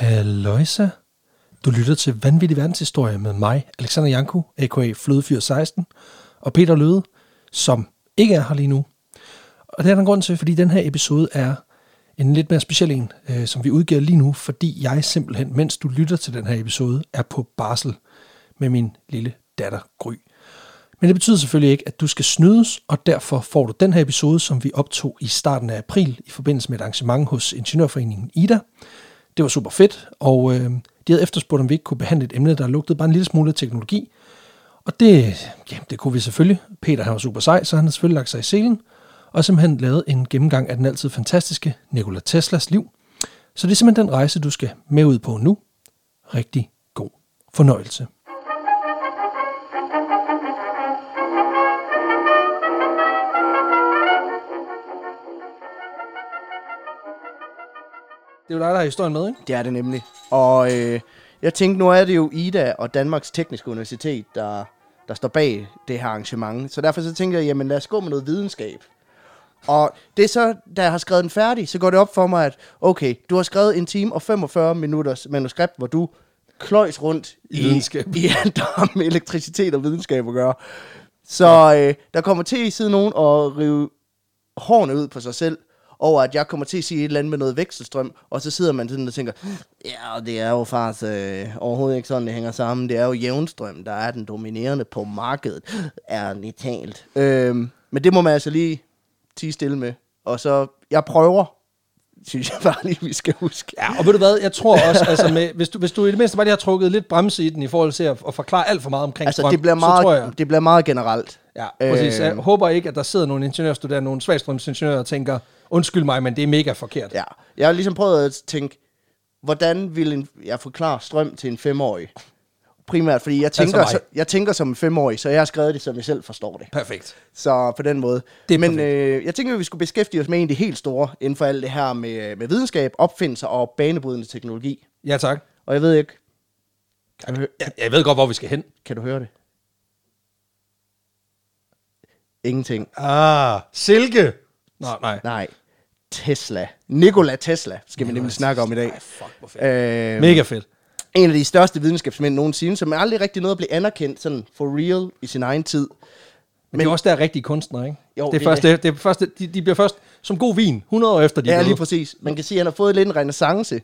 Halløjsa. Du lytter til Vanvittig Verdenshistorie med mig, Alexander Janku, a.k.a. Flødefyr 16, og Peter Løde, som ikke er her lige nu. Og det er der en grund til, fordi den her episode er en lidt mere speciel en, som vi udgiver lige nu, fordi jeg simpelthen, mens du lytter til den her episode, er på barsel med min lille datter Gry. Men det betyder selvfølgelig ikke, at du skal snydes, og derfor får du den her episode, som vi optog i starten af april i forbindelse med et arrangement hos Ingeniørforeningen Ida. Det var super fedt, og de havde efterspurgt, om vi ikke kunne behandle et emne, der lugtede bare en lille smule af teknologi. Og det kunne vi selvfølgelig. Peter, han var super sej, så han har selvfølgelig lagt sig i selen, og simpelthen lavet en gennemgang af den altid fantastiske Nikola Teslas liv. Så det er simpelthen den rejse, du skal med ud på nu. Rigtig god fornøjelse. Det er jo dig, der har historien med, ikke? Det er det nemlig. Og jeg tænkte, nu er det jo Ida og Danmarks Tekniske Universitet, der står bag det her arrangement. Så derfor så tænker jeg, jamen lad os gå med noget videnskab. Og det er så, da jeg har skrevet den færdig, så går det op for mig, at okay, du har skrevet 1 time og 45 minutters manuskript, hvor du kløjs rundt i alt, der har med elektricitet og videnskab at gøre. Så der kommer til at sidde nogen og rive hårene ud på sig selv, over at jeg kommer til at sige et eller andet med noget vekselstrøm, og så sidder man sådan og tænker, ja, det er jo faktisk overhovedet ikke sådan, det hænger sammen. Det er jo jævnstrøm, der er den dominerende på markedet, ærligt talt. Men det må man altså lige tie stille med. Og så, jeg prøver, synes jeg bare lige, vi skal huske. Ja, og ved du hvad, jeg tror også, altså hvis du i det mindste bare lige har trukket lidt bremse i den, i forhold til at forklare alt for meget omkring altså, strøm, det bliver meget generelt. Ja, præcis. Jeg håber ikke, at der sidder nogle ingeniørstuderende, nogle svagstrømsingeniører og tænker, undskyld mig, men det er mega forkert. Ja, jeg har ligesom prøvet at tænke, hvordan vil jeg forklare strøm til en 5-årig? Primært, fordi jeg tænker som en 5-årig, så jeg har skrevet det, som jeg selv forstår det. Perfekt. Så på den måde. Men jeg tænker, at vi skulle beskæftige os med en af de helt store, inden for alt det her med videnskab, opfindelser og banebrydende teknologi. Ja, tak. Og jeg ved ikke... Jeg ved godt, hvor vi skal hen. Kan du høre det? Ingenting. Silke! Nej. Tesla. Nikola Tesla skal vi nemlig snakke om i dag. Fuck, hvor fedt. Mega fedt. En af de største videnskabsmænd nogensinde, som aldrig rigtig nåede at blive anerkendt sådan for real i sin egen tid. Men det er også der rigtige kunstnere, ikke? Jo, det er først, de bliver først som god vin, 100 år efter de er lige præcis. Man kan sige, at han har fået lidt en renæssance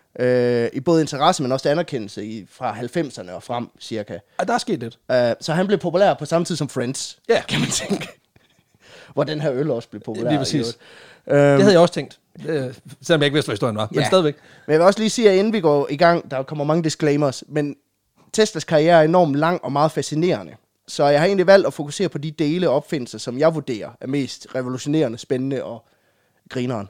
i både interesse, men også anerkendelse fra 90'erne og frem, cirka. Ja, der er sket lidt. Så han blev populær på samme tid som Friends, kan man tænke. Hvor den her øl også blev populær. Lige præcis. Det havde jeg også tænkt. Selvom jeg ikke vidste, hvad historien var, men stadigvæk. Men jeg vil også lige sige, at inden vi går i gang, der kommer mange disclaimers, men Teslas karriere er enormt lang og meget fascinerende. Så jeg har egentlig valgt at fokusere på de dele og opfindelser, som jeg vurderer er mest revolutionerende, spændende og grineren.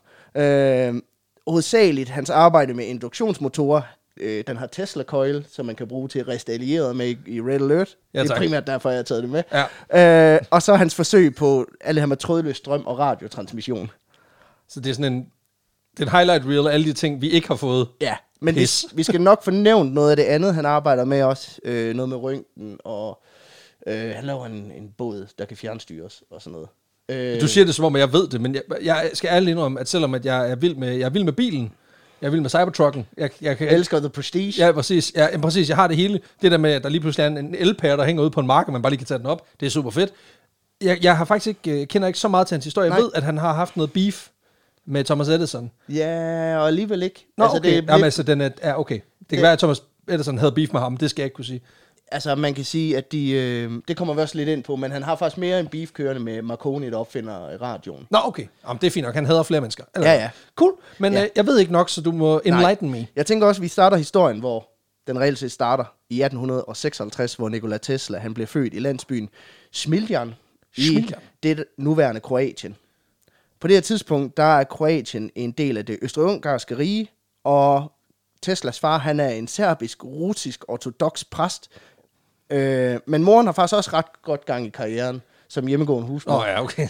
Hovedsageligt hans arbejde med induktionsmotorer, den her Tesla Coil, som man kan bruge til at riste allierede med i Red Alert. Ja, det er primært derfor, jeg har taget det med. Ja. Og så hans forsøg på alt det her med trådløs strøm og radiotransmission. Så det er sådan en highlight reel af alle de ting, vi ikke har fået. Ja, men vi skal nok få nævnt noget af det andet, han arbejder med også. Noget med røntgen, og han laver en båd, der kan fjernstyres og sådan noget. Du siger det som om, jeg ved det, men jeg skal ærligt indrømme, at selvom at jeg er vild med bilen, jeg er vild med Cybertrucken. Jeg elsker The Prestige. Ja, præcis. Præcis. Jeg har det hele. Det der med, at der lige pludselig er en elpære, der hænger ude på en mark, og man bare lige kan tage den op. Det er super fedt. Jeg har faktisk kender ikke så meget til hans historie. Jeg ved, at han har haft noget beef med Thomas Edison. Ja, og alligevel ikke. Nå, altså, okay. Jamen, altså, okay. Det kan være, at Thomas Edison havde beef med ham. Det skal jeg ikke kunne sige. Altså, man kan sige, at det kommer vi også lidt ind på, men han har faktisk mere en beef kørende med Marconi, der opfinder radioen. Nå, okay. Jamen, det er fint nok. Han hader flere mennesker. Eller? Ja. Cool. Men jeg ved ikke nok, så du må enlighten me. Jeg tænker også, at vi starter historien, hvor den reelt set starter i 1856, hvor Nikola Tesla han blev født i landsbyen Smiljan i det nuværende Kroatien. På det her tidspunkt, der er Kroatien en del af det østrig-ungarske rige, og Teslas far, han er en serbisk-russisk ortodox præst. Men moren har faktisk også ret godt gang i karrieren som hjemmegående husmor. Ja, okay.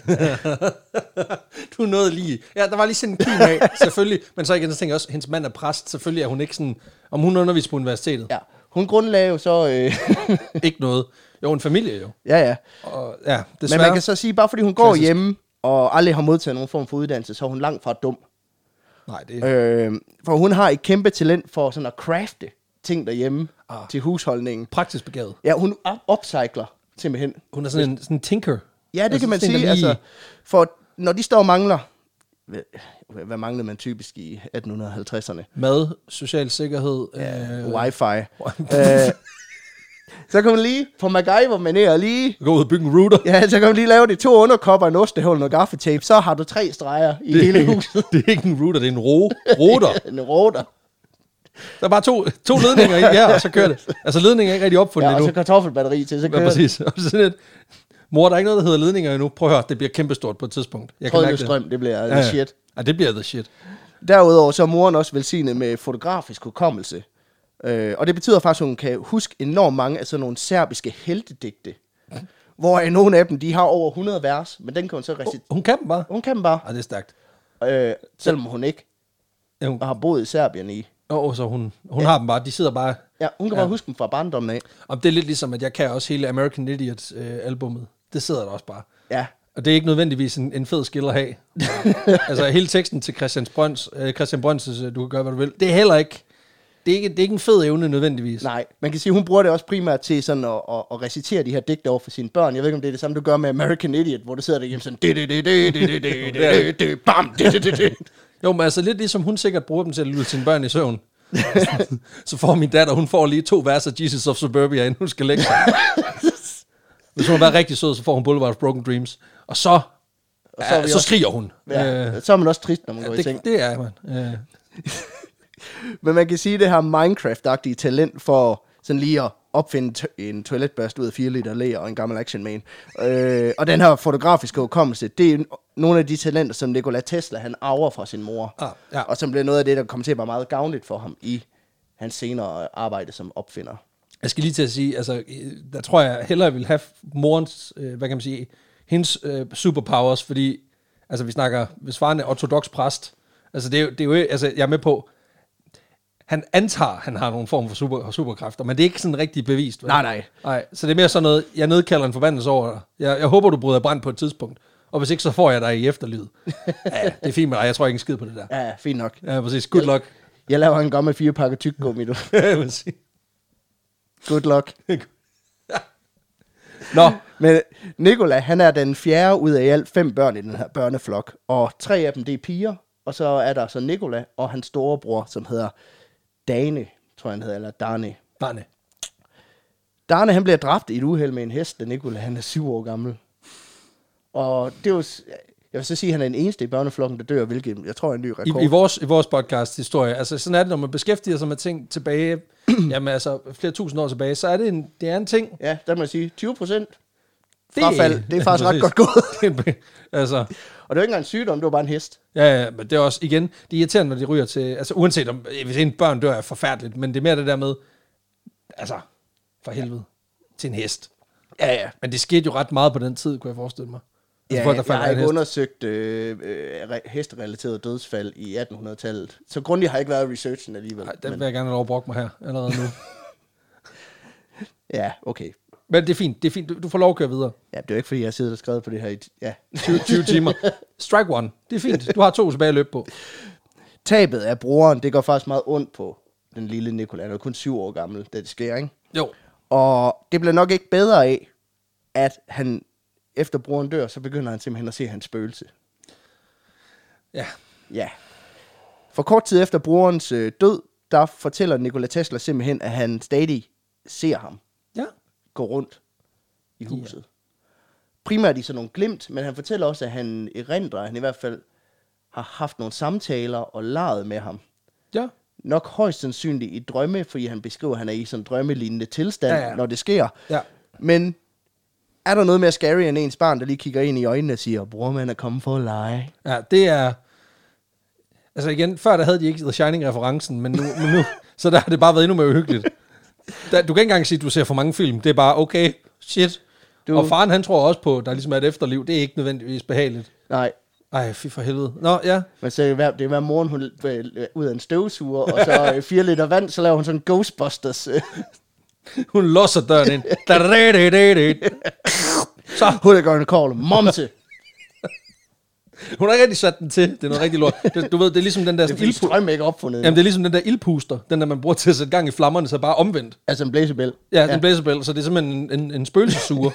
Du nåede lige. Ja, der var lige sådan en kim af, selvfølgelig. Men så igen, så tænker jeg også, hendes mand er præst. Selvfølgelig er hun ikke sådan, om hun underviser på universitetet. Ja, hun grundlagde jo så... ikke noget. Jo, en familie jo. Ja. Og, ja, desværre. Men man kan så sige, bare fordi hun går hjemme og aldrig har modtaget nogen form for uddannelse, så er hun langt fra dum. Nej, det For hun har et kæmpe talent for sådan at crafte ting derhjemme til husholdningen. praktisk begavet. Ja, hun upcycler simpelthen. Hun er sådan en tinker. Ja, det kan man sådan en, sige. der lige- Altså, for når de står og mangler... Hvad manglede man typisk i 1850'erne? Mad, social sikkerhed. Wi-Fi. Så kan man lige få MacGyver og lige... Gå ud og bygge en router. Ja, så kan man lige lave de 2 underkopper, en ostehål og gaffetape. Så har du 3 streger i hele huset. Det er ikke en router, det er en router. En router. Der er bare to ledninger i, ja, og så kører det. Altså ledningen er ikke rigtig opfundet Ja, og endnu. så kartoffelbatteri til, så Ja, kører det. præcis. Og så sådan et, mor, der er ikke noget, der hedder ledninger endnu. Prøv at høre, det bliver kæmpestort på et tidspunkt. Jeg kan mærke Trådløs strøm, det bliver the shit. Ja, det bliver the shit. Derudover så er moren også velsignet med fotografisk hukommelse. Og det betyder faktisk, at hun kan huske enormt mange af sådan nogle serbiske heltedigte. Hvor nogle af dem, de har over 100 vers, men den kan hun så recitere. Hun kan dem bare. Hun kan dem bare, Ja, det er stærkt. selvom hun ikke Ja, hun, har boet i Serbien i. så hun har dem bare. De sidder bare... Ja, hun kan bare huske dem fra barndommen af. Og det er lidt ligesom, at jeg kan også hele American Idiot-albummet. Det sidder der også bare. Ja, Og det er ikke nødvendigvis en fed skill at have. Altså hele teksten til Christian Brøns, du kan gøre, hvad du vil. Det er heller ikke... Det er ikke en fed evne nødvendigvis. nej. Man kan sige, hun bruger det også primært til sådan at recitere de her digte over for sine børn. Jeg ved ikke, om det er det samme, du gør med American Idiot, hvor du sidder derhjemme sådan... Bam! Jo, men altså lidt ligesom hun sikkert bruger dem til at lytte sine børn i søvn. Så får min datter, hun får lige 2 vers af Jesus of Suburbia, inden hun skal lægge sig. Hvis hun er bare rigtig sød, så får hun Boulevard of Broken Dreams. Og så skriger hun. Ja, så er man også trist, når man går i seng. Det er man. Men man kan sige, det her Minecraft-agtige talent for sådan lige at opfinde en toiletbørste ud af 4 liter ler og en gammel Action Man. Og den her fotografiske hukommelse, det er nogle af de talenter, som Nikola Tesla han arver fra sin mor. Ja. Og som bliver noget af det, der kommer til at være meget gavnligt for ham i hans senere arbejde som opfinder. Jeg skal lige til at sige, altså, der tror jeg hellere vil have morens, hvad kan man sige, hendes superpowers, fordi, altså vi snakker, hvis faren er ortodox præst, altså det er jo, altså jeg er med på, han antager, han har nogle form for superkræfter, men det er ikke sådan rigtig bevist. Vel? Nej. Så det er mere sådan noget, jeg nedkalder en forbandelse over dig. Jeg håber, du bryder brand på et tidspunkt, og hvis ikke, så får jeg dig i efterlivet. Ja, det er fint med dig, jeg tror ikke en skid på det der. Ja, fint nok. Ja, præcis. Good luck. Jeg laver en gammel 4 pakker tyggegummi, du. Good luck. Nå. Men Nikola, han er den 4. ud af i alt 5 børn i den her børneflok, og 3 af dem, det er piger, og så er der så Nikola og hans storebror, som hedder Dane, tror jeg han hedder, eller Dane. Dane, han bliver dræbt i et uheld med en hest, da Nikola, han er 7 år gammel. Og det er jo, jeg vil så sige, at han er den eneste i børneflokken, der dør, hvilket jeg tror er en ny rekord. I vores podcast historie, altså sådan er det, når man beskæftiger sig med ting tilbage, jamen altså flere tusind år tilbage, så er det en ting. Ja, der må jeg sige, 20% frafald, det er faktisk ret godt gået. Altså. Og det er jo ikke engang en sygdom, det var bare en hest. Ja, men det er også, igen, det er irriterende, når de ryger til, altså uanset om, hvis en børn dør, er forfærdeligt, men det er mere det der med, altså, for helvede, til en hest. Ja. Men det skete jo ret meget på den tid, kunne jeg forestille mig. Ja, jeg har ikke undersøgt hesterelaterede dødsfald i 1800-tallet. Så grundigt har jeg ikke været i researchen alligevel. Nej, den vil jeg gerne have lov at brokke mig her allerede nu. Ja, okay. Men det er fint. Du får lov at køre videre. Ja, det er jo ikke, fordi jeg sidder og skrevet på det her i 20 timer. Strike one. Det er fint. Du har 2 tilbage at løbe på. Tabet af broren, det går faktisk meget ondt på den lille Nikola. Han er kun 7 år gammel, da det sker, ikke? Jo. Og det bliver nok ikke bedre af, at han, efter broren dør, så begynder han simpelthen at se hans spøgelse. Ja. For kort tid efter brorens død, der fortæller Nikola Tesla simpelthen, at han stadig ser ham gå rundt i huset. Ja. Primært i sådan nogle glimt, men han fortæller også, at han erindrer, at han i hvert fald har haft nogle samtaler og leget med ham. Ja. Nok højst sandsynligt i drømme, fordi han beskriver, at han er i sådan en drømmelignende tilstand, når det sker. Ja. Men er der noget mere scary end ens barn, der lige kigger ind i øjnene og siger, bror, man er kommet for at lege? Ja, det er... Altså igen, før der havde de ikke The Shining-referencen, men nu så der har det bare været endnu mere uhyggeligt. Du kan ikke engang sige, at du ser for mange film. Det er bare, okay, shit. Og faren, han tror også på, at der ligesom er et efterliv. Det er ikke nødvendigvis behageligt. Nej. Ej, fy for helvede. Nå, ja. Men så det er hver morgen, hun ud af en støvsuger, og så 4 liter vand, så laver hun sådan Ghostbusters. Hun låser døren ind. Så hun er going to call Momse. Hun har ikke rigtig sat den til. Det er noget rigtig lort. Du ved, det er ligesom den der... Det er fordi strøm ikke opfundet. Jamen, det er ligesom den der ildpuster. Den der, man bruger til at sætte gang i flammerne, så bare omvendt. Altså en blæsebæl. Ja, den blæsebæl, så det er simpelthen en spøgelsessuger.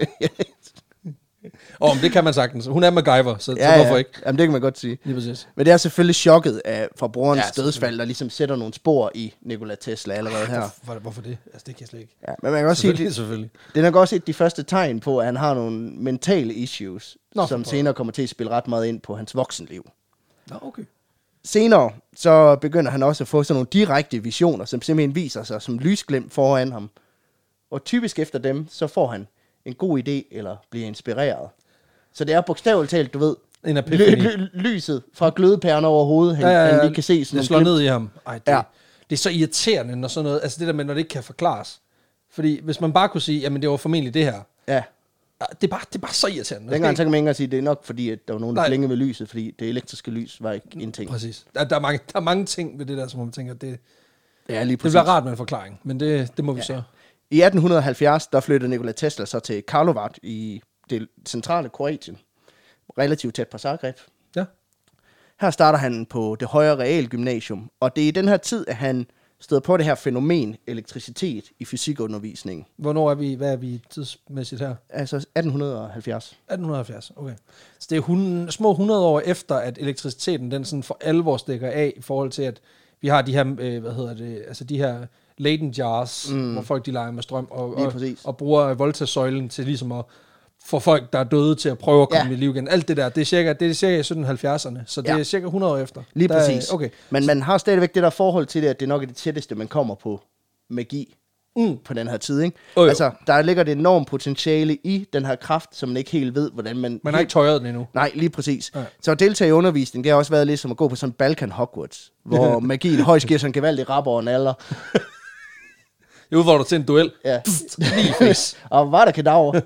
Men det kan man sagtens. Hun er MacGyver, så hvorfor ikke? Jamen, det kan man godt sige. Lige præcis. Men det er selvfølgelig chokket fra brorens dødsfald, der ligesom sætter nogle spor i Nikola Tesla allerede her. Hvorfor det? Altså, det kan jeg slet ikke. Ja, men man kan også sige, selvfølgelig. Det er nok også de første tegn på, at han har nogle mentale issues, som senere kommer til at spille ret meget ind på hans voksenliv. Nå, okay. Senere, så begynder han også at få sådan nogle direkte visioner, som simpelthen viser sig som lysglimt foran ham. Og typisk efter dem, så får han en god idé, eller bliver inspireret. Så det er bogstaveligt talt, du ved, lyset fra glødepæren over hovedet, han lige kan se sådan det slår ned i ham. Ej, det er så irriterende, når sådan noget, altså det der med, når det ikke kan forklares. Fordi hvis man bare kunne sige, jamen det var formentlig det her. Ja. Det er bare så irriterende. Dengang så kan man ikke engang sige, at det er nok fordi, at der var nogen, der blængede ved lyset, fordi det elektriske lys var ikke en ting. Præcis. Der er mange ting ved det der, som man tænker, det lige præcis. Det bliver rart med en forklaring, men det må vi så. I 1870, der flyttede Nikola Tesla så til Karlovac i det centrale Kroatien. Relativt tæt på Zagreb. Ja. Her starter han på det højere realgymnasium, og det er i den her tid, at han støder på det her fænomen, elektricitet, i fysikundervisningen. Hvad er vi tidsmæssigt her? Altså 1870. 1870, okay. Så det er små 100 år efter, at elektriciteten den sådan for alvor stikker af, i forhold til, at vi har de her, altså de her Leyden jars, hvor folk de leger med strøm, og bruger voltasøjlen til ligesom at få folk, der er døde, til at prøve at komme i liv igen. Alt det der, det er cirka i 1770'erne, så det er cirka 100 år efter. Lige præcis. Okay. Men man har stadigvæk det der forhold til det, at det nok er det tætteste, man kommer på magi på den her tid, ikke? Altså, der ligger det enormt potentiale i den her kraft, som man ikke helt ved, hvordan man... Man har ikke tøjet den endnu. Nej, lige præcis. Ja. Så at deltage i undervisning, det har også været lidt som at gå på sådan Balkan Hogwarts, hvor magien højst giver sådan en gevaldig rap over en alder. Jeg udfordrer til en duel. Ja. Og var der kadaver?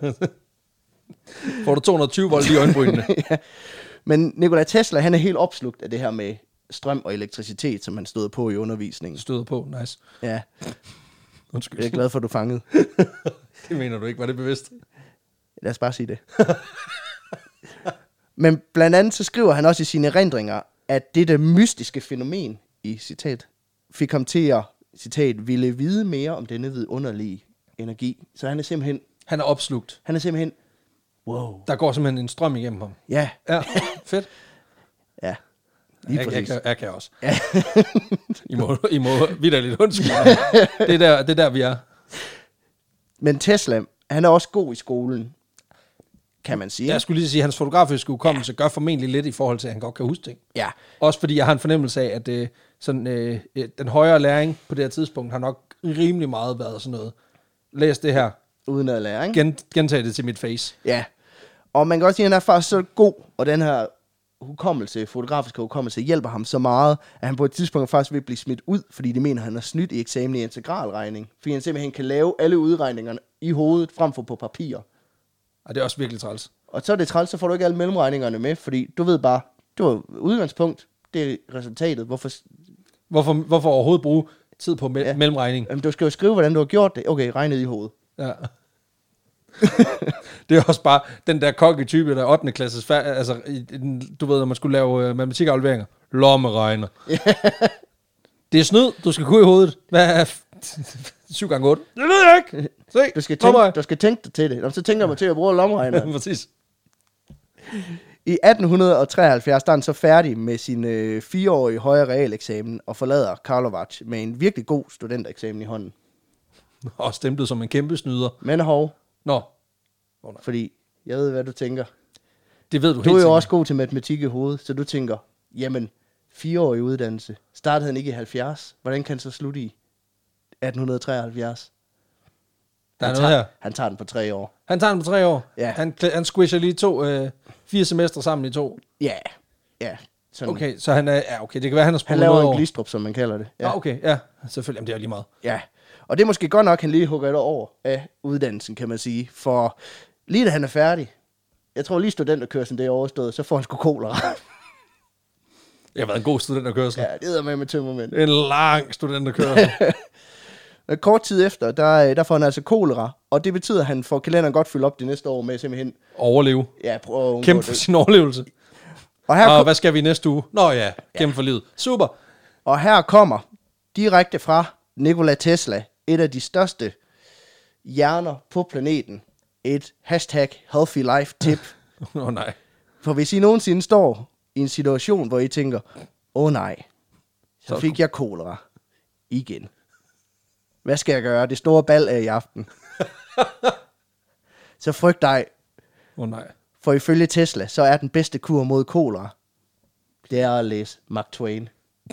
Får du 220 volt i øjenbrynene. Ja. Men Nikola Tesla, han er helt opslugt af det her med strøm og elektricitet, som han støder på i undervisningen. Støder på, nice. Ja. Undskyld. Jeg er glad for, at du fangede. Det mener du ikke, var det bevidst? Lad os bare sige det. Men blandt andet så skriver han også i sine erindringer, at det mystiske fænomen, i citat, fik ham til at, citat, ville vide mere om denne vidunderlige energi. Så han er simpelthen... Han er opslugt. Han er simpelthen... Wow. Der går simpelthen en strøm igennem ham. Ja. Ja, fedt. Ja. Jeg kan også. Ja. I må vitterligt undskylde. Det er der, vi er. Men Tesla, han er også god i skolen, kan man sige. Jeg skulle lige sige, at hans fotografiske hukommelse gør formentlig lidt i forhold til, at han godt kan huske ting. Ja. Også fordi jeg har en fornemmelse af, at den højere læring på det her tidspunkt har nok rimelig meget været sådan noget. Læs det her. Uden at lære, ikke? Gentage det til mit face. Ja. Og man kan også sige, at han er faktisk så god, og den her fotografiske hukommelse, hjælper ham så meget, at han på et tidspunkt faktisk vil blive smidt ud, fordi de mener, at han har snydt i eksamen i integralregning. Fordi han simpelthen kan lave alle udregningerne i hovedet, frem for på papir. Og det er også virkelig træls. Og så er det træls, så får du ikke alle mellemregningerne med, fordi du ved bare, det var udgangspunkt, det er resultatet. Hvorfor overhovedet bruge tid på mellemregning? Jamen, du skal jo skrive, hvordan du har gjort det. Okay, regnet i hovedet. Ja. Det er også bare den der kokketype, der er 8. klasses altså, du ved, når man skulle lave matematikafleveringer. Lommeregner. Det er snyd, du skal kunne i hovedet. Hvad er 7 gange 8? Det ved jeg ikke. Se, du skal tænke dig til det. Og så tænker man til at bruge lommeregner. Præcis. I 1873 der er han så færdig med sin 4-årige højere realeksamen og forlader Karlovac med en virkelig god studentereksamen i hånden. Og stemplet som en kæmpe snyder. Men hov. Nå. Fordi jeg ved, hvad du tænker. Det ved du helt Du er jo sikkert. også god til matematik i hovedet, så du tænker, jamen, 4-årig uddannelse. Startede han ikke i 70? Hvordan kan han så slutte i 1873? Der er noget her. Han tager den på 3 år. Han tager den på 3 år? Ja. Han squisher lige 4 semestre sammen i 2? Ja. Sådan. Okay, så han er... Ja, okay, det kan være, han har sprunget Han laver over. en glistrup, som man kalder det. Ja, okay, ja. Selvfølgelig, jamen, det er jo lige meget. Ja, og det er måske godt nok, han lige hugger et over af uddannelsen, kan man sige. For lige da han er færdig, jeg tror lige studenterkørslen det er overstået, så får han sgu kolera. Det har været en god studenterkørsel. Ja, det er med tømmermænd. En lang studenterkørsel. Kort tid efter, der får han altså kolera, og det betyder, at han får kalenderen godt fyldt op det næste år med simpelthen... Overleve. Ja, prøv at kæmpe for sin overlevelse. Og hvad skal vi næste uge? Nå ja, gennem for livet. Super. Og her kommer direkte fra Nikola Tesla, et af de største hjerner på planeten, et #healthy life tip. Nej. For hvis I nogensinde står i en situation, hvor I tænker, nej, så fik jeg kolera igen. Hvad skal jeg gøre? Det store bal er i aften. Så frygt dig. Nej. For ifølge Tesla, så er den bedste kur mod kolera, det er at læse Mark Twain.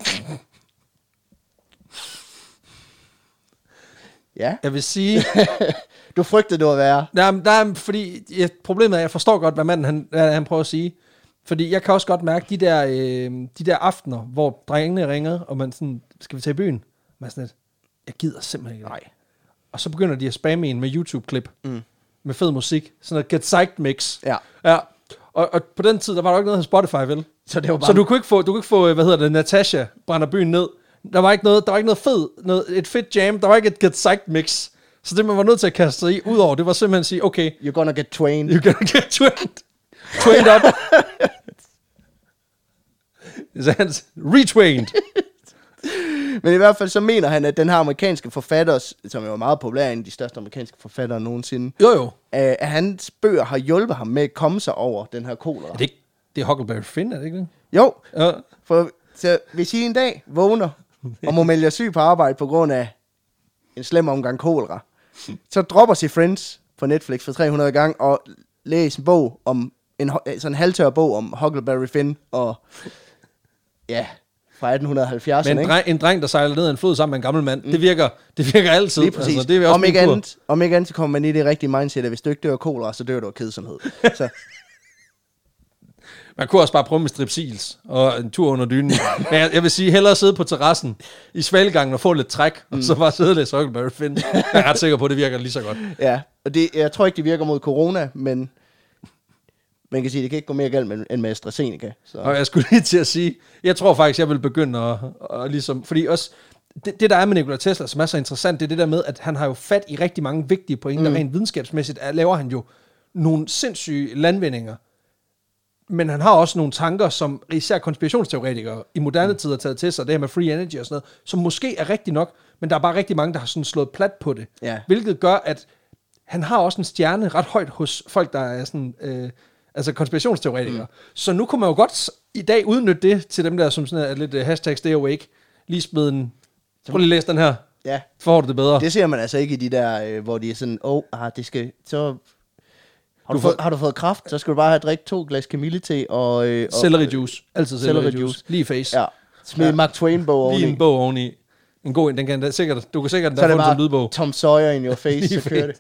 Ja. Jeg vil sige... Du frygtede det at være. Fordi problemet er, at jeg forstår godt, hvad manden han prøver at sige. Fordi jeg kan også godt mærke de der aftener, hvor drengene ringer, og man sådan, skal vi tage i byen? Man er sådan lidt, jeg gider simpelthen ikke. Nej. Og så begynder de at spamme en med YouTube-klip. Med fed musik. Sådan noget Get Psyched Mix. Ja. Og på den tid, der var der ikke noget af Spotify, vel? Så det var bare... Så du kunne ikke få, Natasha brænder byen ned. Der var ikke noget fed, et fedt jam. Der var ikke et Get Psyched Mix. Så det, man var nødt til at kaste sig i, udover, det var simpelthen at sige, okay. You're gonna get trained. You're gonna get trained. Trained up. Retrained. Men i hvert fald så mener han, at den her amerikanske forfatter, som er jo meget populær, en af de største amerikanske forfattere nogensinde. Jo. At hans bøger har hjulpet ham med at komme sig over den her kolera. Det er Huckleberry Finn, er det ikke det? Jo. Ja. For så hvis I en dag vågner og må melde jer syg på arbejde på grund af en slem omgang kolera, så dropper sig Friends på Netflix for 300 gang og læs en bog om sådan en halvtør bog om Huckleberry Finn og fra 1870'erne. Men en dreng, der sejler ned ad en flod sammen med en gammel mand, det virker altid. Lige præcis. Altså, det er også om ikke andet, så kommer man i det rigtige mindset, at hvis du ikke dør af kolera, så dør du af kedsomhed. Så. Man kunne også bare prøve med stripsils og en tur under dynen. Men jeg vil sige, hellere sidde på terrassen i svalgangen og få lidt træk, og så bare sidde og læse Huckleberry Finn. Jeg er ret sikker på, at det virker lige så godt. Ja, og jeg tror ikke, det virker mod corona, men man kan sige, det kan ikke gå mere galt end med AstraZeneca. Så. Og jeg skulle lige til at sige, jeg tror faktisk, jeg vil begynde at ligesom, fordi også, det der er med Nikola Tesla, som er så interessant, det er det der med, at han har jo fat i rigtig mange vigtige pointer, rent videnskabsmæssigt laver han jo nogle sindssyge landvindinger. Men han har også nogle tanker, som især konspirationsteoretikere i moderne tid har taget til sig, det her med free energy og sådan noget, som måske er rigtigt nok, men der er bare rigtig mange, der har sådan slået plat på det. Ja. Hvilket gør, at han har også en stjerne ret højt hos folk, der er sådan, altså konspirationsteoretikere. Så nu kunne man jo godt i dag udnytte det til dem der, som sådan er lidt hashtag stay awake, lige smide en, prøv lige at læse den her, får du det bedre. Det ser man altså ikke i de der, hvor de er sådan, det skal, så... Har du fået kræft, så skal du bare have drikke 2 glas kamillete og celery juice. Altid celery juice. Lige i face. Ja. Smid Mark Twain-bog oveni. Lige en bog oveni. En god en, den kan sikkert, du kan sikkert få den som lydbog. Tom Sawyer in your face, så kører det.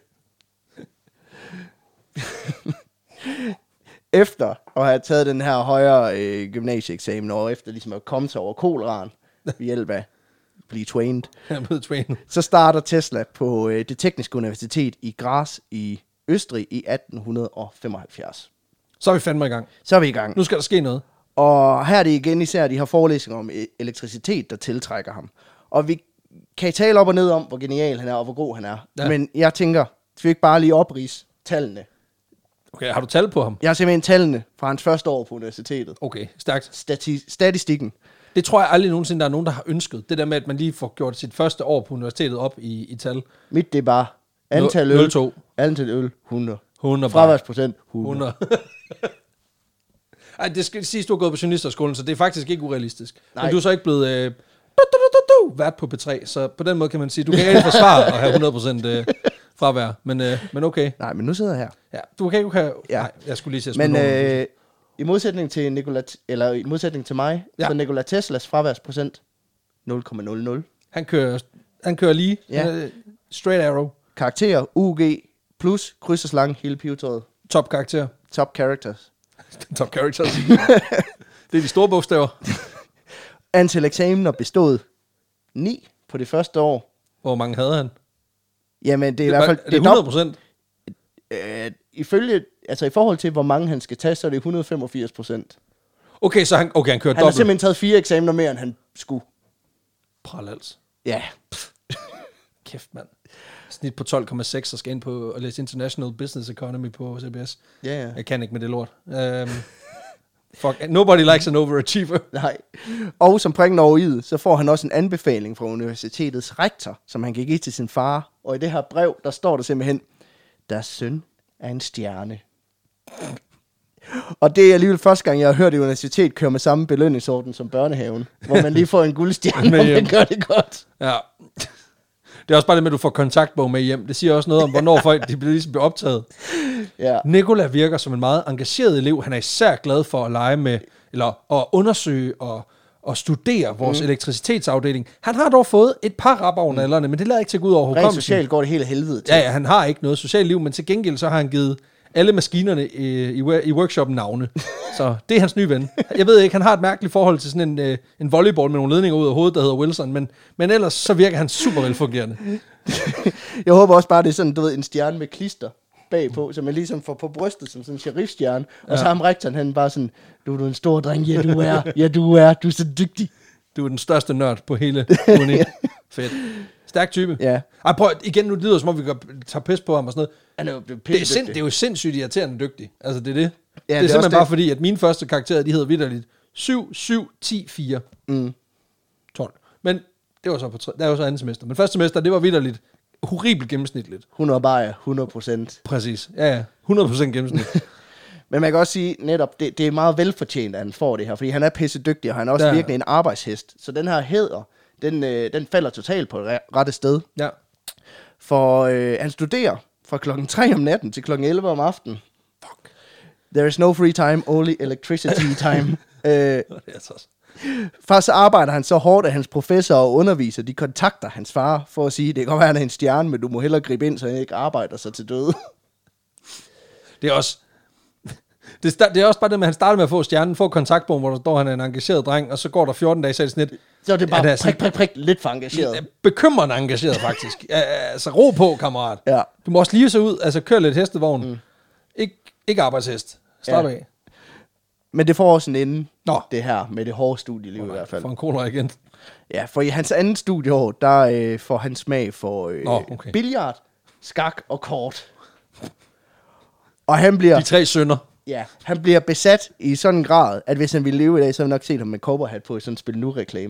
Efter at have taget den her højere gymnasieeksamen, og efter ligesom at komme sig over koleraen, ved hjælp af blive trained, så starter Tesla på det tekniske universitet i Graz i Østrig i 1875. Så er vi fandme i gang. Så er vi i gang. Nu skal der ske noget. Og her er det igen især de her forelæsninger om elektricitet, der tiltrækker ham. Og vi kan tale op og ned om, hvor genial han er, og hvor god han er. Ja. Men jeg tænker, skal vi ikke bare lige oprise tallene? Okay, har du tal på ham? Jeg har simpelthen tallene fra hans første år på universitetet. Okay, stærkt. Statistikken. Det tror jeg aldrig nogensinde, der er nogen, der har ønsket. Det der med, at man lige får gjort sit første år på universitetet op i tal. Mit, det er bare antal øl. 0,2. Antal øl, 100. 100. Fraværsprocent, 100. Ej, det skal siges, du har gået på journalisterskolen, så det er faktisk ikke urealistisk. Nej. Men du er så ikke blevet vært på P3, så på den måde kan man sige, du kan ikke forsvare at have 100% fravær, men okay. Nej, men nu sidder jeg her. Ja, du kan ikke have... Ja. Nej, jeg skulle lige sige at men i modsætning til mig, så Nikola Teslas fraværsprocent 0,00. Han kører lige. Straight arrow. Karakterer, UG, plus, kryds og slange, hele pivetøjet. Top karakter. Top characters. Top characters. Det er de store bogstaver. Antal eksamener bestået 9 på det første år. Hvor mange havde han? Jamen, det er i hvert fald... Er det 100%? I forhold til, hvor mange han skal tage, så er det 185%. Okay, så han kører dobbelt. Han har simpelthen taget 4 eksamener mere, end han skulle. Pralals. Ja. Kæft, mand. Snit på 12,6 og skal ind på at læse International Business Economy på CBS. Ja. Jeg kan ikke med det lort. Fuck, nobody likes an overachiever. Nej. Og som prikken over i'et, så får han også en anbefaling fra universitetets rektor, som han kan give til sin far. Og i det her brev, der står der simpelthen, deres søn er en stjerne. Og det er alligevel første gang, jeg har hørt, at universitet kører med samme belønningsorden som børnehaven, hvor man lige får en guldstjerne, når man gør det godt. Ja. Det er også bare det med, at du får kontaktbog med hjem. Det siger også noget om, hvornår folk de bliver optaget. Ja. Nicola virker som en meget engageret elev. Han er især glad for at lege med, eller at undersøge og studere vores elektricitetsafdeling. Han har dog fået et par rap over nallerne, men det lader ikke til at gå ud over hukommelsen. Rent socialt går det hele helvede til. Ja, han har ikke noget socialt liv, men til gengæld så har han givet alle maskinerne i workshoppen navne. Så det er hans nye ven. Jeg ved ikke, han har et mærkeligt forhold til sådan en volleyball med nogle ledninger ud af hovedet, der hedder Wilson, men ellers så virker han super velfungerende. Jeg håber også bare, det er sådan, du ved, en stjerne med klister bagpå, som man ligesom får på brystet som sådan en sheriffstjerne. Og så har ham rektoren, han bare sådan, du er en stor dreng, ja du er, du er så dygtig. Du er den største nørd på hele uni. Fedt. Stærk type. Ja. Ej, prøv, igen, nu lyder det som om, vi tager pis på ham og sådan noget. Han er jo Det er jo sindssygt irriterende dygtig. Altså, det er det. Ja, det er simpelthen bare fordi, at mine første karakterer, de hedder vitterligt 7, 7, 10, 4. 12. Men det var så på det var så andet semester. Men første semester, det var vitterligt horribelt gennemsnitligt. 100 bare 100%. Præcis. Ja, 100% gennemsnit. Men man kan også sige, netop, det er meget velfortjent, at han får det her, fordi han er pisse dygtig, og han er også virkelig en arbejdshest. Så den her hæder, den falder totalt på det rette sted. Ja. For han studerer fra klokken 3 om natten til klokken 11 om aftenen. Fuck. There is no free time, only electricity time. Det er så. Først så arbejder han så hårdt, at hans professor og underviser, de kontakter hans far for at sige, det kan godt være, han er en stjerne, men du må hellere gribe ind, så han ikke arbejder sig til døde. Det er også... Det er også bare det med, at han starter med at få stjernen, få kontaktbogen, hvor der står, han er en engageret dreng, og så går der 14 dage, så er det sådan lidt... Så er det bare prik, lidt for engageret. Bekymrende engageret, faktisk. Altså, ro på, kammerat. Ja. Du må også lige så ud, altså kør lidt hestevogn. Ikke arbejdshest. Stop af. Men det får også en ende, det her, med det hårde studieliv i hvert fald. For en kolera igen. Ja, for i hans andet studieår, der får han smag for billard, skak og kort. Og han bliver... De 3 sønner. Ja, han bliver besat i sådan en grad, at hvis han ville leve i dag, så ville han nok set ham med cowboyhat på i sådan en spil nu-reklame.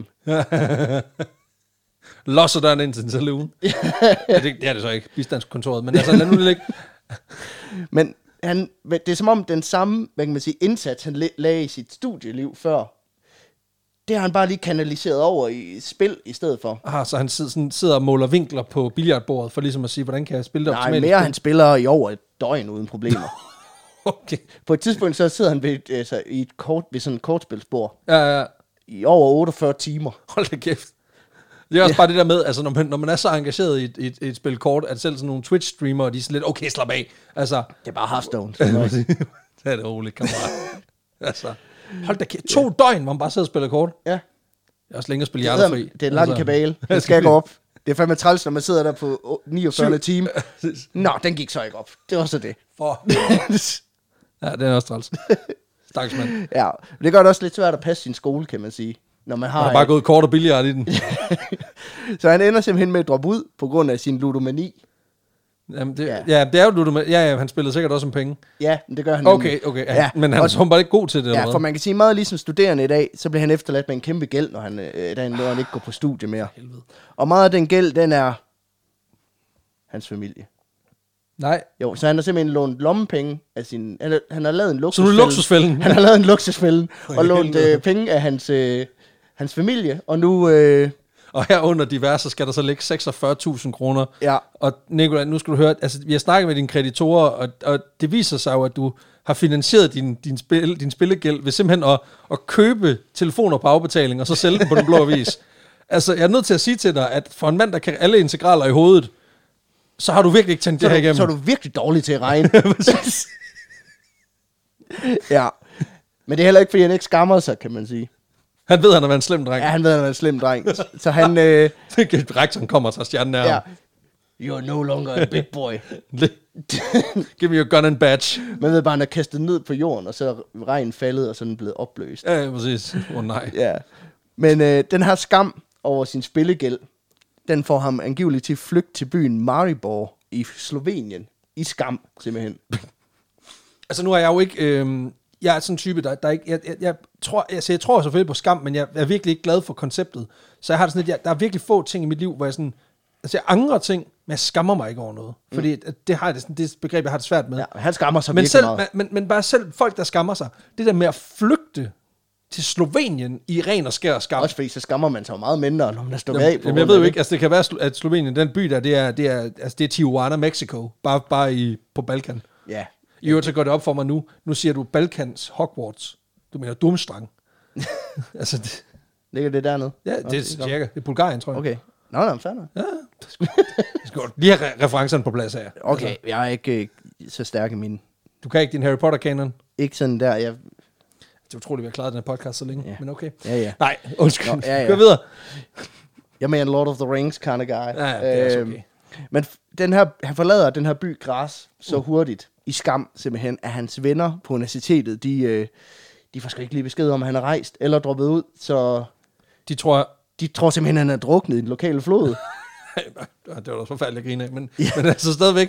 Losser døren ind til en saloon. Det er det så ikke, bistandskontoret, men altså lad nu det ligge. Men det er som om den samme, hvad kan man sige, indsats, han lagde i sit studieliv før, det har han bare lige kanaliseret over i spil i stedet for. Så han sidder og måler vinkler på billiardbordet, for ligesom at sige, hvordan kan jeg spille det optimalt? Nej, mere han spiller i over et døgn uden problemer. Okay. På et tidspunkt, så sidder han ved sådan et kortspilsbord. Ja. I over 48 timer. Hold da kæft. Det er også bare det der med, altså når man er så engageret i et spil kort, at selv sådan nogle Twitch-streamere, de er sådan lidt, okay, slap af. Altså, det er bare Hearthstone. Det er det roligt, kammerat. Altså, hold da kæft. 2 døgn, hvor man bare sidder og spiller kort. Ja. Jeg er også længe at spille hjertefri. Det er en lang kabale. Det skal gå op. Det er fandme træls, når man sidder der på 49 timer. Nå, den gik så ikke op. Det var så det. Ja, det er også træls. Stakkels mand. Ja, det gør det også lidt svært at passe sin skole, kan man sige. Når man har bare gået kort og billiard i den. Så han ender simpelthen med at droppe ud på grund af sin ludomani. Jamen det er jo ludomani. Ja, han spillede sikkert også om penge. Ja, det gør han. Okay. Ja, men han er bare ikke god til det. Ja, for man kan sige meget ligesom studerende i dag, så bliver han efterladt med en kæmpe gæld, når han ikke går på studie mere. Helvede. Og meget af den gæld, den er hans familie. Nej. Jo, så han har simpelthen lånt lommepenge af sin... Han har lavet en luksusfælden. Han har lavet en luksusfælden og lånt penge af hans familie, og nu... Og herunder diverse skal der så ligge 46.000 kroner. Ja. Og Nicolaj, nu skal du høre, altså vi har snakket med dine kreditorer, og det viser sig jo, at du har finansieret din spillegæld ved simpelthen at købe telefoner på afbetaling, og så sælge dem på den blå avis. Altså, jeg er nødt til at sige til dig, at for en mand, der kan alle integraler i hovedet, så har du virkelig ikke tænkt det her igennem. Så er du virkelig dårlig til at regne. Ja. Men det er heller ikke, fordi han ikke skammer sig, kan man sige. Han ved, han har været en slem dreng. Ja, han ved, han er en slem dreng. Så han... Rektoren kommer og tager stjernen af ham. You're no longer a big boy. Give me your gun and badge. Man ved bare, han er kastet ned på jorden, og så er regnen faldet, og så er den blevet opløst. Ja, præcis. Nej. Ja. Men den her skam over sin spillegæld, den får ham angiveligt til flygt til byen Maribor i Slovenien. I skam, simpelthen. Altså nu er jeg jo ikke... jeg er sådan en type, der ikke... Jeg tror selvfølgelig på skam, men jeg er virkelig ikke glad for konceptet. Så jeg har det sådan lidt, der er virkelig få ting i mit liv, hvor jeg sådan... Altså, jeg angrer ting, men jeg skammer mig ikke over noget. Fordi det begreb, jeg har det svært med. Ja, han skammer sig men virkelig selv, meget. men bare selv folk, der skammer sig, det der med at flygte til Slovenien i ren og skær skam. Også fordi så skammer man sig jo meget mindre, når man er stået af på. Jamen, jeg ved jo ikke, altså det kan være, at Slovenien, den by der, det er Tijuana, Mexico, bare på Balkan. Ja. I øvrigt så går det op for mig nu. Nu siger du Balkans Hogwarts. Du mener Durmstrang. Altså, Ligger det dernede? Ja, det er cirka. Det er Bulgarien, tror jeg. Okay. Nå, fandme. Ja, det skal lige have referencerne på plads her. Okay, altså, jeg er ikke så stærk i min... Du kan ikke din Harry Potter-kanon? Ikke sådan der, jeg... Det er utroligt, vi har klaret den her podcast så længe, Ja. men okay. Ja. Nej, undskyld. Ja. Gå videre. Jeg er en Lord of the Rings kind of guy. Ja, det er også okay. Men han forlader den her by Græs så hurtigt i skam simpelthen, at hans venner på universitetet, de får sgu ikke lige besked om, at han er rejst eller droppet ud, så De tror simpelthen, at han er druknet i den lokale flod. det var da forfærdeligt at grine af, men altså stadigvæk.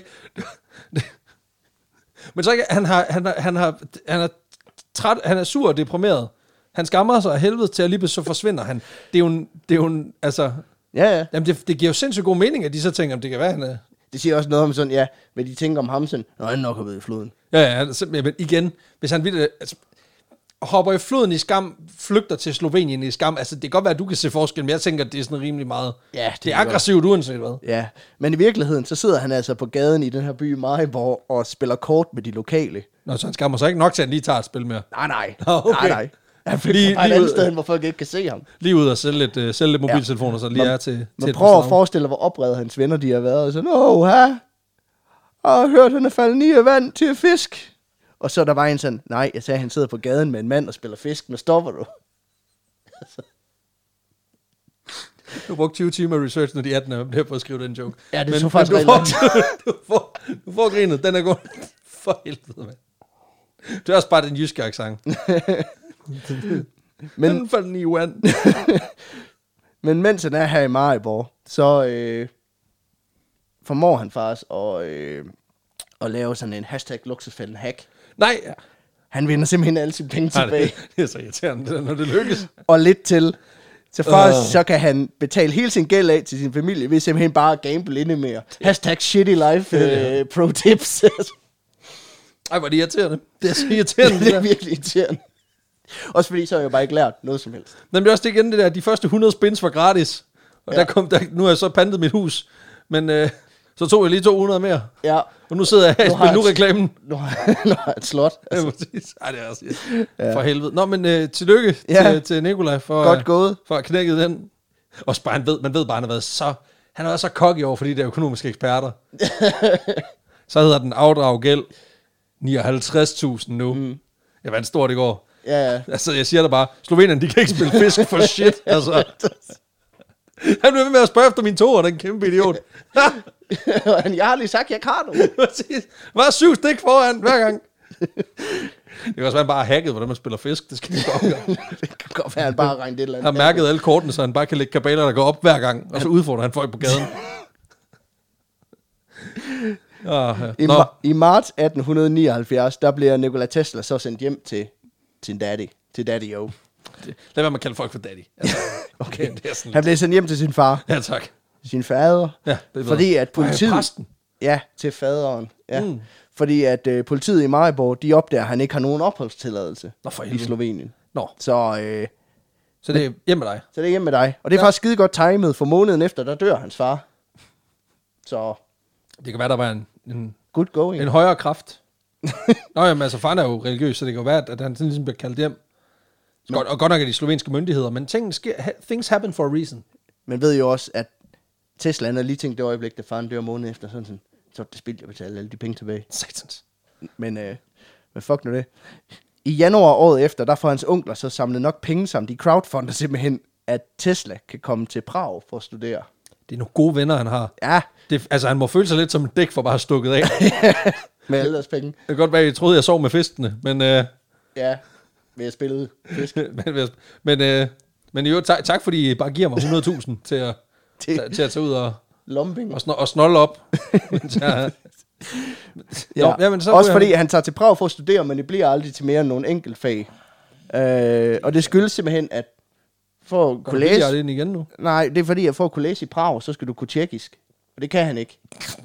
Men så ikke, han er sur og deprimeret. Han skammer sig af helvede til, at lige så forsvinder han. Det er jo en altså... Ja. Jamen, det giver jo sindssygt god mening, at de så tænker, om det kan være, han er... Det siger også noget om sådan, ja, hvad de tænker om ham sådan, når han nok har været i floden. Ja, men igen, hvis han vil... Altså, hopper i floden i skam, flygter til Slovenien i skam, altså det kan godt være, at du kan se forskel, men jeg tænker, at det er sådan rimelig meget... Ja, det er aggressivt uanset hvad. Ja, men i virkeligheden, så sidder han altså på gaden i den her by Maribor og spiller kort med de lokale. Nå, så han skammer sig ikke nok til, at han lige tager et spil mere. Nej. Okay. Nej. Han flytter bare et andet sted, hvor folk ikke kan se ham. Lige ud og sælge lidt mobiltelefoner, så lige er til Man prøver at forestille dig, hvor oprevet hans venner de har været. Og sådan, jeg har hørt, han er faldet i vand til fisk. Og så der var en sådan, nej, jeg sagde, han sidder på gaden med en mand og spiller fisk. Nu stopper du. Du har brugt 20 timer research, når de 18 er blevet på at skrive den joke. Ja, det så faktisk du får grinet, den er god. For helvede, mand. Det er også bare den jyske accent. Men for den i vand. Men mens han er her i Maribor, så formår han faktisk at lave sådan en hashtag luksusfælden hack. Nej. Han vinder simpelthen alle sine penge tilbage. Det er så irriterende, når det lykkes. Og lidt til. Så først så kan han betale hele sin gæld af til sin familie, ved simpelthen bare at gamble endnu mere. Hashtag shitty life pro tips. Ej, hvor er det irriterende. Det er så irriterende. Det er virkelig irriterende. Også fordi, så har jeg jo bare ikke lært noget som helst. Men det er også det igen, det der, de første 100 spins var gratis. Og nu har jeg så pantet mit hus. Men så tog jeg lige 200 mere. Ja. Og nu sidder jeg her og spiller reklamen. Nu har jeg et slot. Altså. Ja, præcis. Ej, det er også for helvede. Nå, men tillykke til Nikolaj for, godt gået. For at knække den. Også bare, man ved bare, han har været så cocky over, fordi det er økonomiske eksperter. Så hedder den afdrag gæld 59.000 nu. Mm. Jeg vandt stort i går. Ja. Altså, jeg siger da bare, Slovenien, de kan ikke spille fisk for shit. Altså. Han blev ved med at spørge efter min toer, den kæmpe idiot. Jeg har lige sagt, at jeg ikke har nogen. Bare 7 stik foran hver gang. Det kan også være, at han bare har hacket, hvordan man spiller fisk. Det skal vi godt gøre. Det kan godt være, at han bare har regnet et eller andet. Han har mærket alle kortene, så han bare kan lægge kabaler, der går op hver gang. Og så udfordrer han folk på gaden. I marts 1879, der bliver Nikola Tesla så sendt hjem til sin daddy. Til Daddy O. Lad være med at kalde folk for daddy. Altså, okay. Det er sådan han blev sendt hjem til sin far. Ja, tak. Sin fader. Ja, fordi at politiet... Præsten. Ja, til faderen. Ja. Mm. Fordi at politiet i Maribor, de opdager, at han ikke har nogen opholdstilladelse i Slovenien. Nå. Så det er hjem med dig. Så det er hjem med dig. Og det er faktisk skide godt timet, for måneden efter, der dør hans far. Så... Det kan være, der var en good going. En højere kraft. Nå, jamen, altså, faren er jo religiøs, så det kan jo være, at han sådan ligesom bliver kaldt hjem. Og godt nok er de slovenske myndigheder, men things happen for a reason. Men ved jo også, at Tesla har lige tænkt det øjeblik, da faren dør måneden efter, sådan, så det spildt jeg betale alle de penge tilbage. Satans. Men fuck nu det. I januar året efter, der får hans onkler så samlet nok penge sammen. De crowdfunder simpelthen, at Tesla kan komme til Prag for at studere. Det er nogle gode venner, han har. Ja. Altså, han må føle sig lidt som en dæk for bare at stukket af. Med alle deres penge. Det kan godt være, at jeg troede, jeg sov med fiskene, men... Ja, ved at spille fisk. men jo, tak fordi I bare giver mig 100.000 til at tage ud og... Lomping. Og snolle op. Ja. Jamen, så også fordi han tager til Prag for at studere, men det bliver aldrig til mere end nogle enkelt fag. Og det skyldes simpelthen, at for at kunne læse... det ind igen nu? Nej, det er fordi, at for at kunne læse i Prag, så skal du kunne tjekkisk. Og det kan han ikke.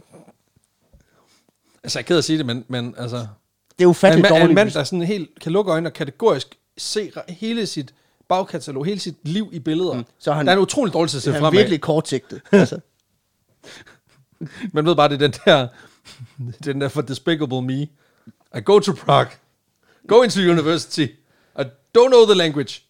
Altså, jeg er ked af at sige det, men altså... Det er ufatteligt dårligt. En mand, der sådan helt kan lukke øjnene og kategorisk se hele sit bagkatalog, hele sit liv i billeder. Så han, der er en utrolig dårlig til at se fremad. Han er virkelig kortsigtet. Altså. Man ved bare, det er den der for Despicable Me. I go to Prague. Go into university. I don't know the language.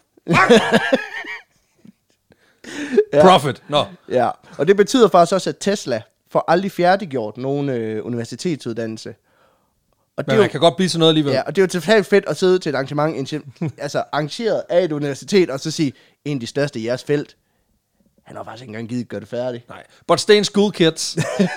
Profit. No. Ja, og det betyder faktisk også, at Tesla får aldrig færdiggjort nogen universitetsuddannelse. Og men man kan godt blive sådan noget alligevel. Ja, og det er jo totalt fedt at sidde til et arrangement, altså arrangeret af et universitet, og så sige, en af de største i jeres felt, han har faktisk ikke engang givet gøre det færdigt. Nej, but stay in school, kids.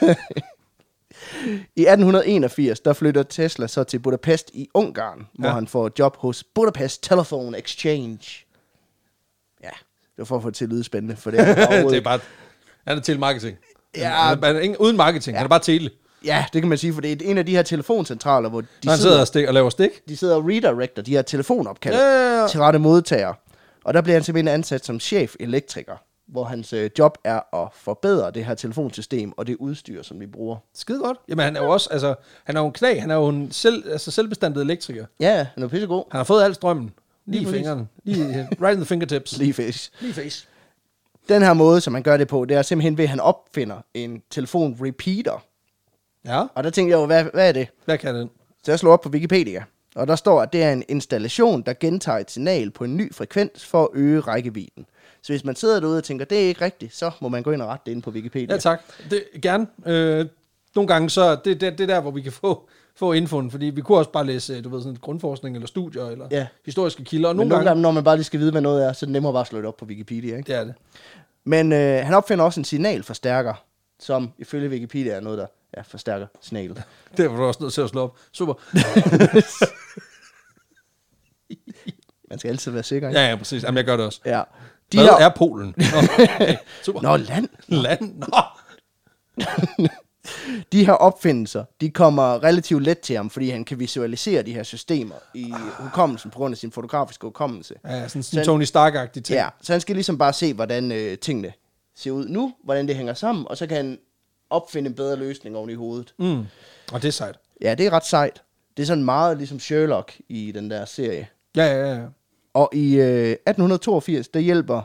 I 1881, der flytter Tesla så til Budapest i Ungarn, hvor han får job hos Budapest Telephone Exchange. Ja, det var for at få det til at lyde spændende, for det er det er bare, han er telemarketing. Ja. Han er uden marketing, han er bare tele. Ja, det kan man sige, for det er en af de her telefoncentraler, hvor de sidder og laver stik. De sidder og redirecter de her telefonopkald til rette modtagere. Og der bliver han simpelthen ansat som chef elektriker, hvor hans job er at forbedre det her telefonsystem og det udstyr, som vi bruger. Skide godt. Jamen han er jo også, altså, han er jo en knæ, han er jo en selvbestandet elektriker. Ja, han er pissegod. Han har fået al strømmen. Lige i fingrene. Lige right in the fingertips. Lige face. Den her måde, som man gør det på, det er simpelthen ved, at han opfinder en telefon-repeater. Ja. Og der tænkte jeg jo, hvad er det? Hvad kan den? Så jeg slår op på Wikipedia, og der står, at det er en installation, der gentager et signal på en ny frekvens for at øge rækkevidden. Så hvis man sidder derude og tænker, det er ikke rigtigt, så må man gå ind og rette det inde på Wikipedia. Ja, tak. Det, gerne. Nogle gange så, det der, hvor vi kan få infoen, fordi vi kunne også bare læse, du ved, sådan grundforskning eller studier eller historiske kilder. Og nogle gange, når man bare lige skal vide, hvad noget er, så er det nemmere bare at slå det op på Wikipedia, ikke? Det er det. Men han opfinder også en signalforstærker, som ifølge Wikipedia er noget, der forstærker signalet. Det var du også nødt til at slå op. Super. Man skal altid være sikker, ikke? Ja, præcis. Jamen, jeg gør det også. Ja. Hvad er Polen? Okay. Super. Nå, land. Nå. De her opfindelser, de kommer relativt let til ham, fordi han kan visualisere de her systemer i hukommelsen, på grund af sin fotografiske hukommelse. Ja, sådan Tony Stark-agtig ting. Ja, så han skal ligesom bare se, hvordan tingene ser ud nu, hvordan det hænger sammen, og så kan han opfinde en bedre løsning oven i hovedet. Og det er sejt. Ja, det er ret sejt. Det er sådan meget ligesom Sherlock i den der serie. Ja. Og i 1882, der hjælper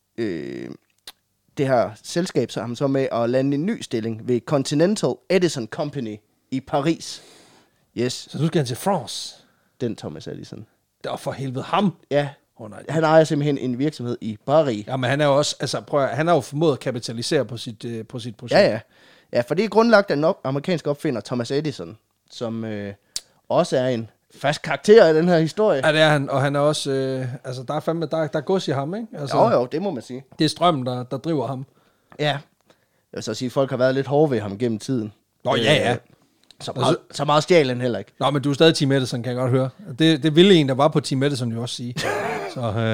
det her selskab så ham så med at lande en ny stilling ved Continental Edison Company i Paris. Yes. Så nu skal han til France. Den Thomas Edison. Det var for helvede ham. Ja. Nej. Han ejer simpelthen en virksomhed i Paris. Ja, men han er jo også, altså prøv at, han har jo formået at kapitalisere på sit projekt. Ja, for det er grundlagt af en amerikansk opfinder, Thomas Edison, som også er en fast karakter i den her historie. Ja, det er han, og han er også, altså der er fandme, der er gods i ham, ikke? Altså, jo, det må man sige. Det er strømmen, der driver ham. Ja, jeg vil så sige, at folk har været lidt hårde ved ham gennem tiden. Nå, ja. Så meget stjal han heller ikke. Nå, men du er stadig Team Edison, kan jeg godt høre. Det ville en, der var på Team Edison jo også sige. Så,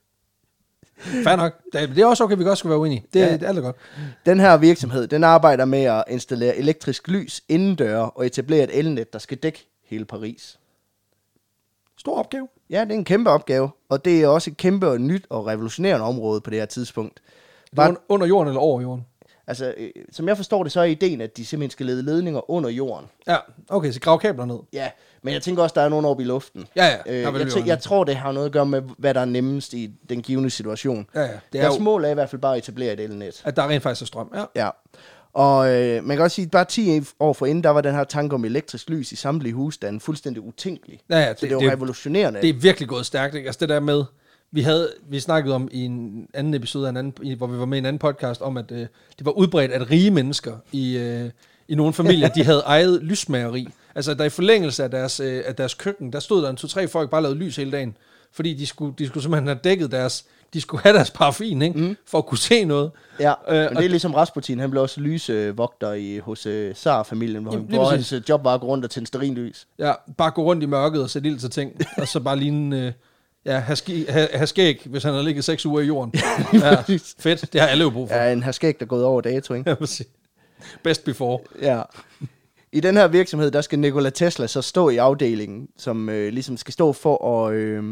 fair nok. Det er også okay, vi godt skulle være uenige. Det er alt godt. Den her virksomhed, den arbejder med at installere elektrisk lys indendøre og etablere et elnet, der skal dække hele Paris. Stor opgave. Ja, det er en kæmpe opgave, og det er også et kæmpe og nyt og revolutionerende område på det her tidspunkt. Under jorden eller over jorden? Altså, som jeg forstår det, så er ideen, at de simpelthen skal lede ledninger under jorden. Ja, okay, så grav kabler ned. Ja, men jeg tænker også, der er nogen oppe i luften. Ja. Jeg tror, det har noget at gøre med, hvad der er nemmest i den givende situation. Ja. Deres mål er i hvert fald bare at etablere et elnet. At der rent faktisk er strøm, ja. Og man kan også sige, at bare 10 år forinden, der var den her tanke om elektrisk lys i samtlige husstande fuldstændig utænkelig. Ja, så det var revolutionerende. Det er virkelig gået stærkt, ikke? Altså det der med, vi snakkede om i en anden episode, hvor vi var med i en anden podcast, om at det var udbredt, at rige mennesker i nogle familier, de havde ejet lysmageri. Altså der i forlængelse af deres køkken, der stod der 2-3 folk bare lavede lys hele dagen, fordi de skulle simpelthen have dækket de skulle have deres paraffin, ikke? For at kunne se noget. Ja, men det er ligesom Rasputin, han blev også lysvogter hos Tsar-familien, hvor hans job var at gå rundt og tænde stearinlys. Ja, bare gå rundt i mørket og sætte ild til ting, og så bare ligne... have skæg, hvis han har ligget 6 uger i jorden. Ja, fedt, det har alle jo brug for. Ja, en skæg, der er gået over dato, ikke? Ja, præcis. Best before. Ja. I den her virksomhed, der skal Nikola Tesla så stå i afdelingen, som ligesom skal stå for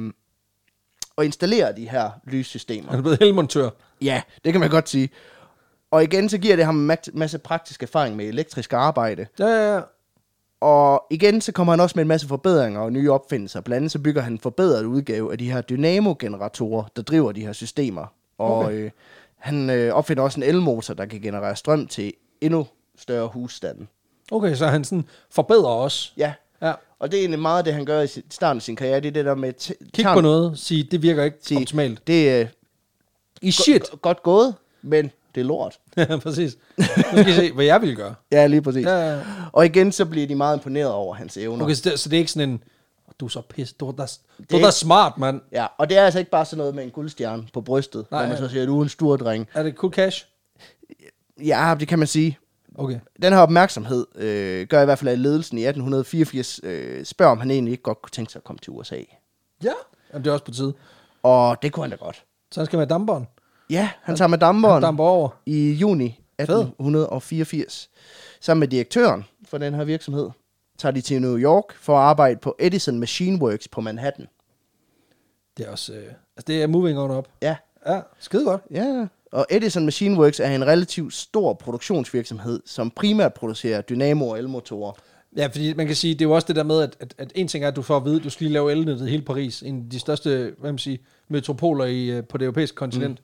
at installere de her lyssystemer. Han er blevet elmontør. Ja, det kan man godt sige. Og igen, så giver det ham en masse praktisk erfaring med elektrisk arbejde. Ja. Og igen, så kommer han også med en masse forbedringer og nye opfindelser. Blandt andet så bygger han en forbedret udgave af de her dynamogeneratorer, der driver de her systemer. Og han opfinder også en elmotor, der kan generere strøm til endnu større husstande. Okay, så han sådan forbedrer også. Ja. Og det er egentlig meget det, han gør i starten af sin karriere. Det er det der med... Kig på noget, sige, det virker ikke optimalt. Det er shit. Godt gået, men det er lort. Ja, præcis. Nu skal I se, hvad jeg vil gøre. Ja, lige præcis. Ja. Og igen, så bliver de meget imponeret over hans evner. Okay, så det er ikke sådan en... Du er så pisse. Du er da smart, mand. Ja, og det er altså ikke bare sådan noget med en guldstjerne på brystet, hvor man så siger, du er en stor dreng. Er det cool cash? Ja, det kan man sige. Okay. Den her opmærksomhed gør i hvert fald, at ledelsen i 1884 spørger, om han egentlig ikke godt kunne tænke sig at komme til USA. Ja. Jamen, det er også på tide. Og det kunne han da godt. Så han skal med damperen? Ja, han tager med damperen damper over. I juni 1884. Sammen med direktøren for den her virksomhed tager de til New York for at arbejde på Edison Machine Works på Manhattan. Det er også... det er moving on up. Ja. Ja, skide godt. Ja, og Edison Machine Works er en relativt stor produktionsvirksomhed, som primært producerer dynamo- og elmotorer. Ja, fordi man kan sige, det er jo også det der med, at en ting er, at du får at vide, at du skal lige lave elnettet i hele Paris, en af de største, hvad man siger, metropoler på det europæiske kontinent.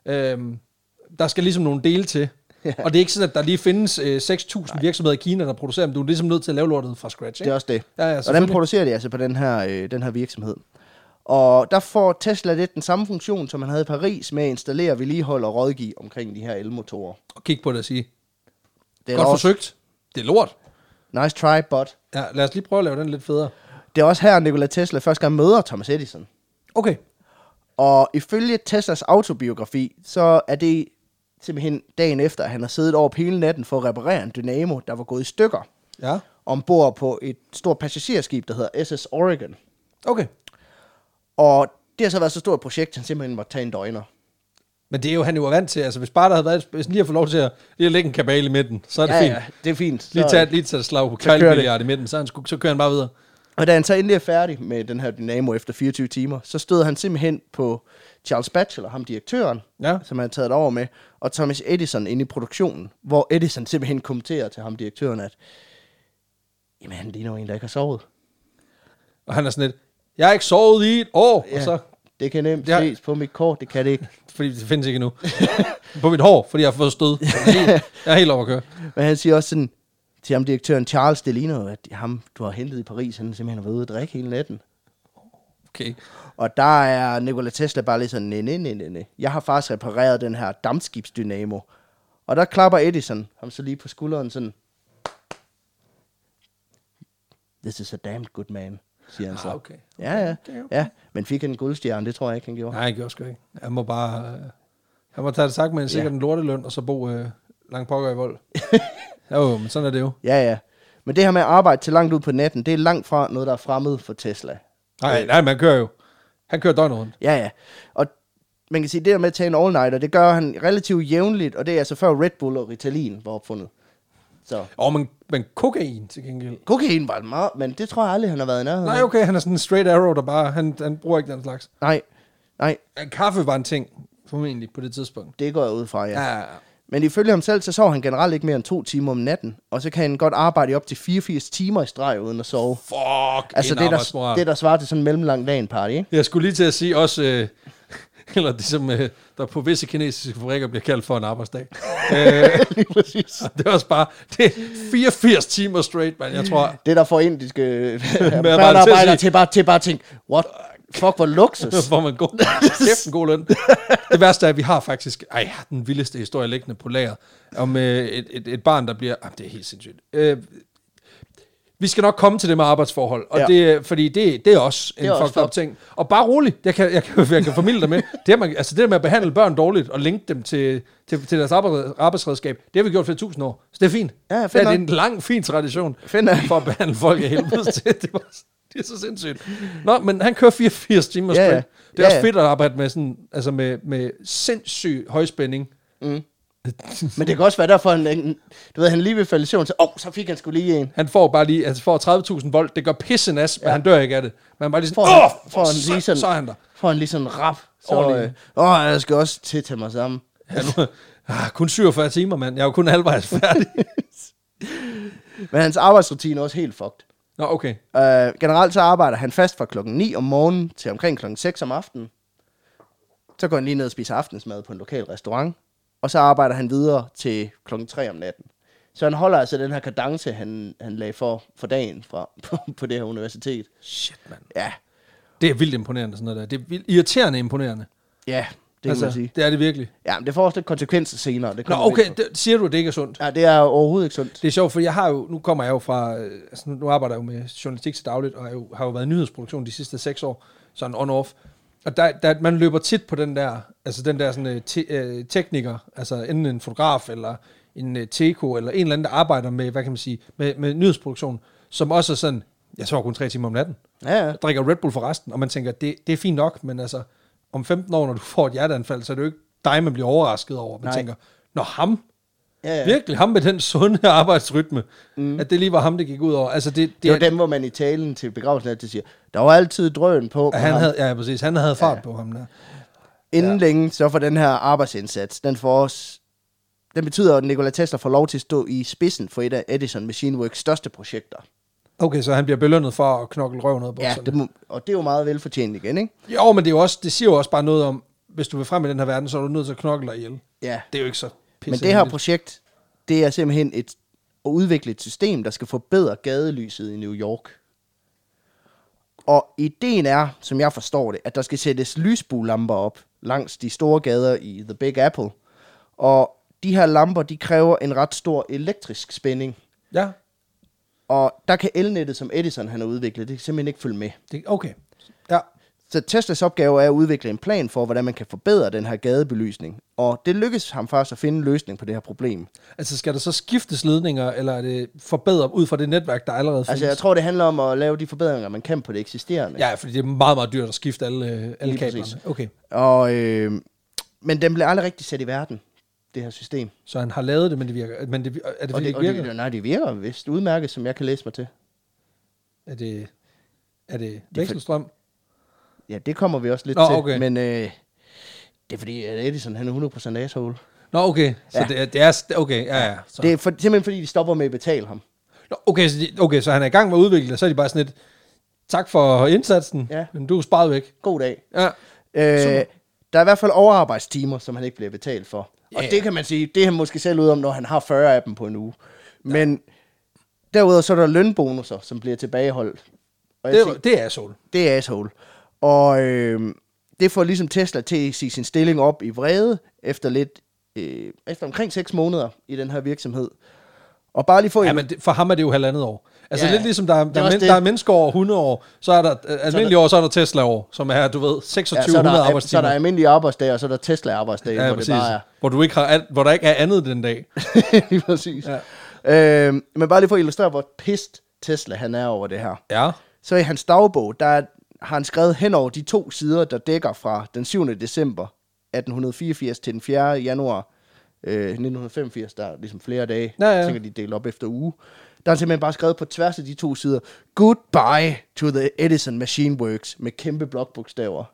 Der skal ligesom nogle dele til. Ja. Og det er ikke sådan, at der lige findes 6.000 virksomheder i Kina, der producerer dem. Du er ligesom nødt til at lave lortet fra scratch, ikke? Det er også det. Ja, og den producerer de altså på den her virksomhed. Og der får Tesla lidt den samme funktion, som man havde i Paris, med at installere, vedligeholde og rådgive omkring de her elmotorer. Og kig på det og sige, det er godt forsøgt. Det er lort. Nice try, but... Ja, lad os lige prøve at lave den lidt federe. Det er også her, Nikola Tesla første gang møder Thomas Edison. Okay. Og ifølge Teslas autobiografi, så er det simpelthen dagen efter, at han har siddet over på hele natten for at reparere en dynamo, der var gået i stykker. Ja. Ombord på et stort passagerskib, der hedder SS Oregon. Okay. Og det har så været så stort et projekt, han simpelthen måtte tage en døgner. Men det er jo, han jo vant til. Altså, hvis bare der havde været, hvis han lige har fået lov til at lægge en kabale i midten, så er det fint. Ja, det er fint. Lige tage et slag på kejlmilliard i midten, så kører han bare videre. Og da han så endelig er færdig med den her dynamo efter 24 timer, så stod han simpelthen på Charles Batchelor, ham direktøren, som han havde taget over med, og Thomas Edison inde i produktionen, hvor Edison simpelthen kommenterer til ham direktøren, at jamen, han ligner jo en, der ikke har sovet. Og han er sådan lidt, jeg har ikke sovet i et år, ja, og så... Det kan nemt ses på mit kort, det kan det ikke. Fordi det findes ikke endnu. På mit hår, fordi jeg har fået stød. Jeg er helt over at køre. Men han siger også sådan til ham direktøren, Charles, det ligner jo, at ham, du har hentet i Paris, han simpelthen har været ude at drikke hele natten. Okay. Og der er Nikola Tesla bare lidt sådan, nej. Jeg har faktisk repareret den her dampskibsdynamo. Og der klapper Edison ham så lige på skulderen sådan. This is a damn good man, siger han så. Okay. Ja. Men fik han en guldstjerne, det tror jeg ikke, han gjorde. Nej, han gjorde sgu ikke. Han må tage det sagt med sikkert en lorteløn, og så bo langt pokker i vold. Jo, men sådan er det jo. Ja. Men det her med at arbejde til langt ud på natten, det er langt fra noget, der er fremmed for Tesla. Nej, man kører jo. Han kører døgnet rundt. Ja. Og man kan sige, det der med at tage en all-nighter, det gør han relativt jævnligt, og det er altså før Red Bull og Ritalin var opfundet. Så. Men kokain til gengæld. Kokain var meget, men det tror jeg aldrig, han har været i nærheden. Nej, okay, han er sådan en straight arrow, der bare, han bruger ikke den slags. Nej. Kaffe var en ting, formentlig, på det tidspunkt. Det går jeg ud fra, ja. Ja. Men ifølge ham selv, så sover han generelt ikke mere end 2 timer om natten, og så kan han godt arbejde i op til 84 timer i streg uden at sove. Fuck, altså det der svarer til sådan en mellemlang dag en party, ikke? Jeg skulle lige til at sige også, eller det som der på visse kinesiske fabrikker bliver kaldt for en arbejdsdag. Lige præcis. Det er også bare, det er 84 timer straight, man. Jeg tror... Det der får indiske børnearbejdere til bare at tænke, what? Fuck, hvor luksus. Hvor man går. Kæft en god løn. Det værste er, at vi har faktisk den vildeste historie liggende på lager om et barn, der bliver... det er helt sindssygt. Vi skal nok komme til det med arbejdsforhold, og fordi det er også en fucked up ting. Og bare roligt, jeg kan formidle dig med, det der med at behandle børn dårligt og linke dem til deres arbejdsredskab, det har vi gjort for 1000 år. Så det er fint. Ja, det er en lang, fin tradition for at behandle folk af helvede til. Det er så sindssygt. Nå, men han kører 84 timer straight. Det er også fedt at arbejde med sådan, altså med sindssyg højspænding. Men det kan også være derfor, du ved, han lige ved falde i søvn, så fik han sgu lige en. Han får bare lige, altså får 30.000 volt, det gør pisse nas, men han dør ikke af det. Men bare lige sådan, så er han der. Får han lige sådan en rap, jeg skal også til mig sammen. Kun 47 timer, mand. Jeg er jo kun halvvejs færdig. Men hans arbejdsrutine er også helt fucked. Nå, okay. Generelt så arbejder han fast fra klokken 9 om morgenen til omkring klokken 6 om aftenen. Så går han lige ned og spiser aftensmad på en lokal restaurant. Og så arbejder han videre til klokken 3 om natten. Så han holder altså den her kadence, han lagde for dagen på det her universitet. Shit, mand. Ja. Det er vildt imponerende, sådan noget der. Det er vildt irriterende imponerende. Ja, det kan man sige. Det er det virkelig. Ja, men det får også lidt konsekvenser senere. Nå, okay. Siger du, at det ikke er sundt? Ja, det er overhovedet ikke sundt. Det er sjovt, for nu kommer jeg jo fra... Altså, nu arbejder jeg jo med journalistik til dagligt, og har jo været i nyhedsproduktion de sidste 6 år. Sådan on-off. Og man løber tit på den der sådan tekniker, altså enten en fotograf, eller en teko, eller en eller anden, der arbejder med, hvad kan man sige, med nyhedsproduktion, som også er sådan, jeg sover kun 3 timer om natten. Ja. Jeg drikker Red Bull for resten, og man tænker, det er fint nok, men altså, om 15 år, når du får et hjerteanfald, så er det jo ikke dig, man bliver overrasket over. Man tænker, når ham, virkelig ham med den sunde arbejdsrytme, at det lige var ham, det gik ud over. Altså, det var dem, hvor man i talen til begravelsen altid siger, der var altid drøn på. Præcis, han havde fart på ham der. Inden længe, så for den her arbejdsindsats, den betyder, at Nikola Tesla får lov til at stå i spidsen for et af Edison Machine Works største projekter. Okay, så han bliver belønnet for at knokle røven ud på. Ja, og det er jo meget velfortjent igen, ikke? Jo, men det siger jo også bare noget om, hvis du vil frem i den her verden, så er du nødt til at knokle dig ihjel. Ja. Det er jo ikke så pisse. Men det her projekt, det er simpelthen at udvikle et system, der skal forbedre gadelyset i New York. Og ideen er, som jeg forstår det, at der skal sættes lysbuelamper op langs de store gader i The Big Apple. Og de her lamper, de kræver en ret stor elektrisk spænding. Ja. Og der kan elnettet, som Edison han har udviklet, det kan simpelthen ikke følge med. Okay. Ja. Så Teslas opgave er at udvikle en plan for, hvordan man kan forbedre den her gadebelysning. Og det lykkes ham først at finde en løsning på det her problem. Altså skal der så skiftes ledninger, eller er det forbedret ud fra det netværk, der allerede findes? Altså jeg tror, det handler om at lave de forbedringer, man kan på det eksisterende. Ja, fordi det er meget, meget dyrt at skifte alle kablerne. Okay. Og, men den blev aldrig rigtig sat i verden, det her system. Så han har lavet det, men det virker. Men det, er det fordi, det ikke virker? Nej, det virker vist udmærket, som jeg kan læse mig til. Er det vekselstrøm? Ja, det kommer vi også lidt til. Okay. Men det er fordi, at Edison han er 100% asshole. Nå, okay. Så ja. det er okay, ja. Så. Det er simpelthen fordi, de stopper med at betale ham. Nå, okay, så han er i gang med at udvikle det, så er de bare sådan lidt, tak for indsatsen, men du er sparet væk. God dag. Ja. Der er i hvert fald overarbejdstimer, som han ikke bliver betalt for. Og det kan man sige, det er han måske selv ud om, når han har 40 af dem på en uge. Men derudover så er der lønbonusser, som bliver tilbageholdt. Og det er asshole. Det er asshole. Og det får ligesom Tesla til at sige sin stilling op i vrede efter omkring 6 måneder i den her virksomhed. Og bare lige få men for ham er det jo 1,5 år. Altså lidt ligesom der er mennesker over 100 år, så er der almindelige år, så er der Tesla år, som er, du ved, 2600 arbejdstimer. Så er der almindelige arbejdsdage, og så er der Tesla arbejdsdage, hvor præcis. Det bare er. Hvor der ikke er andet den dag. Lige præcis. Ja. Men bare lige for at illustrere, hvor pissed Tesla han er over det her. Ja. Så i hans dagbog, der har han skrevet hen over de 2 sider, der dækker fra den 7. december 1884 til den 4. januar 1985, der er ligesom flere dage. Jeg tænker, de deler op efter uge. Der er simpelthen bare skrevet på tværs af de 2 sider, Goodbye to the Edison Machine Works, med kæmpe blokbogstaver.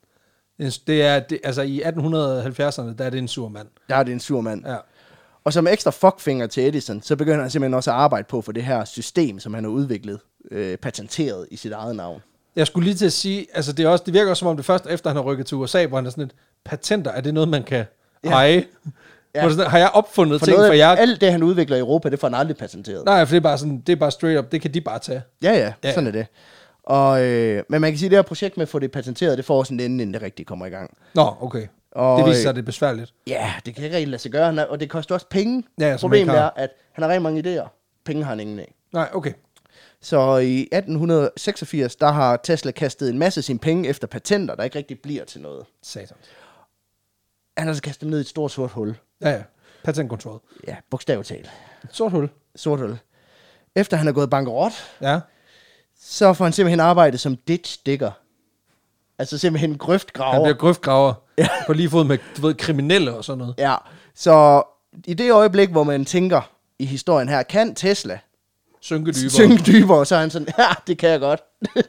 Altså i 1870'erne, der er det en sur mand. Der er det en sur mand. Ja. Og som ekstra fuckfinger til Edison, så begynder han simpelthen også at arbejde på for det her system, som han har udviklet, patenteret i sit eget navn. Jeg skulle lige til at sige, altså det virker også som om det først efter han har rykket til USA, hvor han er sådan et, patenter, er det noget, man kan eje? Ja. Har jeg opfundet ting for jer? Alt det, han udvikler i Europa, det får han aldrig patenteret. Nej, for det er bare straight up, det kan de bare tage. Ja, sådan er det. Og, men man kan sige, at det her projekt med at få det patenteret, det får også en ende, inden det rigtig kommer i gang. Nå, okay. Og, det viser sig, at det er besværligt. Ja, det kan ikke rigtig lade sig gøre, og det koster også penge. Ja, problemet er, at han har rigtig mange idéer. Penge har han ingen af. Nej, okay. Så i 1886, der har Tesla kastet en masse af sine penge efter patenter, der ikke rigtig bliver til noget. Satans. Han har så kastet dem ned i et stort sort hul. Ja. Patent control. Ja, bogstaveligt talt. Sort hul. Sort hul. Efter han er gået bankerot, så får han simpelthen arbejdet som ditch digger. Altså simpelthen grøftgraver. Han bliver grøftgraver på lige fod med, du ved, kriminelle og sådan noget. Ja, så i det øjeblik, hvor man tænker i historien her, kan Tesla synke dybere, så er han sådan, ja, det kan jeg godt. Det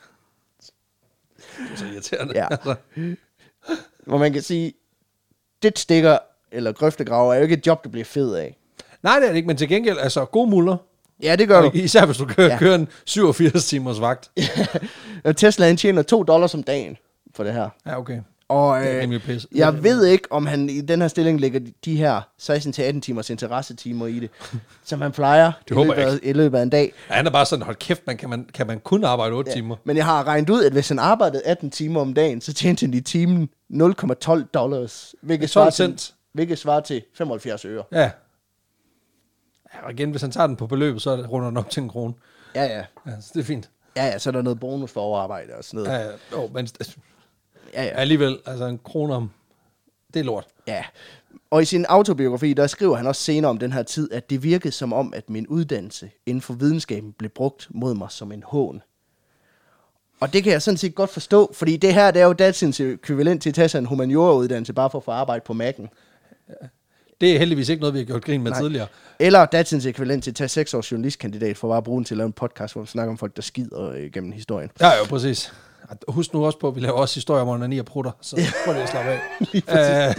er så irriterende. Ja. Hvor man kan sige, det stikker eller grøftegraver er jo ikke et job, du bliver fed af. Nej, det er det ikke, men til gengæld, altså god muller. Ja, det gør du. Især hvis du kører en 87 timers vagt. Tesla, han tjener $2 om dagen for det her. Ja, okay. Og jeg ved ikke, om han i den her stilling lægger de her 16-18 timers interessetimer i det, som han plejer i løbet af en dag. Ja, han er bare sådan, hold kæft, kan man kun arbejde 8 timer? Men jeg har regnet ud, at hvis han arbejdede 18 timer om dagen, så tjente han i timen $0,12, hvilket svarer til 75 øre. Ja. Og igen, hvis han tager den på beløbet, så runder den op til 1 krone. Ja. Så det er fint. Ja, så er der noget bonus for overarbejde og sådan noget. Ja. Men alligevel, altså 1 krone om, det er lort. Ja, og i sin autobiografi, der skriver han også senere om den her tid, at det virkede som om, at min uddannelse inden for videnskaben blev brugt mod mig som en hån. Og det kan jeg sådan set godt forstå, fordi det her, det er jo datidens ekvivalent til at tage sig en humaniora-uddannelse, bare for at få arbejde på Mac'en. Ja. Det er heldigvis ikke noget, vi har gjort grin med tidligere. Eller datidens ekvivalent til at tage 6 års journalistkandidat, for bare at bruge den til at lave en podcast, hvor vi snakker om folk, der skider gennem historien. Ja, jo, præcis. Husk nu også på, at vi laver også historier om onani og prutter, så prøv det at slappe af.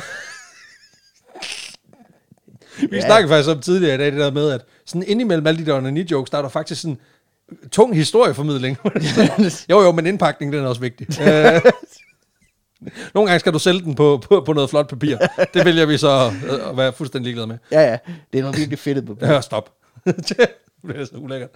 Vi snakkede faktisk om tidligere i dag, det der med, at sådan indimellem alle de der onani-jokes, der er der faktisk sådan tung historieformidling. jo, men indpakning, den er også vigtig. Nogle gange skal du sælge den på noget flot papir. Det vælger vi så at være fuldstændig ligeglade med. Ja, det er noget virkelig fedtet papir. Ja, stop. Det er så ulækkert.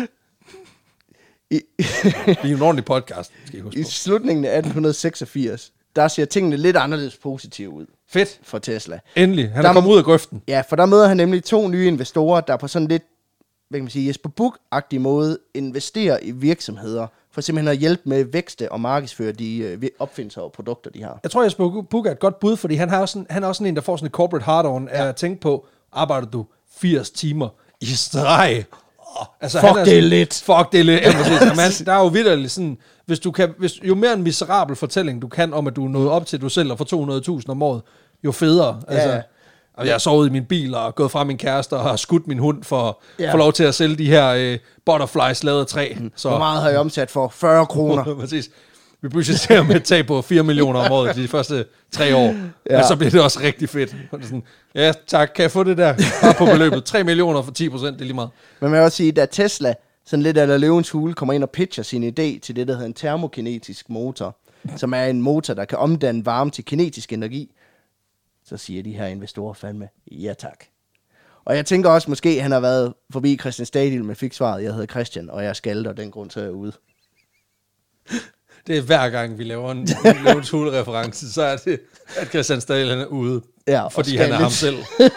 Vi er en ordentlig podcast, skal I huske på. I slutningen af 1886, der ser tingene lidt anderledes positive ud. Fedt. For Tesla. Endelig. Han er kommet ud af grøften. Ja, for der møder han nemlig 2 nye investorer, der på sådan lidt, hvad kan man sige, Jesper Buch-agtig måde investerer i virksomheder, for simpelthen at hjælpe med at vækste og markedsføre de opfindelser og produkter, de har. Jeg tror, Jesper Buch er et godt bud, fordi han er også sådan en, der får sådan et corporate hard-on af at tænke på, arbejder du 80 timer i streg? Altså, fuck, det er lidt. Fuck, det er lidt. Ja, der er jo vitterligt sådan, jo mere en miserabel fortælling, du kan om, at du er nået op til, at du sælger for 200.000 om året, jo federe. Altså, ja. Og jeg har sovet i min bil og gået fra min kæreste og har skudt min hund for at få lov til at sælge de her butterflies lavet af træ. Så. Hvor meget har jeg omsat for? 40 kroner. Præcis. Vi budgeterer med et tab på 4 millioner om året de første 3 år. Ja. Og så bliver det også rigtig fedt. Sådan, ja, tak. Kan jeg få det der? Bare på beløbet. 3 millioner for 10%, det er lige meget. Men man kan også sige, da Tesla, sådan lidt af løvens hule, kommer ind og pitcher sin idé til det, der hedder en termokinetisk motor, som er en motor, der kan omdanne varme til kinetisk energi, så siger de her investorer fandme, ja tak. Og jeg tænker også, måske han har været forbi Christian Stadil, men fik svaret, jeg hedder Christian, og jeg er skaldet, og den grund så er jeg ude. Det er hver gang, vi laver en løvens hule-reference, så er det, at Christian Stadil er ude, fordi han er ham selv.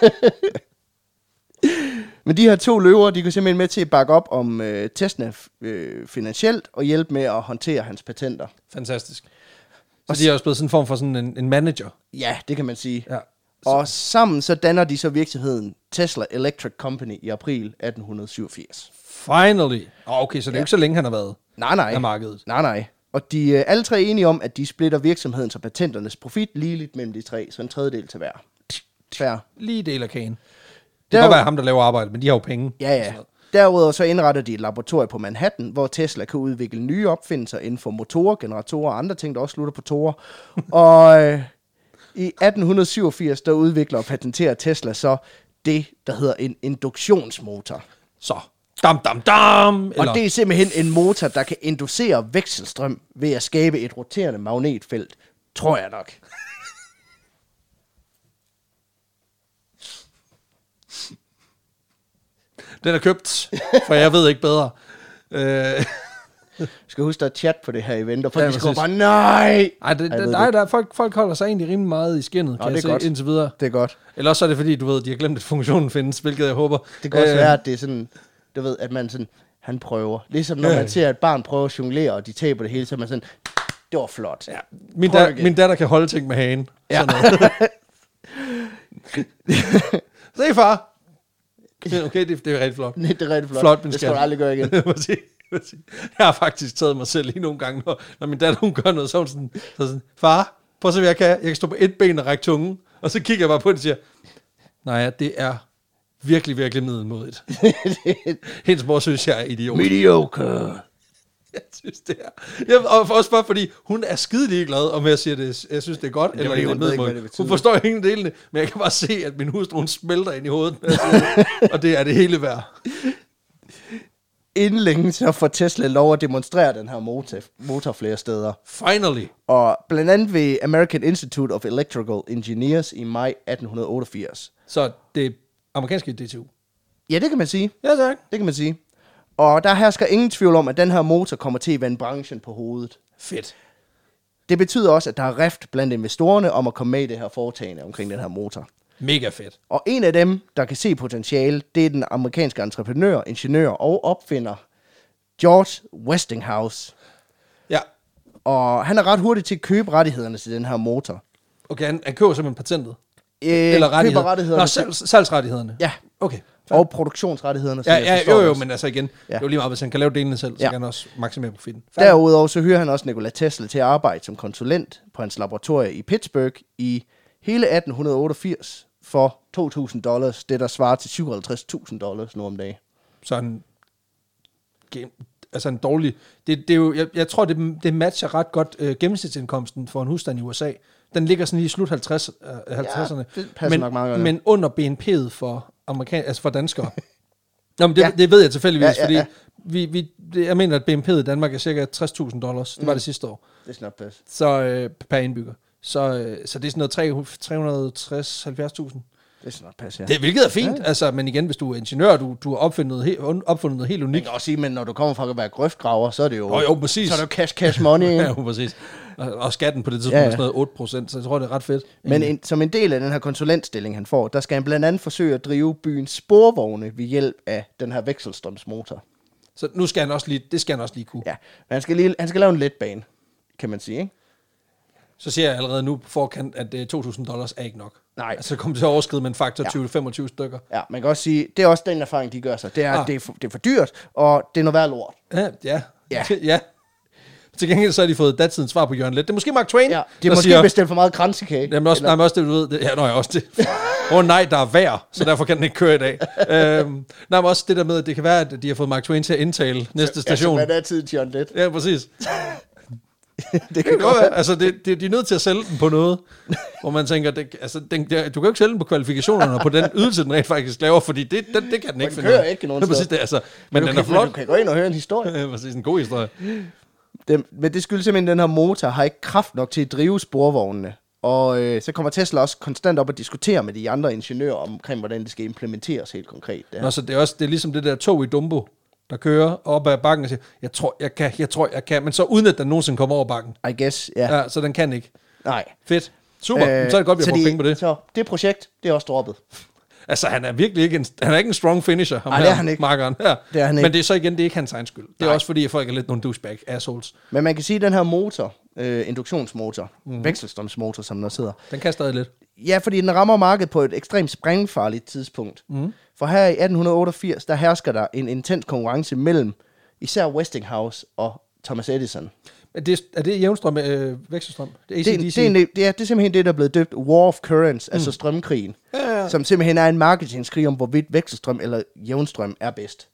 Men de her 2 løver, de går simpelthen med til at bakke op om Tesla finansielt, og hjælpe med at håndtere hans patenter. Fantastisk. Og de er også blevet sådan en form for sådan en manager. Ja, det kan man sige. Ja. Og sammen så danner de så virksomheden Tesla Electric Company i april 1887. Finally. Okay, så det er jo ikke så længe, han har været af markedet. Nej. Og de er alle 3 enige om, at de splitter virksomhedens og patenternes profit ligeligt mellem de 3, så en tredjedel til hver. Fair. Lige del af kagen. Det kan være ham, der laver arbejde, men de har jo penge. Ja. Derudover så indretter de et laboratorium på Manhattan, hvor Tesla kan udvikle nye opfindelser inden for motorer, generatorer og andre ting, der også slutter på torer. Og i 1887, der udvikler og patenterer Tesla så det, der hedder en induktionsmotor. Så, dam. Og det er simpelthen en motor, der kan inducere vekselstrøm ved at skabe et roterende magnetfelt. Tror jeg nok. Den er købt, for jeg ved ikke bedre. Skal huske, der er chat på det her event, og folk skriver bare, nej! Nej, folk holder sig egentlig rimelig meget i skinnet, kan jeg se indtil videre. Det er godt. Eller så er det fordi, du ved, de har glemt, at funktionen findes, hvilket jeg håber. Det kan også være, at det er sådan, du ved, at man sådan, han prøver. Ligesom når man ser et barn prøve at jonglere, og de taber det hele, så er man sådan, det var flot. Ja. Min datter kan holde ting med hagen. Ja. Se, far! Okay, det er rigtig flot. Det er rigtig flot. Det skal du aldrig gøre igen. Jeg har faktisk taget mig selv lige nogle gange, når min datter hun gør noget, så sådan, far, prøv at se, hvad jeg kan. Jeg kan stå på et ben og række tungen, og så kigger jeg bare på det og siger, Nej, det er virkelig, virkelig middelmodigt. Hendes mor synes, jeg er idiot. Mediocre. Jeg synes, det er. Og også bare fordi, hun er skide ligeglad, om jeg siger det, jeg synes, det er godt, eller det er middelmodigt. Hun forstår ingen delene, men jeg kan bare se, at min hustru, hun smelter ind i hovedet, og det er det hele værd. Inden længe så får Tesla lov at demonstrere den her motor flere steder. Finally. Og blandt andet ved American Institute of Electrical Engineers i maj 1888. Så det er amerikanske DTU. Ja, det kan man sige. Ja, tak. Det kan man sige. Og der hersker ingen tvivl om, at den her motor kommer til at vende branchen på hovedet. Fedt. Det betyder også, at der er rift blandt investorerne om at komme med i det her foretagende omkring den her motor. Mega fedt. Og en af dem, der kan se potentiale, det er den amerikanske entreprenør, ingeniør og opfinder, George Westinghouse. Ja. Og han er ret hurtig til at købe rettighederne til den her motor. Okay, han køber simpelthen patentet? Eller rettighederne? Nå, salgsrettighederne? Ja. Okay. Og produktionsrettighederne. Ja, jo, men altså igen, det er jo lige meget, hvis han kan lave delene selv, så kan han også maksimere profitten. Derudover så hyrer han også Nikola Tesla til at arbejde som konsulent på hans laboratorie i Pittsburgh i hele 1888 for $2,000, det der svarer til $57,000 nu om dagen. Så en dårlig. Det er jo, jeg tror, det matcher ret godt gennemsnitsindkomsten for en husstand i USA. Den ligger sådan i slut 50'erne. Ja, men under BNP'et for for danskere. Nå, men det ved jeg tilfældigvis, fordi jeg mener, at BNP'et i Danmark er cirka $60,000. Det var det sidste år. Det er snart pas. Så per indbygger. Så det er sådan noget 360-70.000. Det er snart pas, ja. Hvilket er fint, altså, men igen, hvis du er ingeniør, du har opfundet noget helt unikt. Man kan også sige, men når du kommer fra at være grøftgraver, så er det jo... Jo, præcis. Så er det jo cash money. Ja, jo, præcis. Og skatten på det tidspunkt er sådan noget 8%, så jeg tror, det er ret fedt. Men som en del af den her konsulentstilling, han får, der skal han blandt andet forsøge at drive byens sporvogne ved hjælp af den her vekselstrømsmotor. Så nu skal han også lige kunne. Ja, men han skal lave en letbane, kan man sige, ikke? Så siger jeg allerede nu på forkant, at $2,000 er ikke nok. Nej. Altså, det kommer til at overskride med en faktor 20-25 stykker. Ja, man kan også sige, det er også den erfaring, de gør sig. Det er, det er for dyrt, og det er noget værd lort. Ja. Til gengæld så har de fået datidens svar på Jørgen Let. Det er måske Mark Twain, ja, det er måske bestilt for meget kransekage. Jamen også det, du ved. Også det. Nej, der er vejr, så derfor kan den ikke køre i dag. Men også det der med, at det kan være, at de har fået Mark Twain til at indtale næste station. Ja, så hvad er tiden til Jørgen Let? Ja, præcis. Det kan godt være. Altså, de er nødt til at sælge den på noget, hvor man tænker, du kan jo ikke sælge den på kvalifikationerne på den ydelse, den rent faktisk laver, fordi det kan den ikke finde. Den kører ikke nogen steder. Altså, men den er flot. Du kan gå ind og høre en historie. Ja, præcis, en god historie. Men det skyldes simpelthen, at den her motor har ikke kraft nok til at drive sporvognene. Og så kommer Tesla også konstant op og diskutere med de andre ingeniører omkring, hvordan det skal implementeres helt konkret. Nå, så det er ligesom det der tog i Dumbo, der kører op ad bakken og siger, jeg tror, jeg kan, men så uden at den nogensinde kommer over bakken. I guess, ja. Ja, så den kan ikke. Nej. Fedt. Super, så er det godt, vi har brugt penge på det. Så det projekt, det er også droppet. Altså, han er virkelig ikke en strong finisher. Nej, det er han ikke. Markeren. Ja. Det er han ikke. Men det er så igen, det er ikke hans egen skyld. Det er også fordi, at folk er lidt nogle douchebag assholes. Men man kan sige, at den her motor, induktionsmotor, vekselstrømsmotor, som den også hedder. Den kan stadig lidt. Ja, fordi den rammer markedet på et ekstremt sprængfarligt tidspunkt. For her i 1888, der hersker der en intens konkurrence mellem især Westinghouse og Thomas Edison. Er det jævnstrøm vekselstrøm? Det er simpelthen det, der er blevet døbt War of Currents, altså strømkrigen. Ja. Som simpelthen er en marketingskrig om, hvorvidt vekselstrøm eller jævnstrøm er bedst.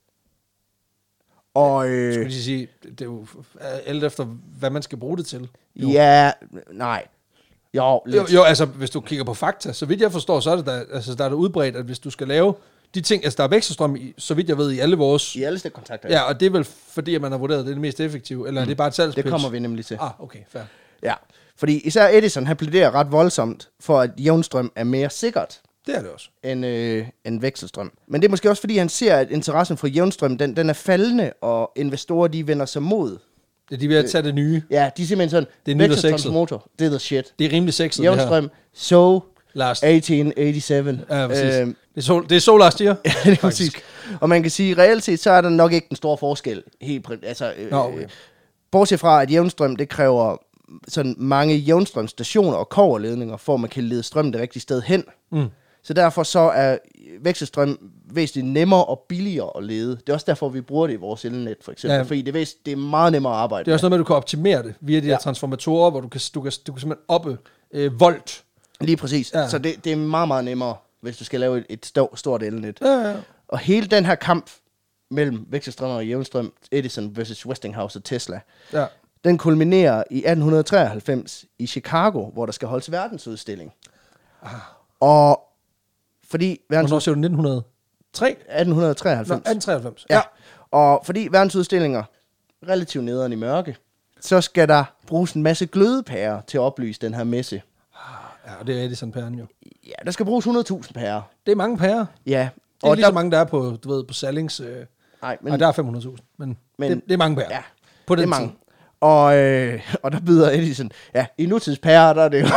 Og skal vi sige, det er jo alt efter, hvad man skal bruge det til. Jo. Ja, nej. Jo, altså hvis du kigger på fakta, så vidt jeg forstår, så er det der er det udbredt, at hvis du skal lave de ting, altså der er vekselstrøm, så vidt jeg ved, i alle vores... I alle stikkontakter. Ja, og det er vel fordi, at man har vurderet, at det er det mest effektive, eller er det bare et salgspitch? Det kommer vi nemlig til. Okay, fair. Ja, fordi især Edison, han plæderer ret voldsomt for, at jævnstrøm er mere sikkert. Det er det også. End vekselstrøm. Men det er måske også, fordi han ser, at interessen for jævnstrøm, den er faldende, og investorer, de vender sig mod. Ja, de vil tage det nye. Ja, de er simpelthen sådan, det er vekselstrømsmotor, det er the shit. Det er rimelig sexet, jævnstrøm, det her. So last 1887. Ja, præcis. Det er so last year. Ja, det er præcis. Og man kan sige, reelt set, så er der nok ikke den store forskel. Bortset fra, at jævnstrøm, det kræver sådan mange jævnstrømstationer og kobberledninger, for at man kan lede strøm det rigtige sted hen. Så derfor så er vekselstrøm væsentligt nemmere og billigere at lede. Det er også derfor, vi bruger det i vores elnet, for eksempel. Ja. Fordi det er meget nemmere at arbejde. Det er også noget med, at du kan optimere det via de her transformatorer, hvor du kan simpelthen oppe volt. Lige præcis. Ja. Så det er meget, meget nemmere. hvis du skal lave et stort elnet. Ja. Og hele den her kamp mellem vekselstrøm og jævnstrøm, Edison versus Westinghouse og Tesla, Ja. den kulminerer i 1893 i Chicago, hvor der skal holdes verdensudstilling. Og fordi Hvornår siger du 1903? 1893. Nå, 1893. Ja. Og fordi verdensudstillinger relativt nederen i mørke, så skal der bruges en masse glødepærer til at oplyse den her messe. Ja, og det er Edison-pæren jo. Ja, der skal bruges 100.000 pærer. Det er mange pærer. Ja. Det er lige så mange, der er på, du ved, på Sallings... Nej, men... Og der er 500.000, men det er mange pærer. Ja, på den det er mange. Og der byder Edison... Ja, i nutidspærer, der er det jo...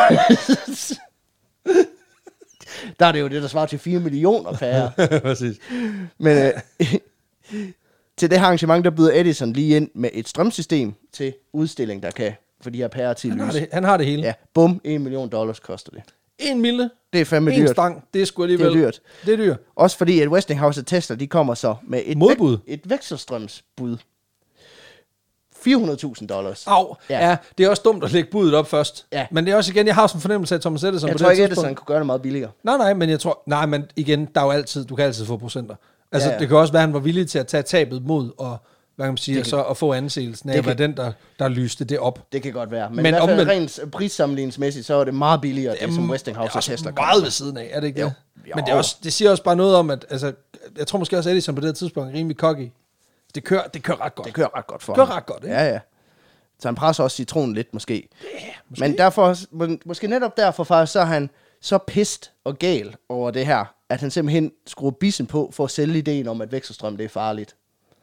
der er det jo det, der svarer til 4 millioner pærer. Præcis. Men til det her arrangement, der byder Edison lige ind med et strømsystem til udstilling, der kan få de her pærer til lys. Han har det hele. Ja, bum, $1 million koster det. 1 mille. Det er fandme En dyrt. stang. Det er sgu alligevel. Det er dyrt. Det er dyrt. Også fordi, at Westinghouse og Tesla, de kommer så med et, Modbud. et vekselstrømsbud. $400.000. Au. Ja, det er også dumt at lægge budet op først. Ja. Men det er også igen, jeg har sådan en fornemmelse af Thomas Edison Jeg på tror det ikke, tidspunkt. Edison kunne gøre det meget billigere. Nej, men igen, der er jo altid, du kan altid få procenter. Altså, Ja. det kan også være, at han var villig til at tage tabet mod, og hvad kan man sige, så at få anseelsen af at være den, der lyste det op. Det kan godt være. Men Men i hvert fald omvendt- rent prissammenligningsmæssigt, så er det meget billigere, det som Westinghouse og Tesla kommer meget med. ved siden af, er det ikke Jo. det? Jo. Men det siger også bare noget om, at altså, jeg tror måske også, at Edison på det her tidspunkt er rimelig cocky. Det kører ret godt. Det kører ret godt for kører ham. ret godt, ikke? Ja. Så han presser også citronen lidt, måske. Men derfor, måske netop derfor faktisk, så er han så pissed og gal over det her, at han simpelthen skruer bissen på for at sælge ideen om, at vekselstrøm det er farligt.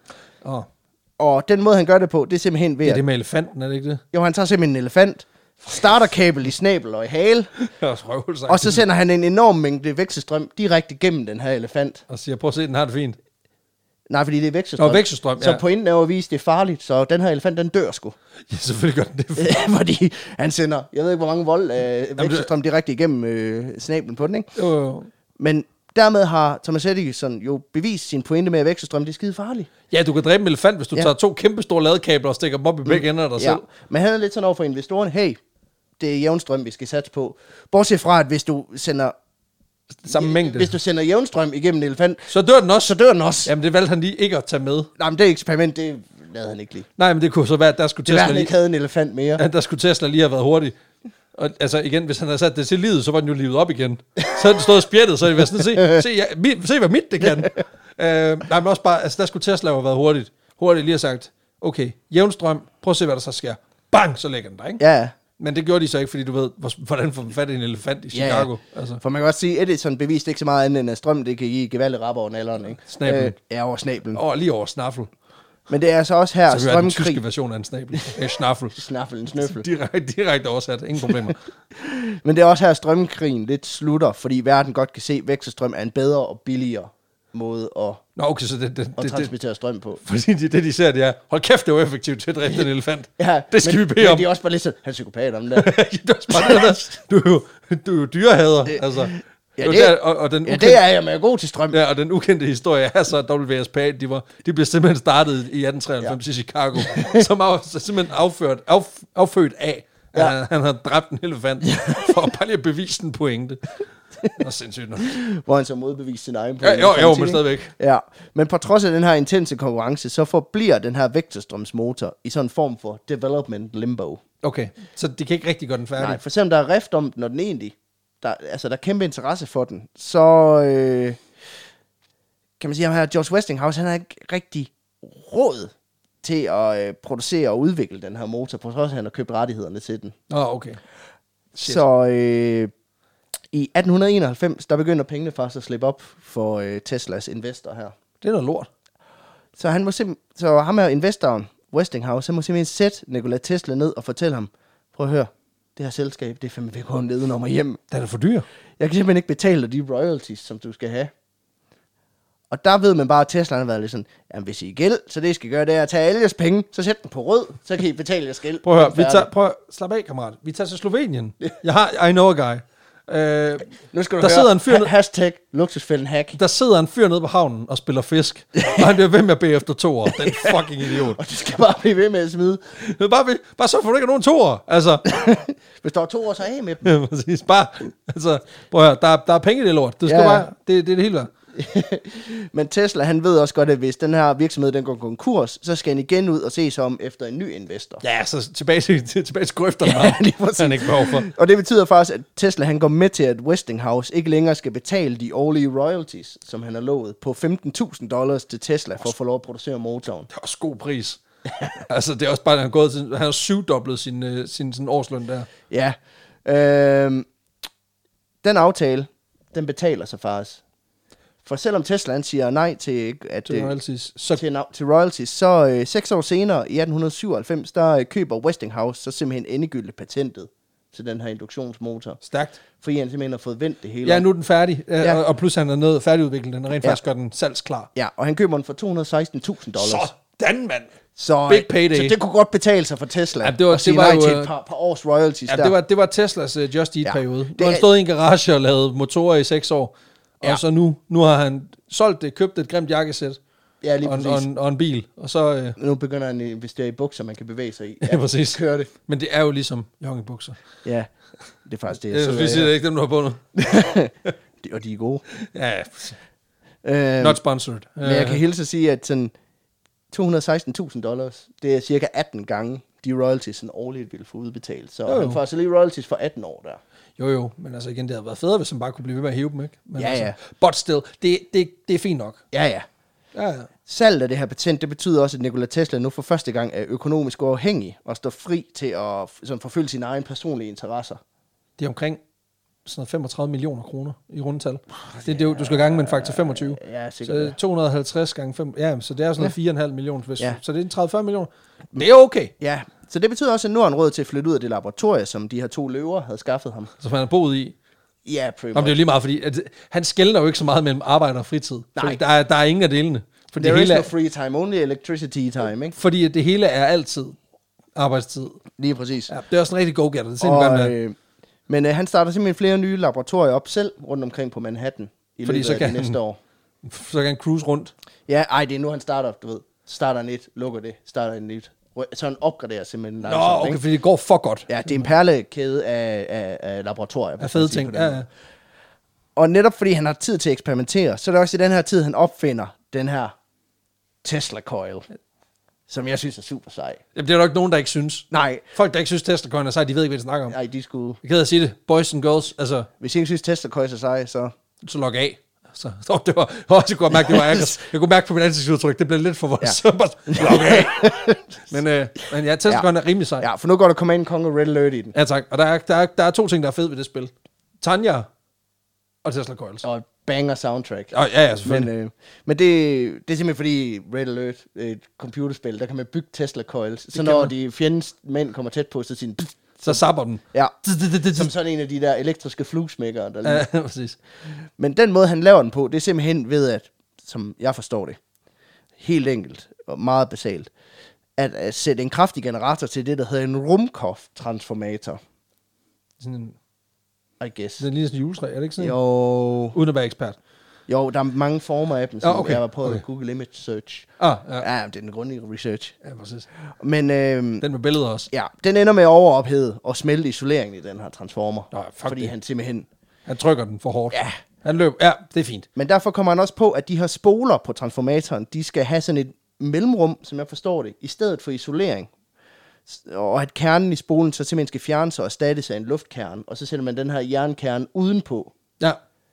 Åh, Og den måde, han gør det på, det er simpelthen ved det er at... det med elefanten, er det ikke det? Jo, han tager simpelthen en elefant, starter kabel i snabel og i hale, Det er også røvelsagt. og så sender han en enorm mængde vekselstrøm direkte gennem den her elefant. Og siger, prøv at se, den har det fint. Nej, fordi det er vekselstrøm. Nå, vekselstrøm, Så ja. pointen er jo at vise, at det er farligt, så den her elefant, den dør sgu. Ja, selvfølgelig gør den det. Fordi han sender, jeg ved ikke, hvor mange volt vekselstrøm direkte igennem snablen på den, ikke? Jo. Men dermed har Thomas Edison jo bevist sin pointe med, at vekselstrøm, det er skide farligt. Ja, du kan dræbe en elefant, hvis du Ja. tager 2 kæmpe store ladekabler og stikker dem op i begge ender af dig selv. Men han er lidt sådan over for investorerne, hey, det er jævnstrøm, vi skal satse på. Bortset fra, at hvis du sender Samme mængde. Hvis du sender jævnstrøm igennem en elefant, Så dør den også. så dør den også. Jamen, det valgte han lige ikke at tage med. Nej, men det eksperiment, det lavede han ikke lige. Nej, men det kunne så være, at der skulle Det var, Tesla han lige... ikke havde en elefant mere. Ja, der skulle Tesla lige have været hurtig. Og altså igen, hvis han havde sat det til livet, så var den jo livet op igen. Så havde den stået og spjættet, så havde det været sådan, se hvad mit det kan. Nej, men også bare, altså der skulle Tesla jo have været hurtigt lige have sagt, okay, jævnstrøm, prøv at se, hvad der så sker. Bang, så lægger den der, ikke? Ja, Men det gjorde de så ikke, fordi du ved, hvordan får man fat i en elefant i Chicago. Altså. for man kan også sige, at Edison beviste ikke så meget andet, end at strøm, det kan give gevaldigt rap over nalleren, ikke? Snablen. Ja, over snablen. Lige over snaffel. Men det er så også her Så vi har den tyske strømkrig. version af en snabel. Snaffel. Snaffel, en snøffel. Direkte oversat. Ingen problemer. Men det er også her strømkrigen lidt slutter, fordi verden godt kan se, at vekselstrøm er en bedre og billigere måde at Nå, okay, så det transmittere strøm på. fordi det, de ser, det er, hold kæft, det var effektivt til at dræbe den elefant. Ja, Det skal men, vi bede om. Men de er også bare lidt sådan, han er psykopat om det. Det er også bare det der. Du er jo dyrehader, altså. Ja, Jo, det- der, og den Ja, ukendte, det er jeg, men jeg er god til strøm. ja, og den ukendte historie er så, at WSPA, de blev simpelthen startet i 1893 i Chicago, som simpelthen affødt af, at han havde dræbt en elefant, for at bare lige at bevise en pointe. Det var sindssygt nok. Hvor han så modbeviste sin egen Ja, jo, politik, men ikke? stadigvæk. Ja, men på trods af den her intense konkurrence, så forbliver den her vekselstrømsmotor i sådan en form for development limbo. Okay, så de kan ikke rigtig gøre den færdig. Nej, for selvom der er rift om den, og den egentlig, der er kæmpe interesse for den, så kan man sige, at George Westinghouse, han har ikke rigtig råd til at producere og udvikle den her motor, på trods af, at han har købt rettighederne til den. Okay. Shit. Så i 1891, der begynder pengene faktisk at slippe op for Teslas investor her. Det er noget lort. Så så ham her investoren, Westinghouse, han må simpelthen sætte Nikola Tesla ned og fortælle ham, prøv at høre, det her selskab, det er fandme ved at gå nedenom og hjem. Den er for dyr. Jeg kan simpelthen ikke betale dig de royalties, som du skal have. Og der ved man bare, at Tesla har været lidt sådan, jamen hvis I er gæld, så det I skal gøre, det er at tage alle jeres penge, så sæt den på rød, så kan I betale jeres gæld. Prøv at høre, slap af, kammerat. Vi tager til Slovenien. I know a guy. Nu skal du der høre, sidder en fyr hashtag luksusfælden hack. Der sidder en fyr nede på havnen og spiller fisk, og han bliver ved med at bede efter 2 år. Den fucking idiot. Og du skal bare blive ved med at smide. Bare så får du ikke nogen 2 år. Altså. Hvis der er 2 år, så af med dem. Ja, præcis. Bare, altså, prøv at høre, der er penge i det lort. Det skal bare, det er det hele værd. Men Tesla, han ved også godt, at hvis den her virksomhed den går konkurs, så skal han igen ud og se sig om efter en ny investor. Ja, så tilbage til grøfterne. Ja, han ikke behov for. Og det betyder faktisk, at Tesla han går med til, at Westinghouse ikke længere skal betale de årlige royalties, som han har lovet, på $15,000 til Tesla for at få lov at producere motoren. Det er også god pris. Altså, det er også bare, han har 7-doblet sin årsløn der. Ja. Den aftale, den betaler sig faktisk. For selvom Tesla han siger nej til royalties, så 6 år senere, i 1897, der køber Westinghouse så simpelthen endegyldigt patentet til den her induktionsmotor. Stærkt. Fordi han simpelthen har fået vendt det hele. Ja, nu er den færdig, og plus han er nået færdigudviklet, den rent faktisk gør den salgsklar. Ja, og han køber den for $216,000. Sådan, mand! Så, Big payday. Så det kunne godt betale sig for Tesla. Ja, det var nej til et par års royalties der. Det var Teslas Just Eat-periode. Nu har han stået i en garage og lavet motorer i 6 år. Og så nu har han solgt det, købt et grimt jakkesæt og en bil. Og så, nu begynder han at investere i bukser, man kan bevæge sig i. Ja, præcis. Kører det. Men det er jo ligesom joggingbukser. Ja, det er faktisk det. Jeg synes, det er ikke dem, du har bundet. Og de er gode. Ja, not sponsored. Men jeg kan hilse at sige, at sådan $216,000, det er cirka 18 gange de royalties, sådan årligt ville få udbetalt. Så han får altså lige royalties for 18 år der. Jo, men altså igen, det havde været federe, hvis han bare kunne blive ved med at hæve dem, ikke? Men ja, altså, ja. But still, det er fint nok. Ja. Salget af det her patent, det betyder også, at Nikola Tesla nu for første gang er økonomisk uafhængig og står fri til at sådan, forfølge sine egne personlige interesser. Det er omkring sådan 35 millioner kroner i rundetal. Du skal gange med en faktor 25. Ja, sikkert. Så 250 gange 5, ja, så det er sådan 4,5 millioner. Ja. Så det er 30-40 millioner. Det er okay. Ja, så det betyder også, at nu har han råd til at flytte ud af det laboratorium, som de her 2 løver havde skaffet ham. Som han har boet i. Ja, pretty much. Det er jo lige meget, fordi han skelner jo ikke så meget mellem arbejde og fritid. Nej. Der er ingen af delene. There is no free time, only electricity time, ikke? Fordi det hele er altid arbejdstid. Lige præcis. Ja, det er også en rigtig go-getter. Det er men han starter simpelthen flere nye laboratorier op selv rundt omkring på Manhattan i løbet af næste år. Så kan han cruise rundt. Ja, det er nu han starter, du ved. Starter en et, lukker det, starter en nyt. Så han opgraderer simpelthen. Nå, okay, fordi det går for godt. Ja, det er en perlekæde af laboratorier. Af fede ting, ja. Og netop fordi han har tid til at eksperimentere, så er det også i den her tid, han opfinder den her Tesla Coil, som jeg synes er super sej. Jamen, det er der ikke nogen, der ikke synes. Nej. Folk, der ikke synes Tesla Coil er sej, de ved ikke, hvad de snakker om. Nej, de skulle... Jeg kan sige det. Boys and girls, altså... Hvis I ikke synes Tesla Coil er sej, så log af. Så det var også, jeg kunne mærke, det var ærgerligt. Jeg kunne mærke på mit ansigtsudtryk, det blev lidt for voldsomt. Ja. Log af. men ja, Tesla Coil er rimelig sej. Ja, for nu går der Command Conquer Red Alert i den. Ja, tak. Og der er 2 ting, der er fede ved det spil. Tanya og Tesla Coils. Og banger soundtrack. Ja, selvfølgelig. Men det er simpelthen fordi Red Alert, et computerspil, der kan man bygge Tesla Coils. Så når de fjendens mænd kommer tæt på, så siger den... Så sapper den. Ja, som sådan en af de der elektriske fluesmækkere. Der ja, præcis. Men den måde, han laver den på, det er simpelthen ved, at, som jeg forstår det, helt enkelt og meget basalt, at sætte en kraftig generator til det, der hedder en Rumkopf-transformator. Sådan en... I guess. Det er lige sådan en juletræ, er det ikke sådan? Jo. Uden at være ekspert. Jo, der er mange former af dem, som jeg var på Google Image Search. Ja. Ja, det er den grundige research. Ja, præcis. Men, den med billeder også. Ja, den ender med at overophede og smelte isoleringen i den her transformer. Fordi han simpelthen... Han trykker den for hårdt. Ja. Han løb. Ja, det er fint. Men derfor kommer han også på, at de her spoler på transformatoren, de skal have sådan et mellemrum, som jeg forstår det, i stedet for isolering. Og at kernen i spolen så simpelthen skal fjernes og erstattes af en luftkerne. Og så sætter man den her jernkerne udenpå. Ja.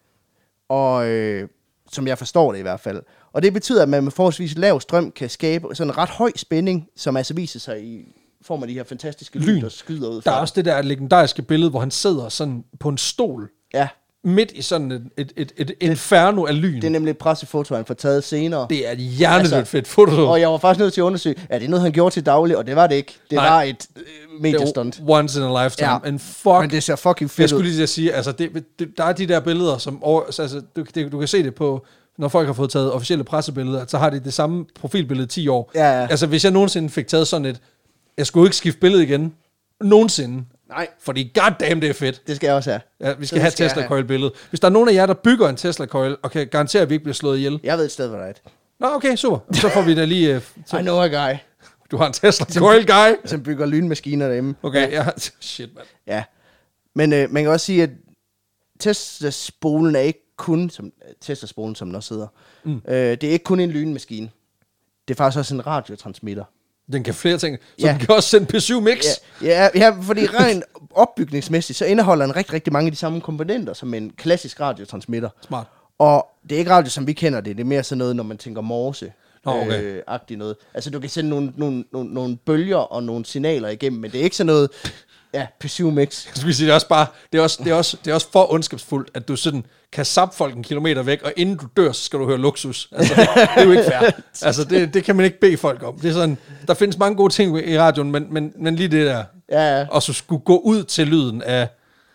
Og som jeg forstår det i hvert fald. Og det betyder, at man med forholdsvis lav strøm kan skabe sådan en ret høj spænding, som altså viser sig i form af de her fantastiske lyn, der skyder ud fra. Der er også det der legendariske billede, hvor han sidder sådan på en stol. Ja. Midt i sådan et inferno af lyn. Det er nemlig et pressefoto, han får taget senere. Det er et hjernedødt fedt foto. Og jeg var faktisk nødt til at undersøge, er det noget, han gjorde til daglig? Og det var det ikke. Det var et mediestunt. Once in a lifetime. Ja. Men det ser fucking fedt ud. Jeg skulle lige sige, altså der er de der billeder, som altså, du kan se det på, når folk har fået taget officielle pressebilleder, så har de det samme profilbillede 10 år. Ja. Altså hvis jeg nogensinde fik taget sådan et, jeg skulle ikke skifte billede igen, nogensinde. Nej. Fordi goddamn, det er fedt. Det skal jeg også have. Ja, vi skal have Tesla-coil-billedet. Hvis der er nogen af jer, der bygger en Tesla-coil, og kan garantere, at vi ikke bliver slået ihjel. Jeg ved et sted, hvor der er et. Nå, okay, super. Så får vi da lige... I know a guy. Du har en Tesla-coil-guy. Som bygger lynmaskiner derhjemme. Okay, ja. Shit, mand. Ja. Men man kan også sige, at Tesla-spolen er ikke kun, som Tesla-spolen, som den også hedder. Det er ikke kun en lynmaskine. Det er faktisk også en radiotransmitter. Den kan flere ting. Så den kan også sende P7 Mix. Ja, fordi rent opbygningsmæssigt, så indeholder den rigtig, rigtig mange af de samme komponenter, som en klassisk radiotransmitter. Smart. Og det er ikke radio, som vi kender det. Det er mere sådan noget, når man tænker morse. Agtigt noget. Altså, du kan sende nogle bølger og nogle signaler igennem, men det er ikke sådan noget... Ja, P7 Mix. Jeg skulle sige, det er også for ondskabsfuldt, at du sådan kan zappe folk en kilometer væk, og inden du dør, så skal du høre luksus. Altså, det er jo ikke fair. Altså, det kan man ikke bede folk om. Det er sådan, der findes mange gode ting i radioen, men lige det der. Ja. Og så skulle gå ud til lyden af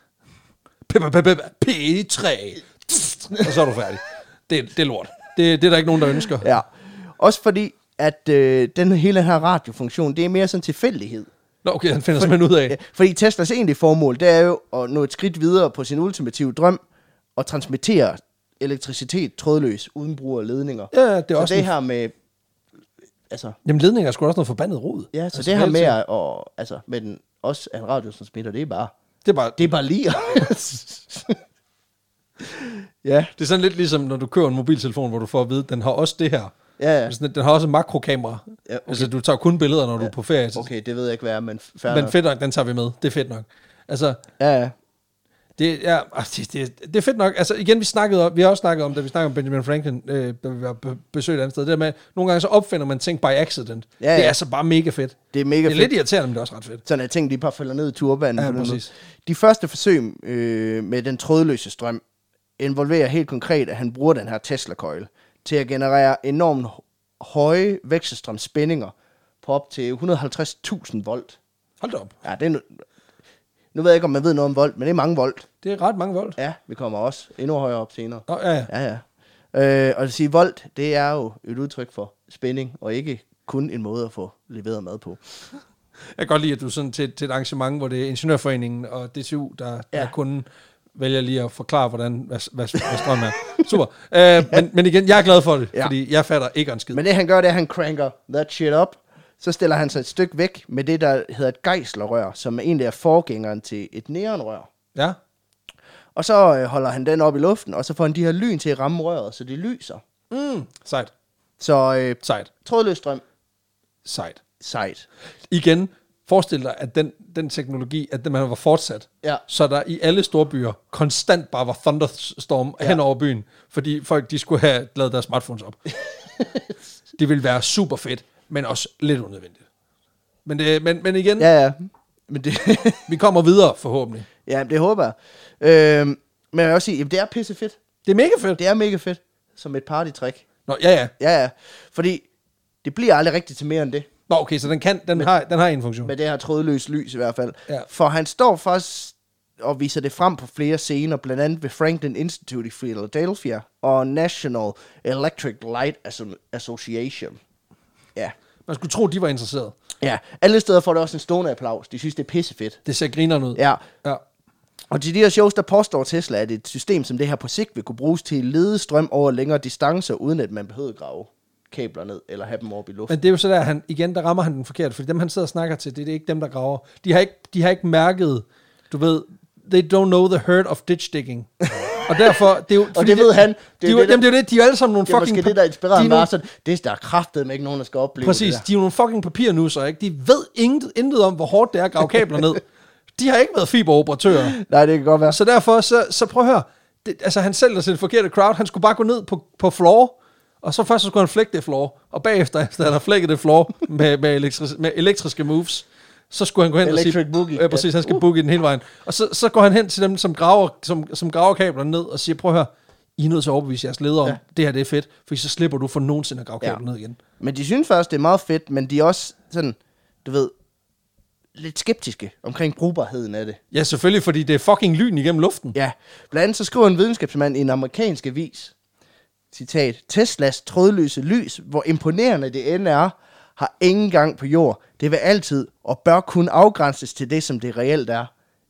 P3. Og så er du færdig. Det er lort. Det er der ikke nogen, der ønsker. Ja. Også fordi, at den hele her radiofunktion, det er mere sådan tilfældighed. Nå, okay, han finder simpelthen ud af. Fordi Teslas egentlige formål, det er jo at nå et skridt videre på sin ultimative drøm og transmittere elektricitet trådløs uden brug af ledninger. Ja, det er så også det her med... Altså, jamen, ledninger er sgu også noget forbandet rod. Ja, så altså, det her med med den også en radiotransmitter, det er bare lige. Ja. Det er sådan lidt ligesom, når du kører en mobiltelefon, hvor du får at vide, den har også det her. Ja. Den har også makrokamera. Ja, okay. Altså, du tager kun billeder, når du er på ferie. Okay, det ved jeg ikke, hvad er, men fedt nok, den tager vi med. Det er fedt nok. Altså, ja. Det er fedt nok. Altså, igen, vi har også snakket om, da vi snakkede om Benjamin Franklin, da vi var besøgt et andet sted. Det der med, nogle gange så opfinder man ting by accident. Ja. Det er altså bare mega fedt. Det er mega fedt. Det er lidt irriterende, men det er også ret fedt. Sådan at ting, de bare falder ned i turbanen. Ja, præcis. De første forsøg med den trådløse strøm involverer helt konkret, at han bruger den her Tesla-coil til at generere enormt høje vekselstrømsspændinger på op til 150.000 volt. Hold da op. Ja, det er nu ved jeg ikke, om man ved noget om volt, men det er mange volt. Det er ret mange volt. Ja, vi kommer også endnu højere op senere. Ja. Og at sige volt, det er jo et udtryk for spænding, og ikke kun en måde at få leveret mad på. Jeg kan godt lide, at du sådan til et arrangement, hvor det er Ingeniørforeningen og DTU, der kun vælger lige at forklare, hvad strøm er. Super. Men igen, jeg er glad for det, fordi jeg fatter ikke en skid. Men det han gør, det er, at han cranker that shit up. Så stiller han sig et stykke væk med det, der hedder et gejslerrør, som egentlig er forgængeren til et neonrør. Ja. Og så holder han den op i luften, og så får han de her lyn til at ramme røret, så det lyser. Sejt. Så sejt. Trådløs strøm. Sejt. Igen, forestil dig, at den teknologi, at man var fortsat, så der i alle store byer konstant bare var thunderstorm hen over byen, fordi folk, de skulle have lavet deres smartphones op. Det ville være super fedt, men også lidt unødvendigt. Men igen, men det vi kommer videre forhåbentlig. Ja, det håber jeg. Men jeg vil også sige, at det er pisse fedt. Det er mega fedt. Det er mega fedt, som et partytrick. Nå, ja. Ja, fordi det bliver aldrig rigtigt til mere end det. Nå, okay, så den har en funktion. Med det her trådløs lys i hvert fald. Ja. For han står først og viser det frem på flere scener, blandt andet ved Franklin Institute i Philadelphia og National Electric Light Association. Ja. Man skulle tro, de var interesseret. Ja, alle steder får det også en stående applaus. De synes, det er pissefedt. Det ser grinerne ud. Ja. Og til de her shows, der påstår Tesla, at et system som det her på sigt vil kunne bruges til at lede strøm over længere distancer, uden at man behøver at grave kabler ned, eller have dem op i luften. Men det er jo så der rammer han den forkert, fordi dem, han sidder og snakker til, det er ikke dem, der graver. De har ikke mærket, du ved, they don't know the hurt of ditch digging. Og derfor, det er jo... og det ved han. Det er jo det, de er jo alle sammen nogle fucking... Det er måske det, der inspirerer mig sådan, det er der kraftedeme ikke nogen, der skal opleve. Præcis, de er jo nogle fucking papirnusser, ikke? De ved intet om, hvor hårdt det er at grave kabler ned. De har ikke været fiberoperatører. Nej, det kan godt være. Så derfor, så prøv at høre. Han sælger til det forkerte crowd. Han skulle bare gå ned på floor, og så først så skulle han flække det floor, og bagefter, efter han har flækket det floor med elektriske moves, så skulle han gå hen Electric og sige... boogie. Præcis, han skal boogie den hele vejen. Og så går han hen til dem, som graver kablerne ned, og siger, prøv at høre, I er nødt til at overbevise jeres ledere om, det her det er fedt, for så slipper du for nogensinde at grave kablerne ned igen. Men de synes først, det er meget fedt, men de er også sådan, du ved, lidt skeptiske omkring brugbarheden af det. Ja, selvfølgelig, fordi det er fucking lyn igennem luften. Ja, blandt andet så skriver en videnskabsmand i en amerikansk avis, citat, Teslas trådløse lys, hvor imponerende det end er, har ingen gang på jord. Det vil altid og bør kun afgrænses til det, som det reelt er.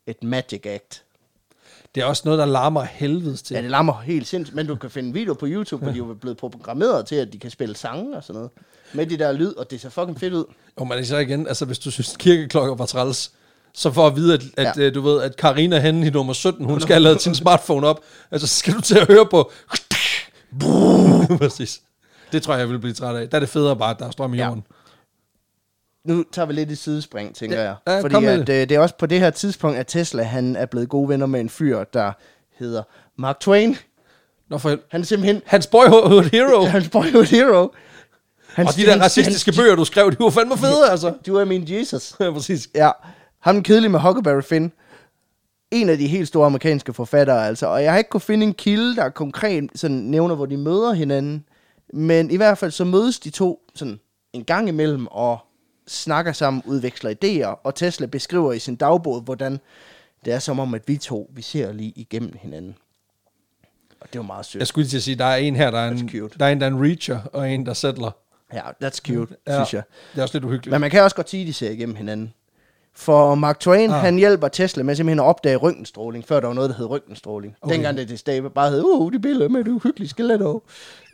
et magic act. Det er også noget, der larmer helvedes til. Ja, det larmer helt sindssygt, men du kan finde video på YouTube, hvor de er blevet programmeret til, at de kan spille sange og sådan noget. Med de der lyd, og det ser fucking fedt ud. Og man så igen, altså hvis du synes, kirkeklokker var træls, så for at vide, at du ved, at Karina henne i nummer 17, hun skal have lavet sin smartphone op, altså så skal du til at høre på... Præcis. Det tror jeg vil blive træt af. Der er det federe bare, at der er strøm i jorden. Nu tager vi lidt i sidespring, tænker jeg. Ja, fordi at, det er også på det her tidspunkt, at Tesla han er blevet gode venner med en fyr, der hedder Mark Twain. Nå for Han er simpelthen... Hans boyhood hero. Hans boyhood hero. Og de der racistiske bøger, du skrev, de var fandme fede, altså. Du er min Jesus. Ja, præcis. Ja. Ham er kedelig med Huckleberry Finn. En af de helt store amerikanske forfattere, altså. Og jeg har ikke kunne finde en kilde, der konkret sådan nævner, hvor de møder hinanden. Men i hvert fald så mødes de to sådan en gang imellem og snakker sammen, udveksler idéer. Og Tesla beskriver i sin dagbog, hvordan det er som om, at vi ser lige igennem hinanden. Og det var meget sødt. Jeg skulle lige til at sige, der er en her, der er en reacher, og en, der settler. Ja, that's cute, synes jeg. Det er også lidt uhyggeligt. Men man kan også godt sige, at de ser igennem hinanden. For Mark Twain, han hjælper Tesla med simpelthen at opdage røntgenstråling, før der var noget, der hed røntgenstråling. Okay. Dengang det bare hed, de billeder med det uhyggelige skelet over.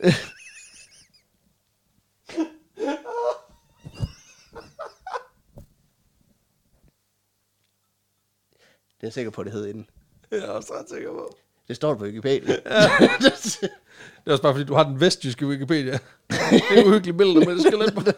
Det er jeg sikker på, det hed inden. Jeg er også ret sikker på. Det står der på Wikipedia. Ja. Det er også bare, fordi du har den vestjyske Wikipedia. Det er uhyggelige billeder med det skelet på.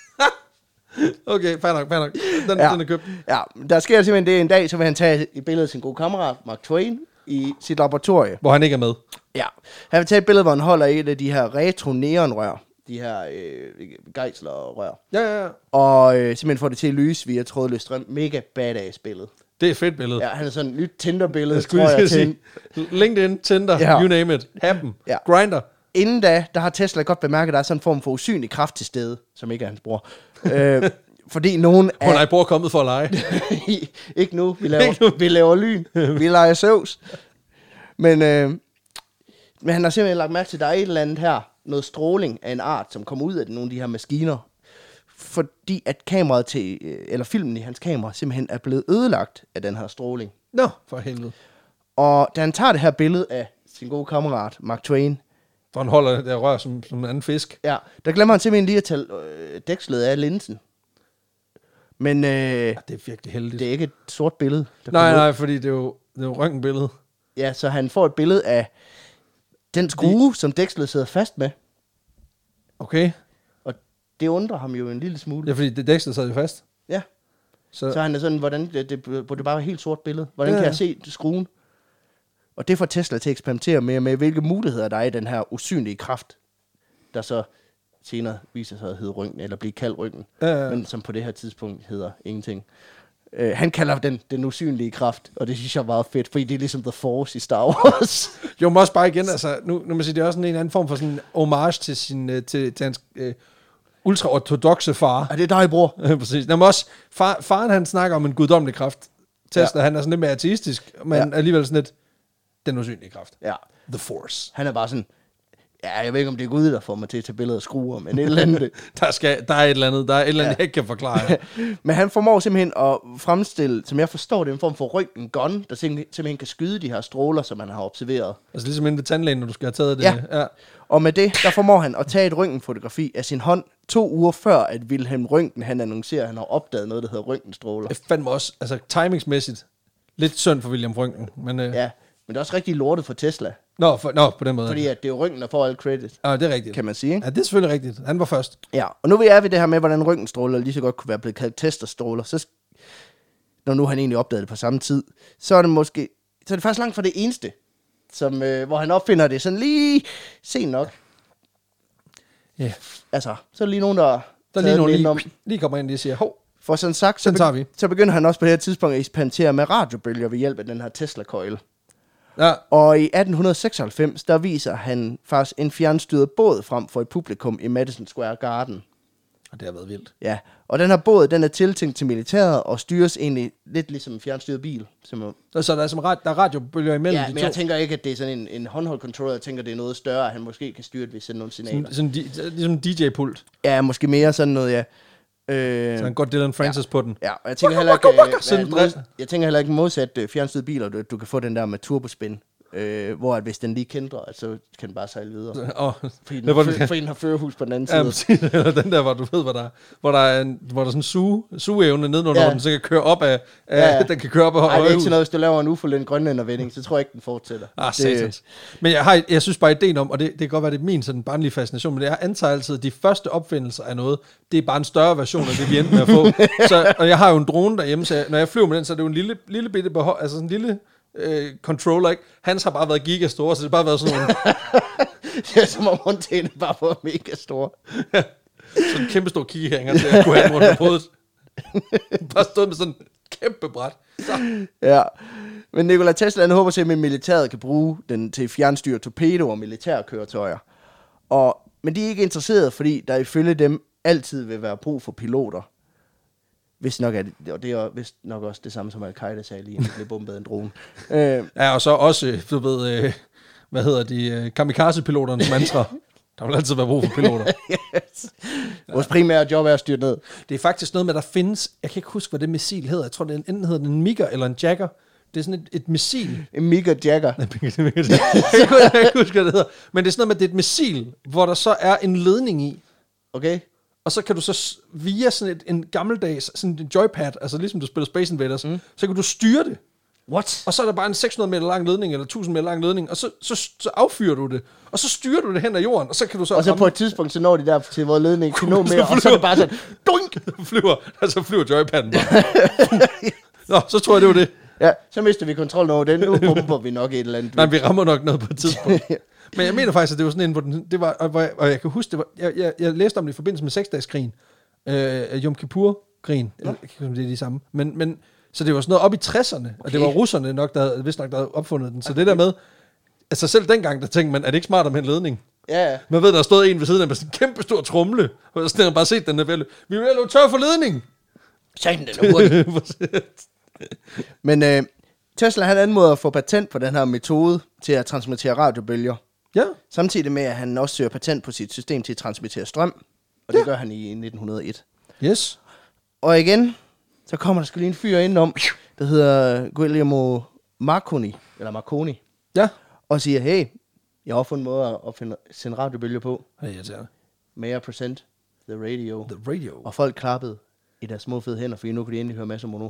Okay, fair nok. Den er købt. Ja, der sker simpelthen det en dag, så vil han tage et billede af sin gode kammerat, Mark Twain, i sit laboratorie. Hvor han ikke er med. Ja, han vil tage et billede, hvor han holder et af de her retro-neonrør. De her gejslerrør. Ja. Og simpelthen får det til at lyse via trådløs strøm. Mega badass billede. Det er et fedt billede. Ja, han er sådan et nyt Tinder-billede, tror jeg. Til LinkedIn, Tinder, you name it. Happen. Ja. Grindr. Inden da, der har Tesla godt bemærket, at der er sådan en form for usynlig kraft til stede, som ikke er hans bror. Fordi nogen Hun er bror kommet for at lege. Ikke nu, vi laver lyn. Vi leger søvs. Men han har simpelthen lagt mærke til, at der er et eller andet her, noget stråling af en art, som kommer ud af nogle af de her maskiner. Fordi at kameraet eller filmen i hans kamera simpelthen er blevet ødelagt af den her stråling. Nå, for helvede. Og da han tager det her billede af sin gode kammerat, Mark Twain. For han holder det der rør som en anden fisk. Ja, der glemmer han simpelthen lige at tage dækslet af linsen. Men det er virkelig heldigt. Det er ikke et sort billede. Nej, fordi det er jo røntgenbillede. Ja, så han får et billede af den skrue, som dækslet sidder fast med. Okay. Og det undrer ham jo en lille smule. Ja, fordi det dækslet sidder jo fast. Ja. Så han er sådan, hvordan det bare er et helt sort billede. Hvordan kan jeg se skruen? Og det får Tesla til at eksperimentere med, hvilke muligheder der er i den her usynlige kraft, der så senere viser sig at hedde røntgen, eller blive kaldt røntgen, men som på det her tidspunkt hedder ingenting. Han kalder den usynlige kraft, og det synes jeg er meget fedt, fordi det er ligesom The Force i Star Wars. Jo, men også bare igen, altså, nu man siger, det er også en eller anden form for sådan homage til hans ultra-ortodoxe far. Ja, det er dig, bror. Præcis. Nå, men også, faren han snakker om en guddommelig kraft. Tesla, han er sådan lidt mere ateistisk, men alligevel sådan lidt den usynlige kraft. Ja. The Force. Han er bare sådan, jeg ved ikke, om det er Gud, der får mig til at tage billeder af skruer, men et eller andet. der er et eller andet, jeg ikke kan forklare. Men han formår simpelthen at fremstille, som jeg forstår det, en form for røntgen-gun, der simpelthen kan skyde de her stråler, som man har observeret. Altså ligesom inde ved tandlægen, når du skal have taget det. Ja. Og med det, der formår han at tage et røntgenfotografi af sin hånd 2 uger før, at Wilhelm Røntgen, han annoncerer, at han har opdaget noget, der hedder røntgenstråler. Det fandt mig også, altså timingsmæssigt, lidt synd for Wilhelm Røntgen. Men, ja, men det er også rigtig lortet for Tesla. Nå, på den måde. Fordi at det er jo Røntgen, der får alt credit. Ja, det er rigtigt. Kan man sige, ikke? Ja, det er selvfølgelig rigtigt. Han var først. Ja, og nu er vi det her med, hvordan røntgenstråler lige så godt kunne være blevet kaldt testerstråler. Så når nu han egentlig opdagede det på samme tid, så er det faktisk langt fra det eneste, som, hvor han opfinder det sådan lige sent nok. Ja. Yeah. Altså, så er der lige nogen, der lige kommer ind og siger, hov. For sådan sagt, så begynder han også på det her tidspunkt at eksperimentere med radiobølger ved hjælp af den her Tesla-coil. Ja. Og i 1896, der viser han faktisk en fjernstyret båd frem for et publikum i Madison Square Garden. Og det har været vildt. Ja, og den her båd, den er tiltænkt til militæret og styres egentlig lidt ligesom en fjernstyret bil. Så der er radiobølger imellem de to? Ja, men jeg tænker ikke, at det er sådan en håndholdt controller. Jeg tænker, det er noget større, at han måske kan styre det ved at sende nogle signaler. Ligesom DJ-pult? Ja, måske mere sådan noget, ja. Så han går Dylan Francis på den. Ja, og jeg tænker heller ikke modsat fjernstyrede biler, du kan få den der med turbospin. Hvor at hvis den lige kendrer, så kan den bare sejle videre. Fordi den har førerhus på den anden side. Eller den der, hvor du ved, hvor der er sådan en sugeevne nedenunder, hvor den så kan køre op af, den kan køre op af højhus. Nej, det er ikke sådan noget, hvis du laver en ufuldendt grønlændervending, så tror jeg ikke, den fortsætter. Satans. Men jeg synes bare ideen om, og det kan godt være, det er min sådan barnlige fascination, men jeg antager altid, at de første opfindelser af noget, det er bare en større version af det, vi endte med at få. Og jeg har jo en drone derhjemme, så når jeg flyver med den, så er det jo en lille bitte altså sådan en lille controller, ikke? Hans har bare været gigastore, så det har bare været sådan nogle... Det er som om håndtagene bare var mega store. Ja. Sådan en kæmpe stor kiggehænger, så jeg kunne have rundt på hovedet. Bare stået med sådan en kæmpe bræt. Så. Ja. Men Nikola Tesla, han håber simpelthen, at militæret kan bruge den til fjernstyre torpedoer og militærkøretøjer. Men de er ikke interesserede, fordi der ifølge dem altid vil være brug for piloter. Hvis nok er det, og det er vist nok også det samme, som Al-Qaida sagde lige, inden det blev bombet af en drone. Ja, og så også, du ved, hvad hedder de, kamikaze-piloternes mantra. Der vil altid være brug for piloter. Yes. Vores primære job er at styre ned. Det er faktisk noget med, der findes, jeg kan ikke huske, hvad det missil hedder. Jeg tror, det enten hedder en Miga eller en Jagger. Det er sådan et missil. En Miga Jagger. Jeg kan ikke huske, hvad det hedder. Men det er sådan noget med, det er et missil, hvor der så er en ledning i. Okay. Og så kan du så via sådan en gammeldags, sådan en joypad, altså ligesom du spiller Space Invaders, så kan du styre det. What? Og så er der bare en 600 meter lang ledning, eller 1000 meter lang ledning, og så affyrer du det. Og så styrer du det hen ad jorden, og så kan du så... Og så på et tidspunkt, så når de der til, hvor ledningen kan nå mere, og så er det bare sådan... Så flyver joypadden bare. Nå, så tror jeg, det var det. Ja, så mister vi kontrollen over den. Nu bomber vi nok et eller andet. Nej, vi rammer nok noget på et tidspunkt. Men jeg mener faktisk, at det var sådan en, hvor det var, og jeg kan huske, det var, jeg læste om det i forbindelse med 6-dagskrigen, Yom Kippur-krigen, jeg kan ikke om det er de samme, men så det var sådan noget op i 60'erne, og det var russerne nok, der havde opfundet den, så det der med, altså selv dengang, der tænkte man, er det ikke smart med en ledning? Ja. Man ved, der stod en ved siden af med sådan en kæmpe stor tromle, og så har bare set den der vel, vi vil løbe tør for ledning! Sådan den er hurtigt. Men Tesla, han anmoder at få patent på den her metode til at transmittere radiobølger. Ja. Samtidig med, at han også søger patent på sit system til at transmittere strøm. Og det gør han i 1901. Yes. Og igen, så kommer der sgu lige en fyr indenom, der hedder Guglielmo Marconi. Ja. Og siger, hey, jeg har fundet en måde at sende radiobølger på. Ja. May I present the radio? The radio. Og folk klappede i deres små fede hænder, fordi nu kan de endelig høre masser af mono.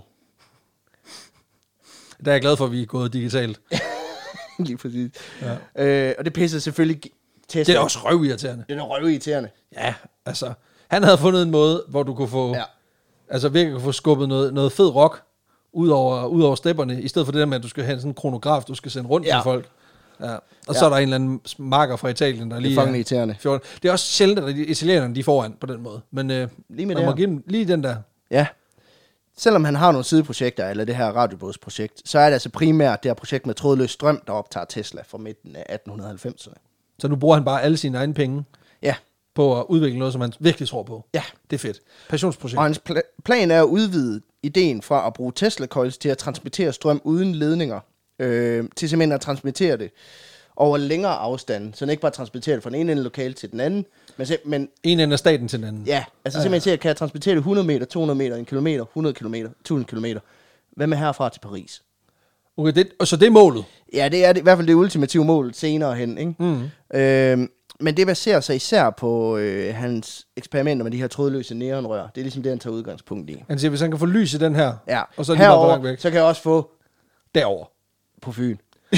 Der er jeg glad for, at vi er gået digitalt. Lige præcis. Ja. Og det pisser selvfølgelig Tesla. Det er også røvirriterende. Det er røvirriterende. Ja, altså. Han havde fundet en måde, hvor du kunne få... Ja. Altså virkelig få skubbet noget fed rock ud over stepperne, i stedet for det der med, at du skal have sådan en kronograf, du skal sende rundt med folk. Ja. Og så er der en eller anden marker fra Italien, der lige er irriterende. Det er også sjældent, at italienerne de er foran på den måde. Men lige med man må give dem lige den der. Ja. Selvom han har nogle sideprojekter, eller det her radiobådsprojekt, så er det altså primært det her projekt med trådløs strøm, der optager Tesla fra midten af 1890'erne. Så nu bruger han bare alle sine egne penge på at udvikle noget, som han virkelig tror på. Ja. Det er fedt. Passionsprojekt. Og hans plan er at udvide ideen fra at bruge Tesla-coils til at transmittere strøm uden ledninger, til simpelthen at transmittere det over længere afstande, så den ikke bare transmitterer det fra den ene ende lokale til den anden, men en ende af staten til den anden. Ja, altså simpelthen til at kan jeg transportere det 100 meter, 200 meter, 1 kilometer, 100 kilometer, 1000 kilometer. Hvad med herfra til Paris? Okay, så det er målet? Ja, det er i hvert fald det ultimative mål senere hen, ikke? Men det baserer sig især på hans eksperimenter med de her trådløse neonrør. Det er ligesom det, han tager udgangspunkt i. Han siger, hvis han kan få lys i den her, og så herover, så kan jeg også få derover på Fyn.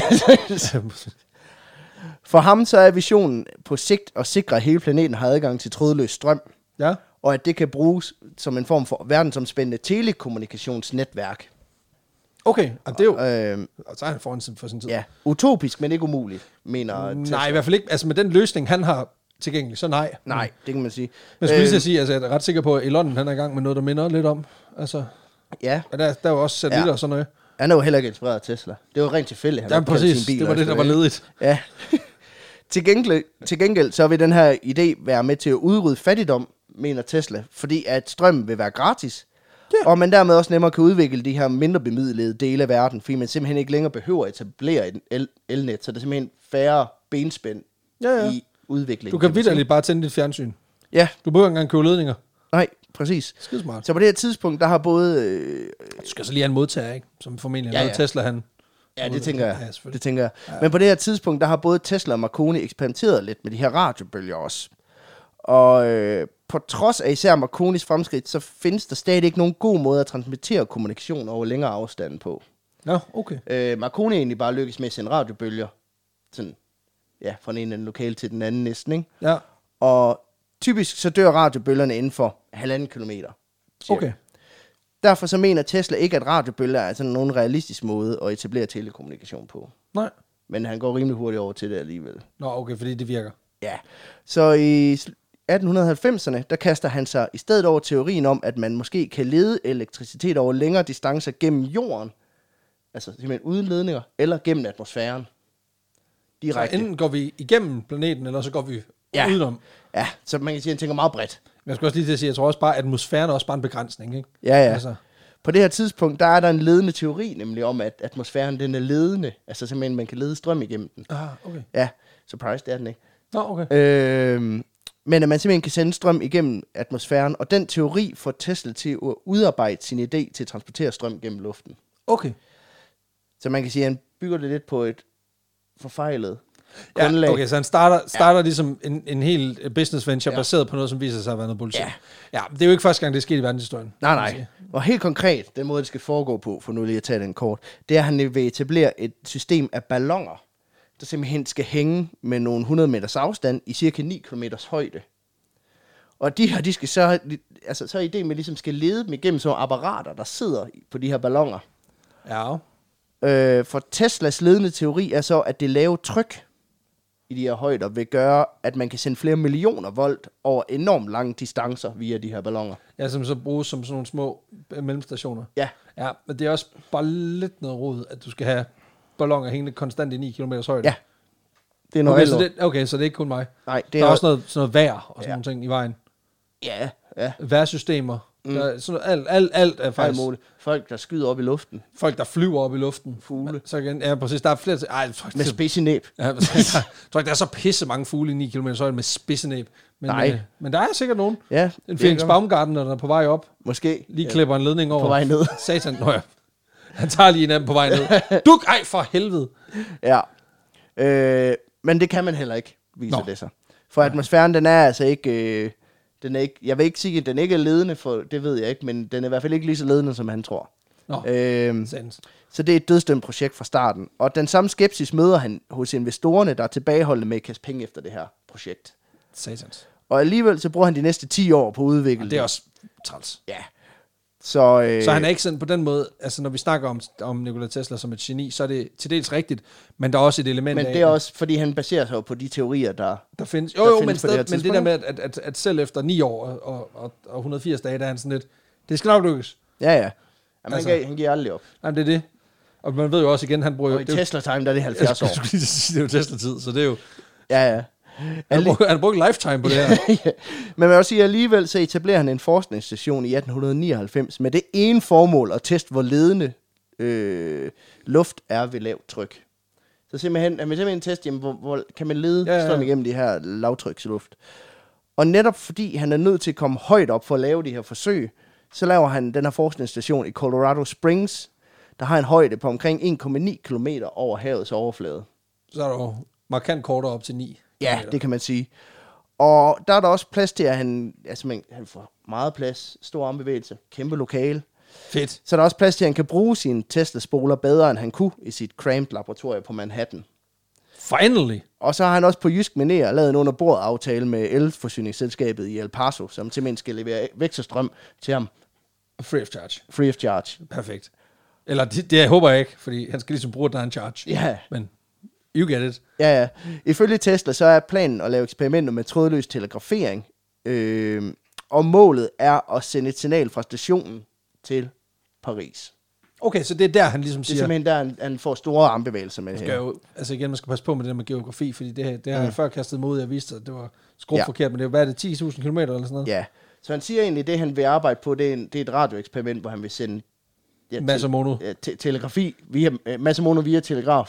For ham så er visionen på sigt at sikre, at hele planeten har adgang til trådløs strøm. Ja. Og at det kan bruges som en form for verdensomspændende telekommunikationsnetværk. Okay, og det er jo... så er han foran for sin tid. Ja, utopisk, men ikke umuligt, mener Tesla. Nej, i hvert fald ikke. Altså med den løsning, han har tilgængelig, så nej. Nej, det kan man sige. Men skulle lige sige, altså jeg er ret sikker på, at Elon, han er i gang med noget, der minder lidt om. Altså, ja. Der er jo også satellitter og sådan noget. Han er jo heller ikke inspireret af Tesla. Det var rent tilfældigt. Ja, præcis. Sin bil, det var det, der var ledigt. Ja. Til gengæld, så vil den her idé være med til at udrydde fattigdom, mener Tesla, fordi at strømmen vil være gratis, og man dermed også nemmere kan udvikle de her mindre bemidlede dele af verden, fordi man simpelthen ikke længere behøver at etablere et elnet, så der er simpelthen færre benspænd i udviklingen. Du kan vitterligt bare tænde dit fjernsyn. Ja. Du behøver ikke engang købe ledninger. Nej, Præcis. Skidesmart. Så på det her tidspunkt, der har både... Du skal så lige have en modtager, ikke? Som formentlig er noget Tesla, han... Ja, det tænker jeg. Ja, Det tænker jeg. Ja. Men på det her tidspunkt, der har både Tesla og Marconi eksperimenteret lidt med de her radiobølger også. Og på trods af især Marconis fremskridt, så findes der stadig ikke nogen god måde at transmittere kommunikation over længere afstande på. Nå, okay. Marconi egentlig bare lykkes med at sende radiobølger sådan, ja, fra den ene lokale til den anden næsten, ikke? Ja. Og typisk så dør radiobølgerne inden for 1,5 kilometer. Okay. Derfor så mener Tesla ikke, at radiobølger er sådan nogen realistisk måde at etablere telekommunikation på. Nej. Men han går rimelig hurtigt over til det alligevel. Nå, okay, fordi det virker. Ja. Så i 1890'erne, der kaster han sig i stedet over teorien om, at man måske kan lede elektricitet over længere distancer gennem jorden. Altså simpelthen uden ledninger, eller gennem atmosfæren. Direkte. Så enten går vi igennem planeten, eller så går vi udenom. Ja, så man kan sige, at han tænker meget bredt. Men jeg skal også lige til at sige, jeg tror også bare, at atmosfæren er også bare en begrænsning, ikke? Ja. Altså. På det her tidspunkt, der er der en ledende teori, nemlig om, at atmosfæren den er ledende. Altså simpelthen, man kan lede strøm igennem den. Okay. Ja, surprise, det er den ikke. Nå, okay. Men at man simpelthen kan sende strøm igennem atmosfæren, og den teori får Tesla til at udarbejde sin idé til at transportere strøm gennem luften. Okay. Så man kan sige, at han bygger det lidt på et forfejlet grundlag. Ja, okay, så han starter ligesom en hel business venture baseret på noget, som viser sig at være noget bullshit. Ja, det er jo ikke første gang, det er sket i verdenshistorien. Nej. Og helt konkret, den måde, det skal foregå på, for nu lige at tage den kort, det er, at han vil etablere et system af balloner, der simpelthen skal hænge med nogle 100 meters afstand i cirka 9 kilometers højde. Og de her, de skal så er ideen med, ligesom skal lede dem igennem sådan apparater, der sidder på de her balloner. Ja. For Teslas ledende teori er så, at det lave tryk i de her højder vil gøre, at man kan sende flere millioner volt over enormt lange distancer via de her balloner. Ja, som så bruges som sådan nogle små mellemstationer. Ja. Ja, men det er også bare lidt noget rod, at du skal have balloner hængende konstant i 9 km højde. Ja. Det er noget okay, så det er ikke kun mig. Nej, det der er også noget, sådan noget vejr og sådan nogle ting i vejen. Ja. Vejrsystemer. Der er sådan alt er faktisk... Folk, der skyder op i luften. Folk, der flyver op i luften. Fugle. Så igen, ja, præcis. Der er flere til... Med spidsenæb. Ja, jeg tror ikke, der er så pisse mange fugle i 9 km højde med spidsenæb. Men der er sikkert nogen. Ja. En Felix Baumgarten, der er på vej op. Måske. Lige klipper en ledning over. På vej ned. Satan. Nå ja. Han tager lige en af dem på vej ned. Duk! Ej, for helvede. Ja. Men det kan man heller ikke, viser det sig. For atmosfæren, den er altså ikke... jeg vil ikke sige, at den ikke er ledende, for det ved jeg ikke, men den er i hvert fald ikke lige så ledende, som han tror. Så det er et dødsdømt projekt fra starten. Og den samme skepsis møder han hos investorerne, der er tilbageholdende med at kaste penge efter det her projekt. Satans. Og alligevel så bruger han de næste 10 år på udvikling. Det er også træls. Ja. Så han er ikke sådan på den måde, altså når vi snakker om Nikola Tesla som et geni, så er det til dels rigtigt, men der er også et element af... Men det er også, fordi han baserer sig på de teorier, der findes. Men det der med, at selv efter 9 år og 180 dage, der er han sådan lidt, det skal nok lykkes. Ja. Jamen, altså, han giver aldrig op. Nej, det er det. Og man ved jo også igen, han bruger jo... Og i Tesla-time, der er det 70 år. Det er jo Tesla-tid, så det er jo... Ja. Han brugte lifetime på det her. Ja. Men man vil også sige, at alligevel så etablerer han en forskningsstation i 1899 med det ene formål at teste, hvor ledende luft er ved lavt tryk. Så han vil simpelthen teste, hvor kan man lede strøm igennem de her lavtryksluft. Og netop fordi han er nødt til at komme højt op for at lave de her forsøg, så laver han den her forskningsstation i Colorado Springs, der har en højde på omkring 1,9 kilometer over havets overflade. Så er der jo markant kortere op til 9. Ja, det kan man sige. Og der er der også plads til, at han får meget plads, stor armbevægelse, kæmpe lokale. Fedt. Så der er også plads til, at han kan bruge sine Tesla-spoler bedre, end han kunne i sit cramped laboratorie på Manhattan. Finally. Og så har han også på jysk manér lavet en underbordet-aftale med elforsyningsselskabet i El Paso, som simpelthen skal levere vekselstrøm til ham. Free of charge. Free of charge. Perfekt. Eller det håber jeg ikke, fordi han skal ligesom bruge den charge. Ja. Men you get it. Ja. Ifølge Tesla, så er planen at lave eksperimenter med trådløs telegrafering. Og målet er at sende et signal fra stationen til Paris. Okay, så det er der, han ligesom siger... Det er simpelthen der, han får store armbevægelser med det her. Altså igen, man skal passe på med det der med geografi, fordi det har jeg før kastet mod, jeg vidste, at det var forkert, men det er hvad er det, 10.000 kilometer eller sådan noget? Ja, så han siger egentlig, det han vil arbejde på, det er et radioeksperiment, hvor han vil sende Massemono. Telegrafi, Massemono via telegraf.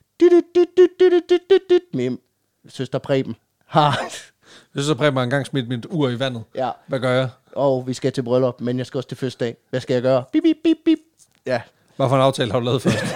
Min søster Preben har... Jeg synes, at Preben har engang smidt mit ur i vandet. Ja. Hvad gør jeg? vi skal til bryllup, men jeg skal også til fødselsdag. Hvad skal jeg gøre? Bip, bip, bip, bip. Ja. Hvad for en aftale har du lavet først?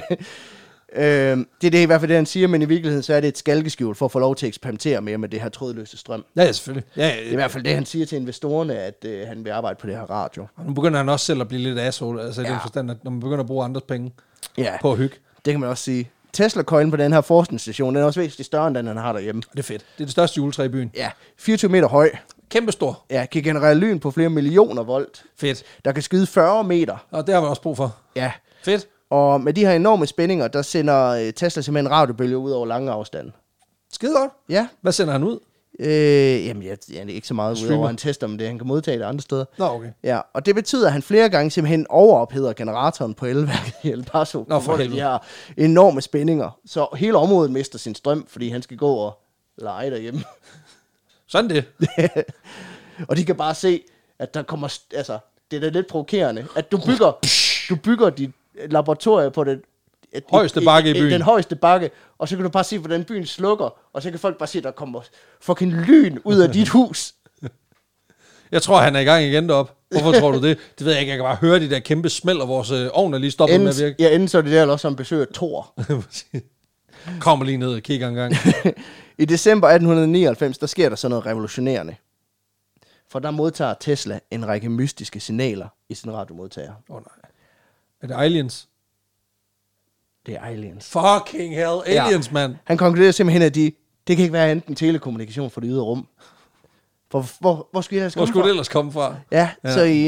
Det er i hvert fald det, han siger, men i virkeligheden så er det et skalkeskjul for at få lov til at eksperimentere mere med det her trådløse strøm. Ja, selvfølgelig. Ja, Det er i hvert fald det, han siger til investorerne, at han vil arbejde på det her radio. Og nu begynder han også selv at blive lidt asshole, altså i den forstand, at når man begynder at bruge andres penge på at hygge. Det kan man også sige. Tesla-coilen på den her forskningsstation, den er også væsentligt større, end den han har derhjemme. Det er fedt. Det er det største juletræ i byen. Ja, 24 meter høj. Kæmpestor. Ja, kan generere lyn på flere millioner volt. Fedt. Der kan skyde 40 meter. Og det har man også brug for. Ja. Fedt. Og med de her enorme spændinger, der sender Tesla simpelthen radiobølger ud over lange afstande. Skide godt. Ja. Hvad sender han ud? Jamen, det er ikke så meget udover, han tester om det. Han kan modtage det andre steder. Nå, okay. Ja, og det betyder, at han flere gange simpelthen overopheder generatoren på elværket i El Paso. Nå, for helvede. De har enorme spændinger. Så hele området mister sin strøm, fordi han skal gå og lege derhjemme. Sådan det. Og de kan bare se, at der kommer... Altså, det er da lidt provokerende, at du bygger dit laboratorie på det... Højeste bakke i byen. Den højeste bakke, og så kan du bare se, hvordan byen slukker, og så kan folk bare se, at der kommer fucking lyn ud af dit hus. Jeg tror, han er i gang igen deroppe. Hvorfor tror du det? Det ved jeg ikke. Jeg kan bare høre de der kæmpe smæld, og vores ovn er lige stoppet med at virke. Ja, enden så er det der også som besøger Thor. Kommer lige ned og kigger en gang. I december 1899, der sker der sådan noget revolutionerende. For der modtager Tesla en række mystiske signaler i sin radiomodtager. Nej. Er det aliens? Det er aliens. Fucking hell, aliens, mand. Han konkluderer simpelthen, at det kan ikke være enten telekommunikation for det ydre rum. For hvor skulle det ellers komme fra? Hvor skulle det ellers komme fra? Ja, så i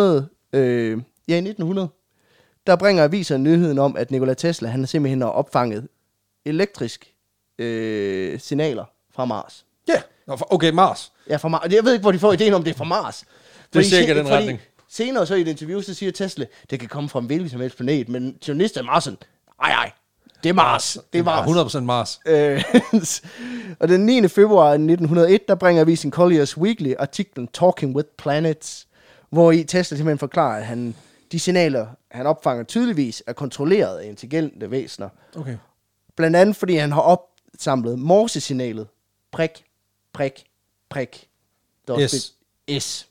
1900, der bringer aviserne nyheden om, at Nikola Tesla, han simpelthen har opfanget elektrisk signaler fra Mars. Ja, okay, Mars. Ja, fra Mars. Jeg ved ikke, hvor de får ideen om, det er fra Mars. Det er cirka den retning. Senere så i et interview, så siger Tesla, det kan komme fra en hvilken som helst planet, men journalister er meget sådan, ej, det er Mars. Det er Mars. 100% Mars. Og den 9. februar 1901, der bringer avisen Collier's Weekly artiklen Talking with Planets, hvor i Tesla simpelthen forklarer, at de signaler, han opfanger tydeligvis, er kontrolleret af intelligente væsener. Okay. Blandt andet, fordi han har opsamlet morsesignalet. Prik, prik, prik. S.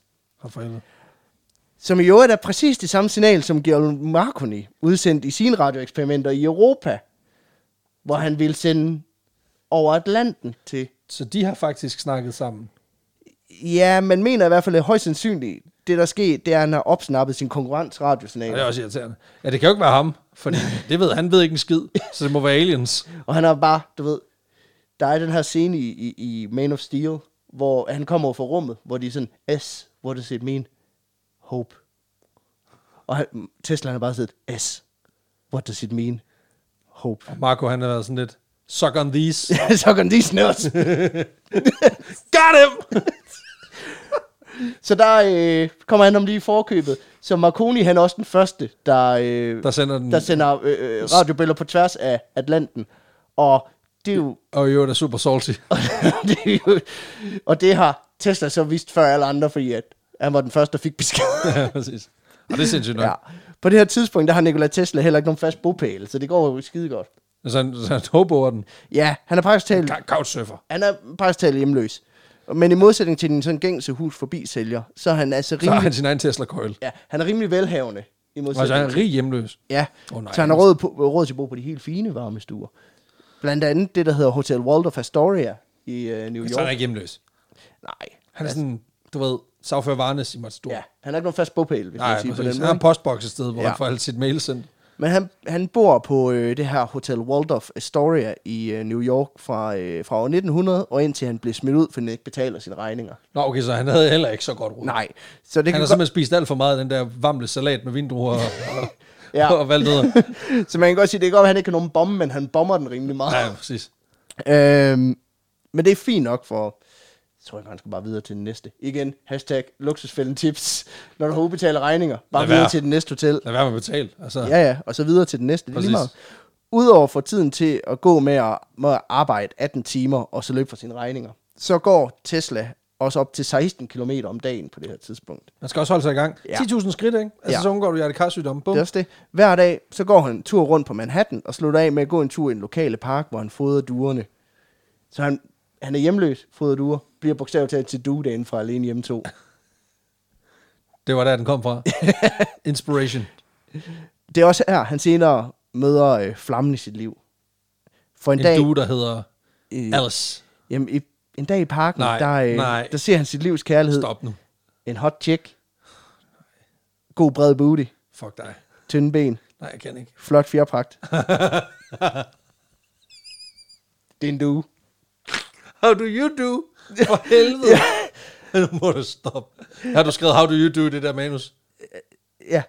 Som i øvrigt er præcis det samme signal, som Giorgio Marconi udsendte i sine radioeksperimenter i Europa, hvor han ville sende over Atlanten til. Så de har faktisk snakket sammen? Ja, man mener i hvert fald, at højst sandsynligt, det der sker, det er, at han har opsnappet sin konkurrents radiosignal. Ja, det er også irriterende. Ja, det kan jo ikke være ham, fordi han ved ikke en skid, så det må være aliens. Og han har bare, du ved, der er den her scene i Man of Steel, hvor han kommer over fra rummet, hvor de er sådan, S, what does it mean? Hope. Og Tesla har bare siddet, S, what does it mean? Hope. Og Marco, han har været sådan lidt, suck on these. Suck on these nuts. Got him! Så der kommer han om lige i forkøbet. Så Marconi, han er også den første, der sender radiobølger på tværs af Atlanten. Og det er jo... Og jo, det er super salty. og det har Tesla så vist før alle andre, fordi at han var den første, der fik besked. Ja, præcis. Og det er sindssygt nok. Ja. På det her tidspunkt, der har Nikola Tesla heller ikke nogen fast bopæl, så det går jo skide godt. Så han hoboer den? Ja, han er faktisk talt... Couchsurfer. Han er faktisk talt hjemløs. Men i modsætning til en sådan gængse hus forbi sælger, så er han altså rimelig... Så har han sin egen Tesla-coil. Ja, han er rimelig velhavende. Og så er han rig hjemløs? Ja, så han har råd til at bo på de helt fine varmestuer. Blandt andet det, der hedder Hotel Waldorf Astoria i New York. Så han er ikke hjemløs? Nej. Han er sådan, du ved, Sagfører Varnes i Matador. Ja, han har ikke nogen fast bopæl, hvis man siger på den måde. Han har en postboks et sted, hvor han får alt sit mail sendt. Men han bor på det her Hotel Waldorf Astoria i New York fra år 1900, og indtil han blev smidt ud, fordi han ikke betaler sine regninger. Nå, okay, så han havde heller ikke så godt råd. Nej. Så det han har simpelthen spist alt for meget af den der vamle salat med vindruer og valgdøder. Så man kan godt sige, det er godt, at han ikke har nogen bombe, men han bomber den rimelig meget. Ja, præcis. Men det er fint nok for... Jeg tror, han skal bare videre til den næste. Igen, hashtag luksusfælden tips. Når du har ubetalte regninger, bare videre til den næste hotel. Lad være med at betale. Altså. Ja, og så videre til den næste. Det er lige meget. Udover for tiden til at gå med at arbejde 18 timer, og så løbe for sine regninger, så går Tesla også op til 16 km om dagen på det her tidspunkt. Man skal også holde sig i gang. Ja. 10.000 skridt, ikke? Altså, så undgår du hjertekarsygdom. Det er også det. Hver dag, så går han en tur rundt på Manhattan, og slutter af med at gå en tur i en lokale park, hvor han fodrer duerne. Så han er hjemløs, fodrer duer, bliver bogstaveligt talt til duedagen fra alene hjemme 2. Det var der, den kom fra. Inspiration. Det er også her, han senere møder flammen i sit liv. For En due, der hedder Alice. Jamen, en dag i parken, Nej. der ser han sit livs kærlighed. Stop nu. En hot chick. God bred booty. Fuck dig. Tynde ben. Nej, jeg kan ikke. Flot fjerpragt. Det er en due. How do you do? For helvede. Nu må du stoppe. Har du skrevet how do you do det der manus? Ja.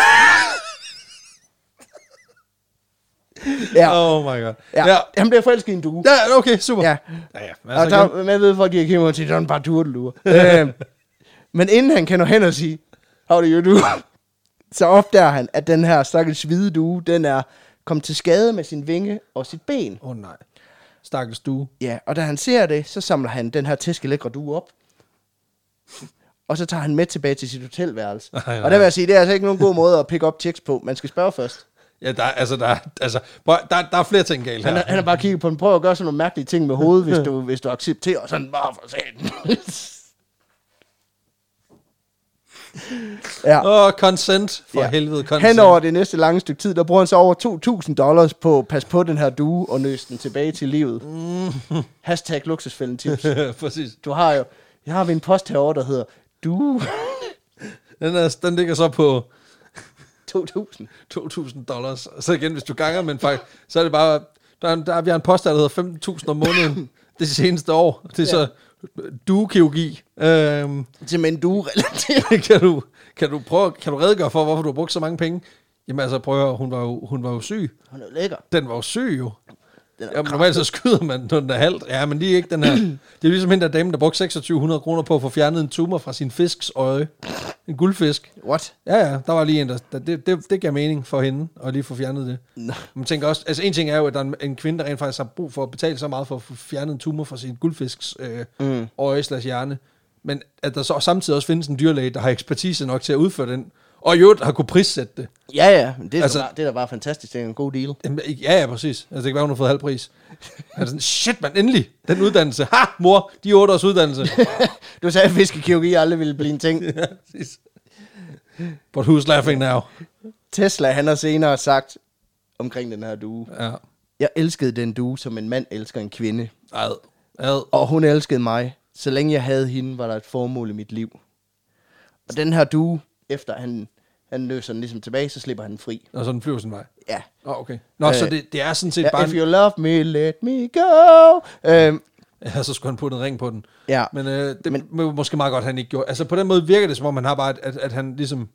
Ja. Oh my god. Ja. Han bliver forelsket i en due. Ja, okay, super. Ja. Ja. Og der, man ved, folk de ikke kommer til, sådan bare turtelure. Men inden han kan nå hen og sige, how do you do? Så opdager han, at den her stakkels hvide due, den er kommet til skade med sin vinge og sit ben. Nej. Stakkels due. Ja, og da han ser det, så samler han den her tæskelækre due op. Og så tager han med tilbage til sit hotelværelse. Nej. Og der vil jeg sige, det er altså ikke nogen god måde at pick up checks på. Man skal spørge først. Ja, der er flere ting galt her. Han har bare kigget på den. Prøv at gøre sådan nogle mærkelige ting med hovedet, hvis du accepterer sådan bare for sagen. Ja. Consent. For helvede, consent. Han over det næste lange stykke tid, der bruger han så over $2,000 på at passe på den her due og nøse den tilbage til livet. Hashtag luksusfælden tips. Præcis. Jeg har en post herovre, der hedder due. Den ligger så på $2,000. Så igen, hvis du ganger med en fejl, så er det bare, vi har en post, der hedder 15.000 om måneden det seneste år. Det er så duekirurgi. Simpelthen due-relateret. Kan du redegøre for, hvorfor du har brugt så mange penge? Jamen altså, prøv at høre, hun var jo syg. Hun er jo lækker. Den var jo syg jo. Normalt så skyder man, når den er halvt. Ja, men lige ikke den her. Det er ligesom hende der dame, der brugte 2600 kroner på at få fjernet en tumor fra sin fisks øje. En guldfisk. What? Ja, der var lige en, det gav mening for hende, at lige få fjernet det. No. Man tænker også, altså en ting er jo, at der er en kvinde, der rent faktisk har brug for at betale så meget for at få fjernet en tumor fra sin guldfisks øje/hjerne. Men at der så samtidig også findes en dyrlæge, der har ekspertise nok til at udføre den, og jo har kunne prissætte det. Ja, det er da bare fantastisk. Det er en god deal. Ja, præcis. Altså, det kan være, hun har fået halv pris. Altså sådan, shit, man, endelig. Den uddannelse. Ha, mor, de 8 års uddannelse. Du sagde, at fiskekirurgi aldrig ville blive en ting. Ja, præcis. But who's laughing now? Tesla, han har senere sagt omkring den her due. Ja. Jeg elskede den due, som en mand elsker en kvinde. Ad. Og hun elskede mig. Så længe jeg havde hende, var der et formål i mit liv. Og den her due, efter han løser den ligesom tilbage, så slipper han den fri. Og så den flyver sin vej? Ja. Okay. Nå, så det er sådan set bare... If you love me, let me go. Ja, så skulle han putte en ring på den. Ja. Men det må måske meget godt, han ikke gjorde. Altså på den måde virker det, som om han har bare, at han ligesom...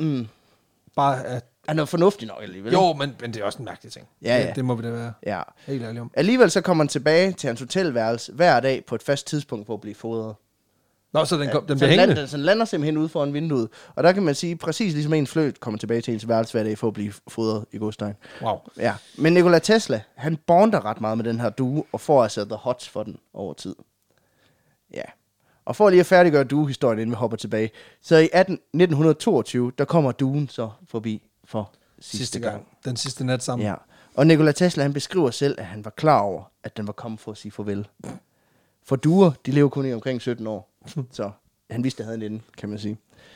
Bare at... Han er fornuftig nok alligevel. Jo, men det er også en mærkelig ting. Ja. Det må vi da være helt ærlige om. Alligevel så kommer han tilbage til hans hotelværelse hver dag på et fast tidspunkt for at blive fodret. Nå, så den bliver hængende? Den lander simpelthen ude foran vinduet. Og der kan man sige, præcis ligesom en fløjt kommer tilbage til ens værelse hver dag for at blive fodret i godstein. Wow. Ja. Men Nikola Tesla, han bonder ret meget med den her due, og får altså the hots for den over tid. Ja. Og for lige at færdiggøre due-historien, inden vi hopper tilbage, så i 1922, der kommer duen så forbi for sidste gang. Den sidste nat sammen. Ja. Og Nikola Tesla, han beskriver selv, at han var klar over, at den var kommet for at sige farvel. For duer, de lever kun i omkring 17 år. Så han vidste, at han havde en ende, kan man sige.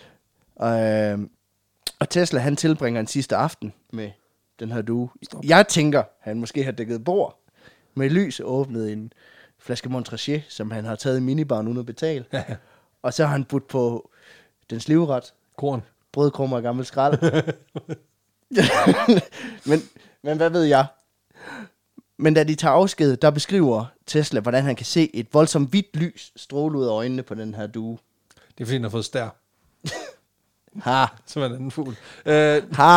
Og Tesla, han tilbringer en sidste aften med den her due. Stop. Jeg tænker, han måske har dækket bord med lys og åbnet en flaske Montrachet, som han har taget i minibaren uden at betale. Ja. Og så har han budt på dens livret. Korn. Brødkrummer og gammel skrald. men hvad ved jeg? Men da de tager afsked, der beskriver Tesla, hvordan han kan se et voldsomt hvidt lys stråle ud af øjnene på den her due. Det er fordi, han har fået stær. Ha. Som en anden fugl. Ha.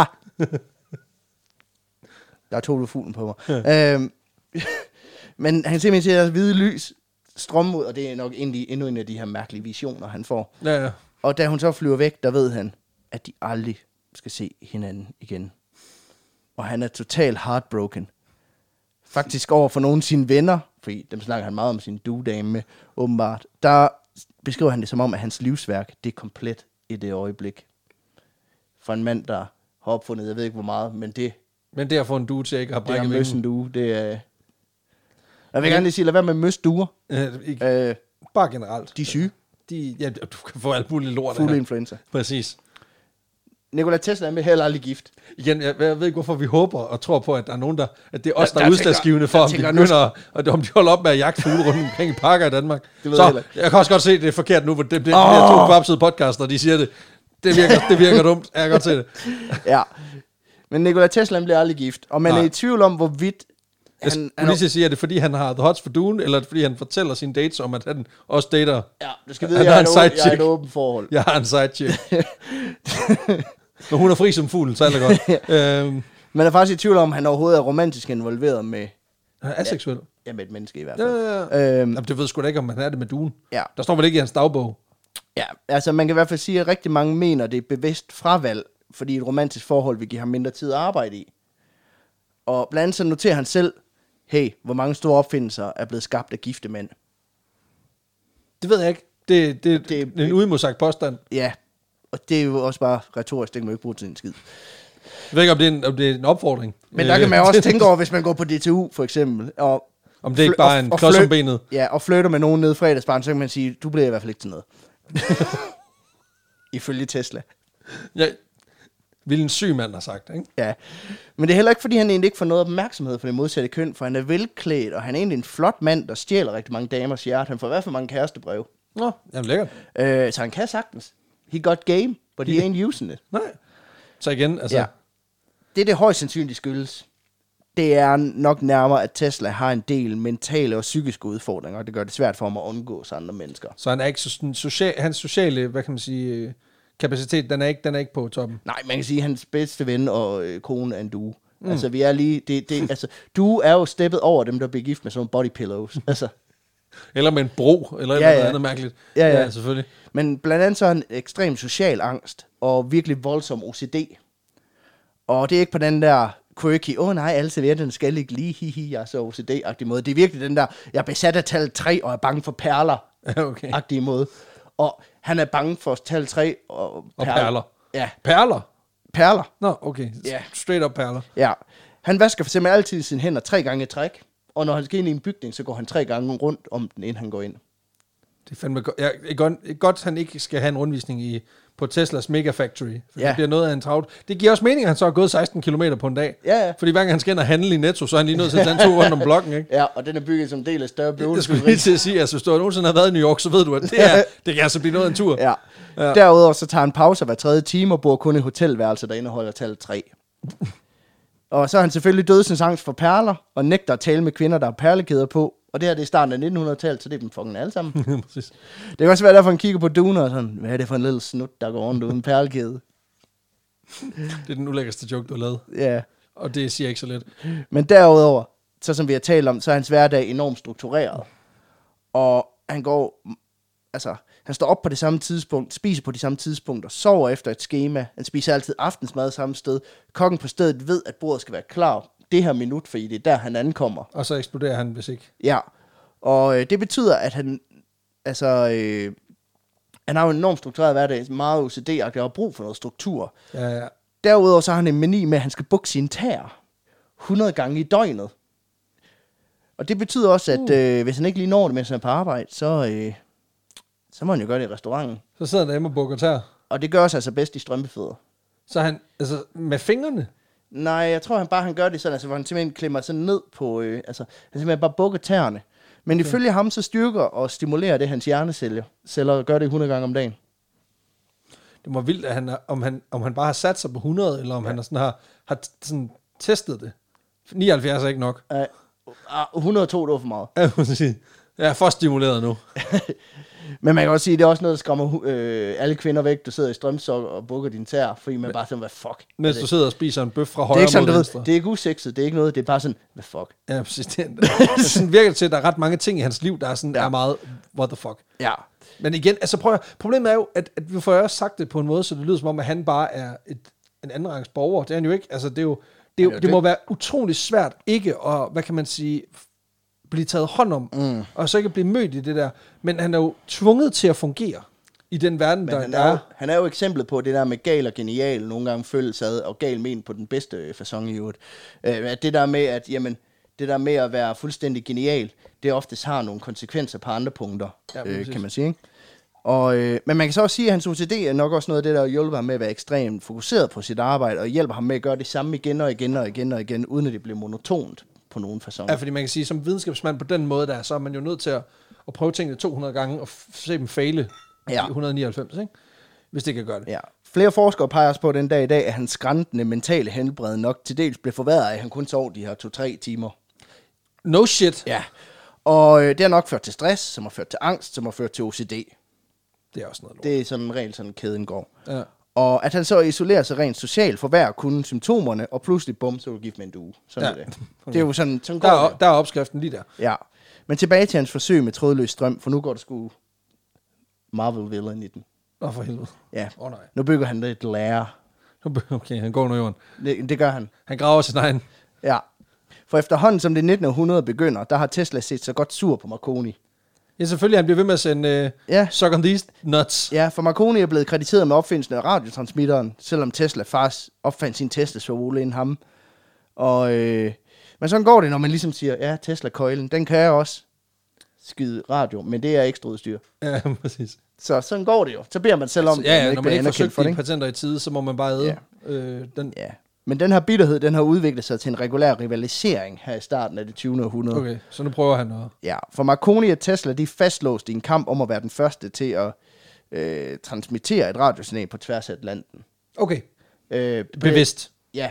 Der tog du fuglen på mig. Men han kan simpelthen se deres hvide lys strømme ud, og det er nok endnu en af de her mærkelige visioner, han får. Ja. Og da hun så flyver væk, der ved han, at de aldrig skal se hinanden igen. Og han er totalt heartbroken. Faktisk over for nogle af sine venner, fordi dem snakker han meget om sin duedame med, åbenbart. Der beskriver han det som om, at hans livsværk, det er komplet i det øjeblik. For en mand, der har opfundet, jeg ved ikke hvor meget, men det... Men det at få en due til ikke at have brækket vingen. Det er en due, det er... Jeg vil gerne lige sige, lad være med at møsse duer. Bare generelt. De er syge. du kan få alt muligt lort. Fuld influenza. Præcis. Nikola Tesla er heller aldrig gift. Igen, jeg ved ikke, hvorfor vi håber og tror på, at der er nogen, at det er os, der er udslagsgivende for, om de begynder, og om de holder op med at jagte fugle rundt omkring i parker i Danmark. Så jeg kan også godt se, at det er forkert nu, hvor det bliver 2 kvapsede podcaster, de siger det. Det virker dumt. Jeg kan godt se det. Ja. Men Nikola Tesla bliver aldrig gift, og man er i tvivl om, hvorvidt jeg skulle lige sige, er det fordi, han har the hots for duen, eller er det fordi, han fortæller sine dates om, at han også dater? Ja, du skal vide, jeg er et åbent forhold. Jeg har en sidechick. Når hun er fri som fugl, så er det godt. Man er faktisk i tvivl om, han overhovedet er romantisk involveret med... Han er aseksuel? Ja, med et menneske i hvert fald. Ja. Jamen, det ved sgu da ikke, om han er det med duen. Ja. Der står vel ikke i hans dagbog? Ja, altså man kan i hvert fald sige, at rigtig mange mener, det er bevidst fravalg, fordi et romantisk forhold vil give ham mindre tid at arbejde i. Og blandt andet så noterer han selv, hey, hvor mange store opfindelser er blevet skabt af gifte mænd. Det ved jeg ikke. Det er en uimodsagt påstand. Ja, og det er jo også bare retorisk, det kan man jo ikke bruge til en skid. Jeg ved ikke, om det er en opfordring. Men der kan man også tænke over, hvis man går på DTU for eksempel, og om det ikke bare er en klods om benet. Ja, og flytter med nogen nede i fredagsbaren, så kan man sige, du bliver i hvert fald ikke til noget. Ifølge Tesla. Ja, vil en syg mand have sagt, ikke? Ja, men det er heller ikke, fordi han egentlig ikke får noget opmærksomhed for det modsatte køn, for han er velklædt, og han er egentlig en flot mand, der stjæler rigtig mange damers hjerte. Han får i hvert fald mange kærestebreve. Nå, jamen lækkert. Så han kan sagtens. He got game, but he ain't using it. Nej. Så igen, altså... Ja. Det højst sandsynligt skyldes. Det er nok nærmere, at Tesla har en del mentale og psykiske udfordringer, og det gør det svært for ham at undgå andre mennesker. Så han er ikke hans sociale, hvad kan man sige, kapacitet, den er ikke på toppen? Nej, man kan sige, at hans bedste ven og kone er en due. Altså, vi er lige... altså, due er jo steppet over dem, der bliver gift med sådan nogle body pillows. Altså... Eller med en bro, eller noget andet mærkeligt. Ja, selvfølgelig. Men blandt andet så er han ekstrem social angst, og virkelig voldsom OCD. Og det er ikke på den der quirky, nej, alle servietterne skal ikke lige, hihi, jeg er så OCD-agtig måde. Det er virkelig den der, jeg er besat af tal 3, og er bange for perler-agtige måde. Og han er bange for tal 3 og perler. Ja. Perler? Nå, okay. Yeah. Straight up perler. Ja. Han vasker for eksempel altid sine hænder 3 gange i træk, og når han skal ind i en bygning, så går han 3 gange rundt om den, inden han går ind. Det er fandme godt, han ikke skal have en rundvisning på Teslas Mega Factory. For det bliver noget af en travlt. Det giver også mening, at han så har gået 16 kilometer på en dag. Ja. Fordi hver gang han skal ind og handle i Netto, så er han lige nødt til at tage en tur rundt om blokken, ikke? Ja, og den er bygget som del af større bøvelsesbyggeri. Jeg skulle lige til at sige, at hvis du nogensinde har været i New York, så ved du, at det kan altså blive noget af en tur. Ja. Derudover så tager han pauser hver 3. time og bor kun i hotelværelser, der indeholder tal 3. Og så er han selvfølgelig dødsensangst for perler, og nægter at tale med kvinder, der har perlekæder på. Og det her, det er i starten af 1900-tallet, så det er dem fucking alle sammen. Det kan også være, derfor han kigger på Dune og sådan, hvad er det for en lille snut, der går rundt uden perlekæde? Det er den ulækkerste joke, du har lavet. Ja. Og det siger ikke så lidt. Men derudover, så som vi har talt om, så er hans hverdag enormt struktureret. Og han står op på det samme tidspunkt, spiser på de samme tidspunkter, sover efter et skema. Han spiser altid aftensmad samme sted. Kokken på stedet ved, at bordet skal være klar det her minut, fordi det er der, han ankommer. Og så eksploderer han, hvis ikke. Ja, og det betyder, at han har jo en enormt struktureret hverdag, meget OCD-agtig, og har brug for noget struktur. Ja. Derudover så har han en mani med, at han skal bukke sine tæer 100 gange i døgnet. Og det betyder også, at hvis han ikke lige når det, mens han er på arbejde, så må han jo gøre det i restauranten. Så sidder han derhjemme og bukker tæer. Og det gør sig altså bedst i strømpefødder. Så han, altså med fingrene? Nej, jeg tror han gør det sådan, altså, hvor han simpelthen klemmer sådan ned på, han simpelthen bare bukker tæerne. Men ifølge ham, så styrker og stimulerer det hans hjerneceller, gør det 100 gange om dagen. Det må vildt, at om han bare har sat sig på 100, eller om han sådan har sådan testet det. 79 er ikke nok. 102, det var for meget. Ja, må sige. Jeg er for stimuleret nu. Men man kan også sige, at det er også noget, der skræmmer alle kvinder væk. Du sidder i strømsok og bukker dine tæer, fordi man bare sådan, hvad fuck? Mens du sidder og spiser en bøf fra højre mod venstre. Det er ikke usexet, det er ikke noget, det er bare sådan, hvad fuck? Ja, præcis. Det sådan virker det til, at der er ret mange ting i hans liv, der er sådan er meget, what the fuck? Ja. Men igen, altså problemet er jo, at vi får også sagt det på en måde, så det lyder som om, at han bare er en andenrangs borger. Det er han jo ikke. Altså, det må være utrolig svært ikke at, hvad kan man sige, blive taget hånd om, og så ikke blive mødt i det der. Men han er jo tvunget til at fungere i den verden, der er. Han er jo eksemplet på det der med gal og genial, nogle gange følges ad, og gal men på den bedste facon i øvrigt. Det der med, at jamen, det der med at være fuldstændig genial, det oftest har nogle konsekvenser på andre punkter, kan man sige, ikke? Men man kan så også sige, at hans OCD er nok også noget af det, der hjælper ham med at være ekstremt fokuseret på sit arbejde, og hjælper ham med at gøre det samme igen og igen og igen og igen, uden at det bliver monotont på nogen facon. Ja, fordi man kan sige, som videnskabsmand på den måde der, så er man jo nødt til at prøve tingene 200 gange og se dem fejle 199, ikke? Hvis det kan gøre det. Ja. Flere forskere peger også på den dag i dag, at hans skræntende mentale helbred nok til dels blev forværret af, at han kun sov de her 2-3 timer. No shit. Ja. Og det har nok ført til stress, som har ført til angst, som har ført til OCD. Det er også noget lort. Det er sådan en regel, sådan kæden går. Ja. Og at han så isolerer sig rent socialt, forværrer kun symptomerne, og pludselig bum, så er du gift med en due. Sådan er det. Okay. Det er jo sådan går det. Der er opskriften lige der. Ja. Men tilbage til hans forsøg med trådløs strøm, for nu går det sgu Marvel-villain i den. For helvede. Ja. Nej. Nu bygger han et lager. Okay, han går under jorden. Det gør han. Han graver sin egen. Ja. For efterhånden, som det 19. århundrede begynder, der har Tesla set så godt sur på Marconi. Ja, selvfølgelig. Han bliver ved med at sende suck on these nuts. Ja, for Marconi er blevet krediteret med opfindelsen af radiotransmitteren, selvom Tesla faktisk opfandt sin Tesla-svole inden ham. Men sådan går det, når man ligesom siger, ja, Tesla-køjlen, den kan jeg også skyde radio, men det er ekstra udstyr. Ja, præcis. Så sådan går det jo. Så beder man selv om, ja, når man ikke får søgt de patenter i tide, så må man bare æde den. Ja. Men den her bitterhed, den har udviklet sig til en regulær rivalisering her i starten af det 20. århundrede. Okay, så nu prøver han at... Ja, for Marconi og Tesla, de er fastlåst i en kamp om at være den første til at transmittere et radiosignal på tværs af Atlanten. Okay, bevidst. Ja.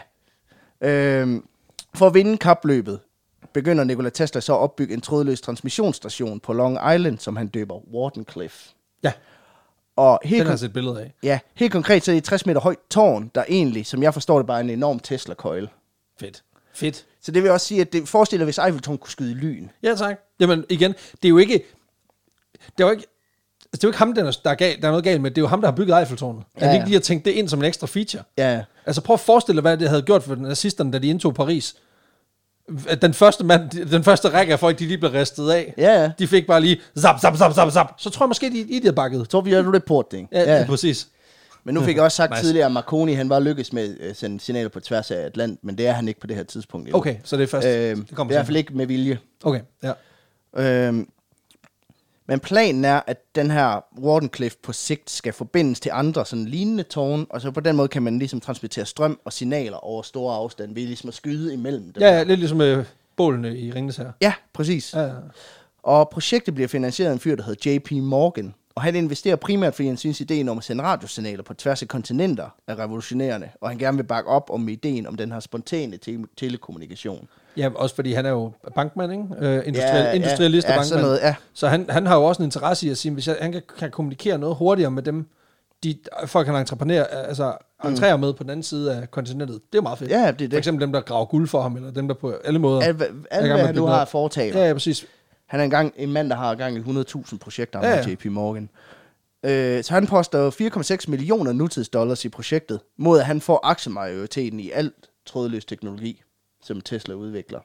For at vinde kapløbet, begynder Nikola Tesla så at opbygge en trådløs transmissionsstation på Long Island, som han døber Wardenclyffe. Ja, og den har jeg set billeder af. Ja, helt konkret så er det et 60 meter højt tårn, der egentlig, som jeg forstår det, bare er en enorm Tesla-køjle. Fedt. Så det vil også sige, at det forestiller, hvis Eiffeltårn kunne skyde lyn. Ja, tak. Jamen igen, det er jo ikke... Det er jo ikke ham, der er noget galt med. Det er jo ham, der har bygget Eiffeltårnet. Ja, ikke lige at tænke det ind som en ekstra feature. Ja. Altså prøv at forestille dig, hvad det havde gjort for nazisterne, da de indtog Paris. Den første række af folk, de lige blev ristet af. Ja. De fik bare lige zap. Så tror jeg måske, de havde bakket. Så vi har reporting. Ja, præcis. Men nu fik jeg også sagt tidligere, at Marconi, han var lykkes med at sende signaler på tværs af Atlanten, men det er han ikke på det her tidspunkt. Endnu. Okay, så det er først... det er i hvert fald ikke med vilje. Okay, ja. Men planen er, at den her Wardenclyffe på sigt skal forbindes til andre sådan lignende tårne, og så på den måde kan man ligesom transmittere strøm og signaler over store afstande, ved ligesom at skyde imellem dem. Ja, lidt ligesom bålene i Ringnes her. Ja, præcis. Ja. Og projektet bliver finansieret af en fyr, der hedder J.P. Morgan, og han investerer primært, fordi han synes, ideen om at sende radiosignaler på tværs af kontinenter er revolutionerende, og han gerne vil bakke op om ideen om den her spontane telekommunikation. Ja, også fordi han er jo bankmand, ikke? Industrialist og bankmand. Sådan noget, ja. Så han har jo også en interesse i at sige, hvis han kan kommunikere noget hurtigere med dem, folk kan entrere med på den anden side af kontinentet. Det er jo meget fedt. Ja, det er det. For eksempel dem, der graver guld for ham, eller dem, der på alle måder... Alt hvad han nu har foretaget. Ja, præcis. Han er en mand, der har gang i 100.000 projekter med JP Morgan. Så han poster 4,6 millioner nutidsdollars i projektet, mod at han får aktiemajoriteten i alt trådløs teknologi, som Tesla udvikler.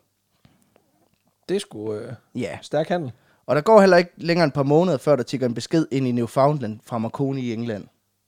Det er sgu stærk handel. Og der går heller ikke længere et par måneder, før der tikker en besked ind i Newfoundland fra Marconi i England.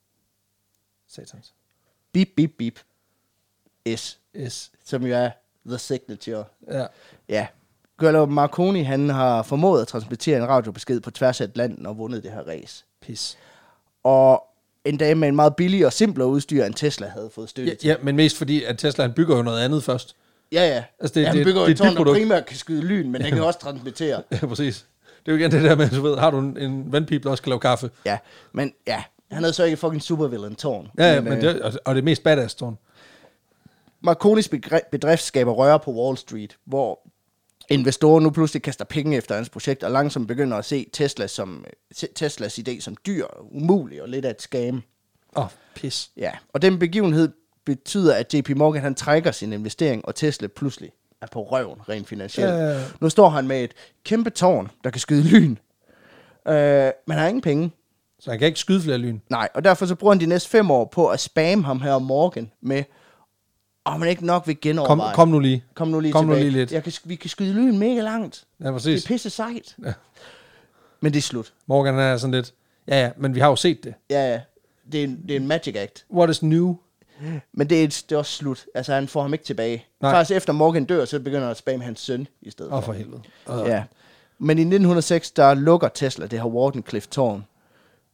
Satans. Bip, bip, bip. S. Som jo er the signature. Ja. Ja. Guillermo Marconi, han har formået at transmittere en radiobesked på tværs af Atlanten og vundet det her race. Pis. Og en dag med en meget billigere og simplere udstyr, end Tesla havde fået støtte til. Ja, men mest fordi, at Tesla han bygger jo noget andet først. Ja. Altså han bygger jo et tårn, der primært kan skyde lyn, men den kan også transmittere. Ja, præcis. Det er jo igen det der med, du ved, har du en vandpipe, der også kan lave kaffe? Ja, men ja, han havde så ikke fucking supervillain tårn. Ja, men det mest badass tårn. Marconis bedrift skaber røre på Wall Street, hvor investorer nu pludselig kaster penge efter hans projekt, og langsomt begynder at se Teslas idé som dyr, umulig og lidt af et scam. Pis. Ja, og den begivenhed betyder, at JP Morgan han trækker sin investering, og Tesla pludselig er på røven rent finansielt. Nu står han med et kæmpe tårn, der kan skyde lyn, men han har ingen penge. Så han kan ikke skyde flere lyn? Nej, og derfor så bruger han de næste 5 år på at spamme ham her Morgan med, man ikke nok vil genoverveje. Kom nu lige lidt. Vi kan skyde lyn mega langt. Ja, præcis. Det er pisse sejt. Ja. Men det er slut. Morgan er sådan lidt, men vi har jo set det. Ja. Det er en magic act. What is new? Men det er også slut. Altså, han får ham ikke tilbage. Nej. Faktisk efter Morgan dør, så begynder han at spamme hans søn i stedet for helvede. Ja. Men i 1906, der lukker Tesla det her Wardenclyffe-tårn.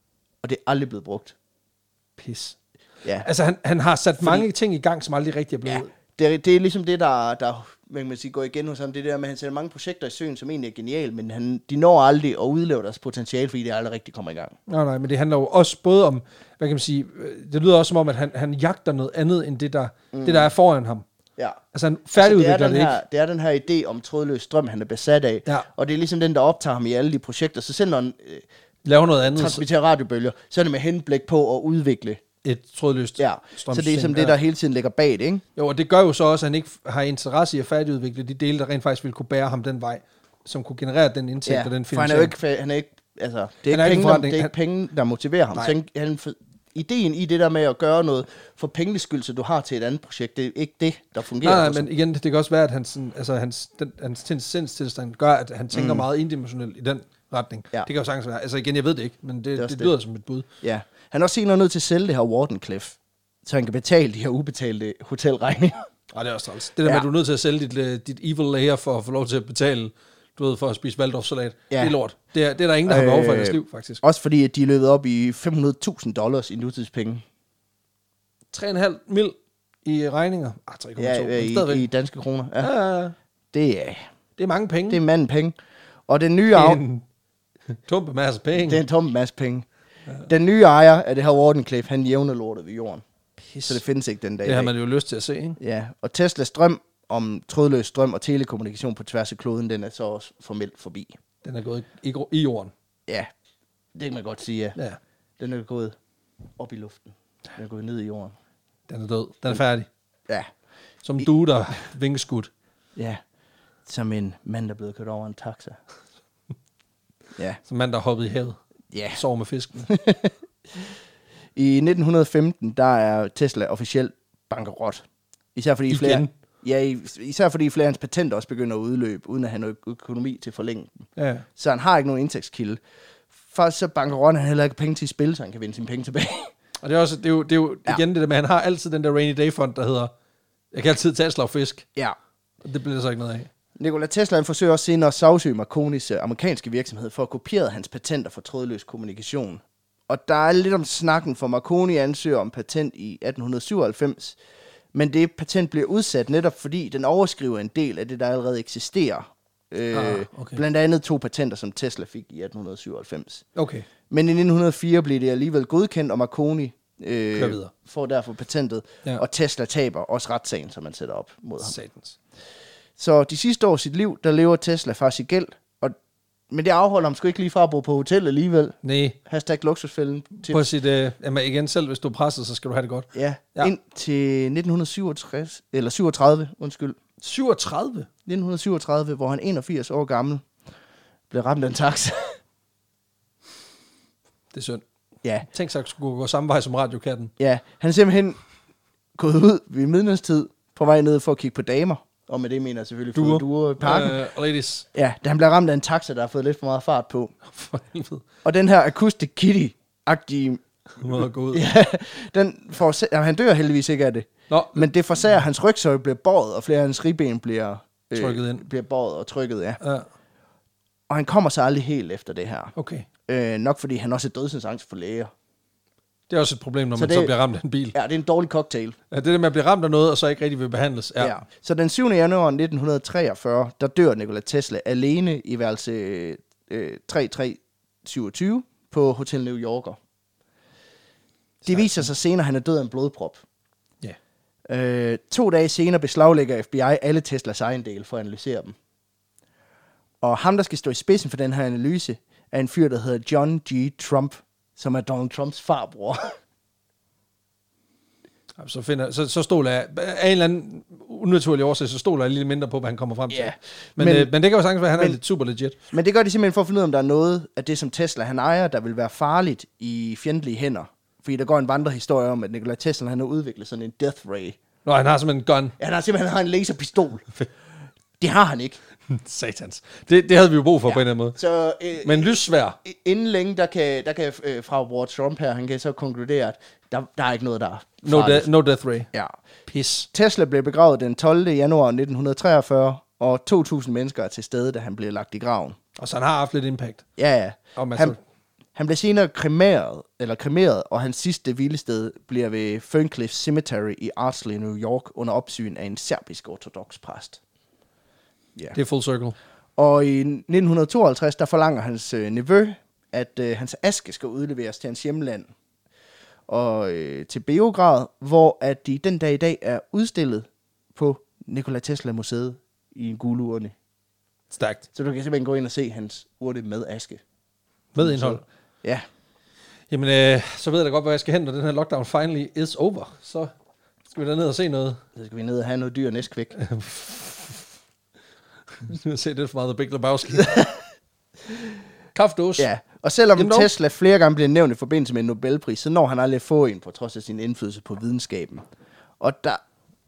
og det er aldrig blevet brugt. Pis. Ja. Altså, han har sat mange ting i gang, som aldrig rigtig er blevet... Ja, det er ligesom det, der hvad kan man sige, går igen hos ham. Det der med, at han sætter mange projekter i søen, som egentlig er genialt, men de når aldrig at udleve deres potentiale, fordi det aldrig rigtig kommer i gang. Nej, men det handler jo også både om, hvad kan man sige, det lyder også som om, at han jagter noget andet, end det der er foran ham. Ja. Altså, han færdigudvikler det ikke. Det er den her idé om trådløs strøm, han er besat af. Ja. Og det er ligesom den, der optager ham i alle de projekter. Så selv når han laver noget andet, transmitterer radiobølger, så er det med henblik på at udvikle et trådløst strømsystem. Så det er som det, der hele tiden ligger bag det, ikke? Jo, og det gør jo så også, at han ikke har interesse i at færdigudvikle de dele, der rent faktisk ville kunne bære ham den vej, som kunne generere den indtægt og den finansiering. For han er ikke, altså, det er ikke penge, der motiverer ham. Så ideen i det der med at gøre noget for pengenes skyld, så du har til et andet projekt, det er ikke det, der fungerer. Nej, men igen, det kan også være, at hans sindstilstand gør, at han tænker meget indimensionelt i den retning. Ja. Det kan jo sagtens være. Altså igen, jeg ved det ikke, men det lyder som et bud. Ja. Han er også senere nødt til at sælge det her Wardenclyffe, så han kan betale de her ubetalte hotelregninger. Nej, det er også træls. Det der med, at du er nødt til at sælge dit evil layer for at få lov til at betale, du ved, for at spise Waldorf-salat. Ja. Det er lort. Det er der ingen, der har behov for i deres liv, faktisk. Også fordi, at de er løbet op i $500,000 i nutidspenge. 3,5 mil i regninger. 3,2. Ja, i danske kroner. Ja. Det er mange penge. Det er manden penge. Og den nye Det er en tumpe masse penge. Det er en tumpe masse penge. Ja. Den nye ejer af det her Wardenclyffe, han jævner lortet ved jorden. Pis. Så det findes ikke den dag. Det har man jo lyst til at se, ikke? Ja, og Teslas drøm om trådløs strøm og telekommunikation på tværs af kloden, den er så også formelt forbi. Den er gået i jorden. Ja, det kan man godt sige, ja. Den er gået op i luften. Den er gået ned i jorden. Den er død. Den er færdig. Ja. Som du, der vingeskud. Ja, som en mand, der er blevet kørt over en taxa. Ja. Som en mand, der er hoppet i havet. Ja. Sover med fisken. I 1915, der er Tesla officielt bankerot. Især fordi flere af hans patenter også begynder at udløbe, uden at have noget økonomi til at forlænge dem. Ja. Så han har ikke nogen indtægtskilde. Først så bankerot, han heller ikke penge til at spille, så han kan vinde sine penge tilbage. Og det er jo igen det der med, han har altid den der rainy day fund, der hedder, jeg kan altid tage slag fisk. Ja. Og det bliver så ikke noget af. Nikola Tesla forsøger også senere at sagsøge Marconis amerikanske virksomhed for at kopiere hans patenter for trådløs kommunikation. Og der er lidt om snakken, for Marconi ansøger om patent i 1897, men det patent bliver udsat netop fordi den overskriver en del af det, der allerede eksisterer. Blandt andet 2 patenter, som Tesla fik i 1897. Okay. Men i 1904 blev det alligevel godkendt, og Marconi får derfor patentet, og Tesla taber også retssagen, som man sætter op mod ham. Satans. Så de sidste år af sit liv, der lever Tesla faktisk i gæld, men det afholder ham sgu ikke lige fra at bo på hotel alligevel. Nej. #luksusfælden. På sit, igen selv, hvis du er presset, så skal du have det godt. Ja. Ind til 1937, 37? 1937, hvor han 81 år gammel blev ramt af en taxa. Det er synd. Ja. Tænk sig at skulle gå samme vej som radiokatten. Ja, han er simpelthen gået ud ved midnadstid på vej ned for at kigge på damer. Og med det mener jeg selvfølgelig duer i parken. Ladies. Ja, da han bliver ramt af en taxa, der har fået lidt for meget fart på. For helvede. Og den her Acoustic Kitty-agtige... måde at gå ud. Ja, han dør heldigvis ikke af det. Nå. Men det forsager hans rygsøjle bliver båret, og flere af hans ribben bliver trykket ind. Bliver båret og trykket, ja. Og han kommer sig aldrig helt efter det her. Okay. Nok fordi han også er dødsensangst for læger. Det er også et problem, når man så bliver ramt af en bil. Ja, det er en dårlig cocktail. Ja, det der med at blive ramt af noget, og så ikke rigtig vil behandles. Ja. Så den 7. januar 1943, der dør Nikola Tesla alene i værelse 3327 på Hotel New Yorker. Det viser sig senere, at han er død af en blodprop. Ja. 2 dage senere beslaglægger FBI alle Teslas ejendele for at analysere dem. Og ham, der skal stå i spidsen for den her analyse, er en fyr, der hedder John G. Trump, som er Donald Trumps farbror. Så stoler jeg, af en eller anden unaturlig årsag, så stoler jeg lidt mindre på, hvad han kommer frem til. Men det kan jo sagtens være, at han er lidt super legit. Men det gør de simpelthen for at finde ud af, om der er noget af det, som Tesla han ejer, der vil være farligt i fjendtlige hænder. Fordi der går en vandrehistorie om, at Nikola Tesla han har udviklet sådan en death ray. Nå, han har simpelthen en gun. Ja, han har en laserpistol. Det har han ikke. Satans. Det havde vi jo brug for på en eller anden måde. Så, men lyssvær. Inden længe, der kan fra Trump her, han kan så konkludere, at der er ikke noget, der er no death ray. Ja. Pis. Tesla blev begravet den 12. januar 1943, og 2.000 mennesker er til stede, da han blev lagt i graven. Og så han har haft lidt impact. Ja. Han blev senere kremeret, og hans sidste hvilested bliver ved Ferncliff Cemetery i Ardsley, New York, under opsyn af en serbisk ortodox præst. Yeah. Det er full circle. Og i 1952, der forlanger hans nevø, at hans aske skal udleveres til hans hjemland og til Beograd, hvor at de den dag i dag er udstillet på Nikola Tesla Museet i en gul urne. Stærkt. Så du kan simpelthen gå ind og se hans urne med aske. Med indhold? Ja. Jamen, så ved jeg da godt, hvor jeg skal hen, når den her lockdown finally is over. Så skal vi da ned og se noget. Så skal vi ned og have noget dyr næstkvæk. Nu har set det for meget The Big Lebowski. Kaffedås. Ja, og selvom Tesla flere gange bliver nævnt i forbindelse med en Nobelpris, så når han aldrig få en på trods af sin indflydelse på videnskaben. Og det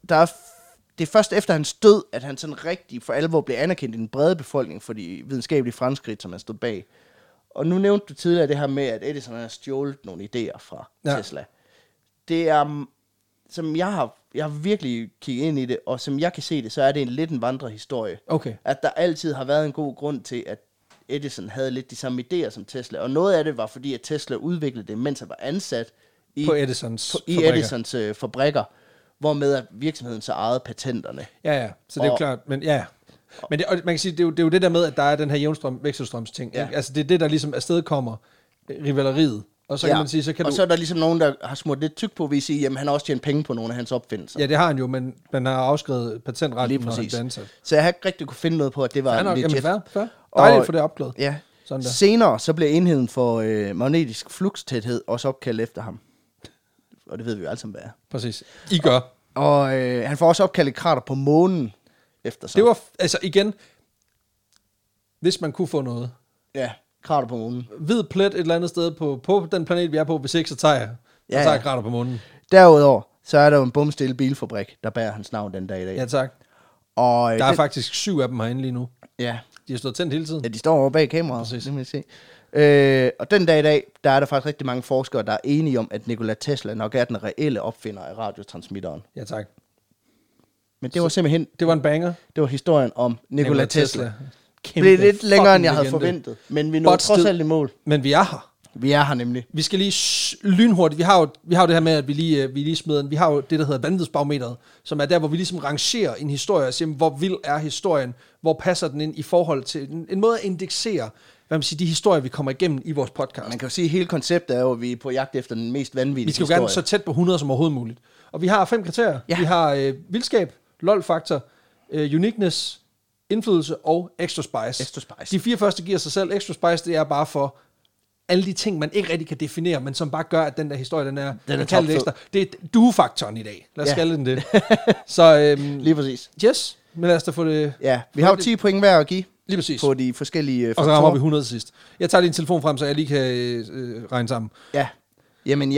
er først efter hans død, at han sådan rigtig for alvor blev anerkendt i den brede befolkning for de videnskabelige fremskridt, som han stod bag. Og nu nævnte du tidligere det her med, at Edison har stjålet nogle idéer fra Tesla. Det er, som jeg har virkelig kigget ind i det, og som jeg kan se det, så er det lidt en vandrehistorie. Okay. At der altid har været en god grund til, at Edison havde lidt de samme idéer som Tesla. Og noget af det var, fordi at Tesla udviklede det, mens han var ansat på Edisons fabrikker, hvormed at virksomheden så ejede patenterne. Ja, så det er jo klart, men ja. Men man kan sige, det er jo det der med, at der er den her vekselstrømsting. Ja. Altså det er det, der ligesom afsted kommer rivaleriet. Og så kan man sige, så er der ligesom nogen, der har smurt lidt tyk på, at sige, jamen han har også tjent penge på nogle af hans opfindelser. Ja, det har han jo, men man har afskrevet patentretten, når han blev ansat. Så jeg har ikke rigtig kunne finde noget på, at det var legit. Fair. Dejligt for det opklaret. Ja. Senere så blev enheden for magnetisk flukstæthed også opkaldt efter ham. Og det ved vi jo alle sammen, hvad er. Præcis. I gør. Og han får også opkaldt et krater på månen efter sig. Det var, altså igen, hvis man kunne få noget. Ja, krater på månen. Hvid plet et eller andet sted på den planet, vi er på, hvis ikke så tager jeg krater på månen. Derudover, så er der jo en bumstille bilfabrik, der bærer hans navn den dag i dag. Ja, tak. Og der er faktisk 7 af dem herinde lige nu. Ja. De har stået tændt hele tiden. Ja, de står over bag kameraet. Præcis. Det må se. Og den dag i dag, der er der faktisk rigtig mange forskere, der er enige om, at Nikola Tesla nok er den reelle opfinder af radiotransmitteren. Ja, tak. Men det var simpelthen... Det var en banger. Det var historien om Nikola Tesla. Det blev lidt længere, end jeg havde forventet. Men vi nåede trods alt i mål. Men vi er her. Vi er her nemlig. Vi skal lige lynhurtigt. Vi har jo det her med, at vi lige smider den. Vi har jo det, der hedder vanvidsbarometeret, som er der, hvor vi ligesom rangerer en historie og siger, hvor vild er historien, hvor passer den ind i forhold til en måde at indeksere, hvad man siger, de historier, vi kommer igennem i vores podcast. Man kan jo sige, at hele konceptet er jo, at vi er på jagt efter den mest vanvittige historie. Vi skal jo gerne så tæt på 100 som overhovedet muligt. Og vi har 5 kriterier. Ja. Vi har vildskab, lol-faktor, uniqueness, indflydelse og extra spice. De 4 første giver sig selv. Extra spice, det er bare for alle de ting, man ikke rigtig kan definere, men som bare gør, at den der historie, den er kaldt ekstra. Det er du-faktoren i dag. Lad os kalde den det. Så, lige præcis. Yes, men lad os da få det... Ja, vi har jo 10 point hver at give. Lige præcis. På de forskellige faktorer. Og så rammer vi 100 til sidst. Jeg tager din telefon frem, så jeg lige kan regne sammen. Ja. Jamen,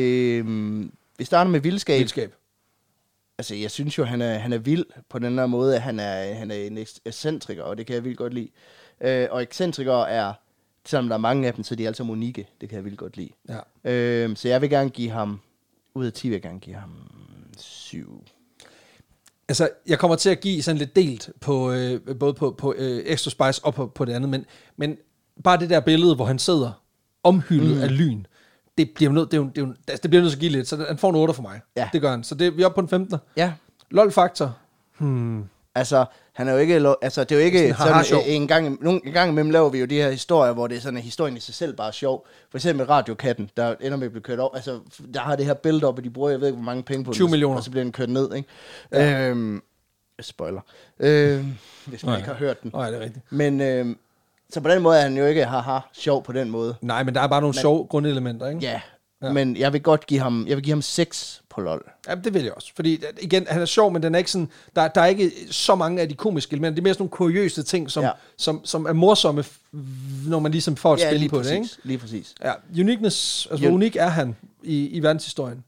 vi starter med vildskab. Altså, jeg synes jo, han er vild på den her måde, at han er en ekscentriker, og det kan jeg vildt godt lide. Og ekscentrikere er, selvom der er mange af dem, så er de alle sammen unikke. Det kan jeg vildt godt lide. Ja. Så jeg vil gerne give ham, ud af 10 vil jeg gerne give ham 7. Altså, jeg kommer til at give sådan lidt delt på både på Extra Spice og på det andet, men bare det der billede, hvor han sidder omhyldet af lyn, det bliver nødt til at give lidt, så han får en 8 for mig. Ja. Det gør han. Så vi er oppe på den 15. Ja. LOL-faktor. Altså, han er jo ikke... Altså, det er jo ikke sådan en gang imellem laver vi jo de her historier, hvor det er sådan, at historien i sig selv bare er sjov. For eksempel Radiokatten, der ender med at blive kørt over. Altså, der har det her build-up, og de bruger, jeg ved ikke, hvor mange penge på 20 millioner. Og så bliver den kørt ned, ikke? Ja. Spoiler. Hvis man ikke har hørt den. Nej, det er rigtigt. Men... Så på den måde er han jo ikke sjov på den måde. Nej, men der er bare nogle sjove grundelementer, ikke? Ja, men jeg vil godt give ham 6 på LOL. Ja, det vil jeg også. Fordi igen, han er sjov, men den er ikke sådan, der er ikke så mange af de komiske elementer. Det er mere sådan nogle kuriøse ting, som er morsomme, når man ligesom får et spil på præcis, det, ikke? Lige præcis. Ja, uniqueness, altså hvor unik er han i verdenshistorien?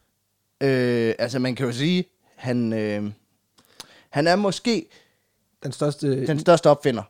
Altså man kan jo sige, han er måske den største opfinder.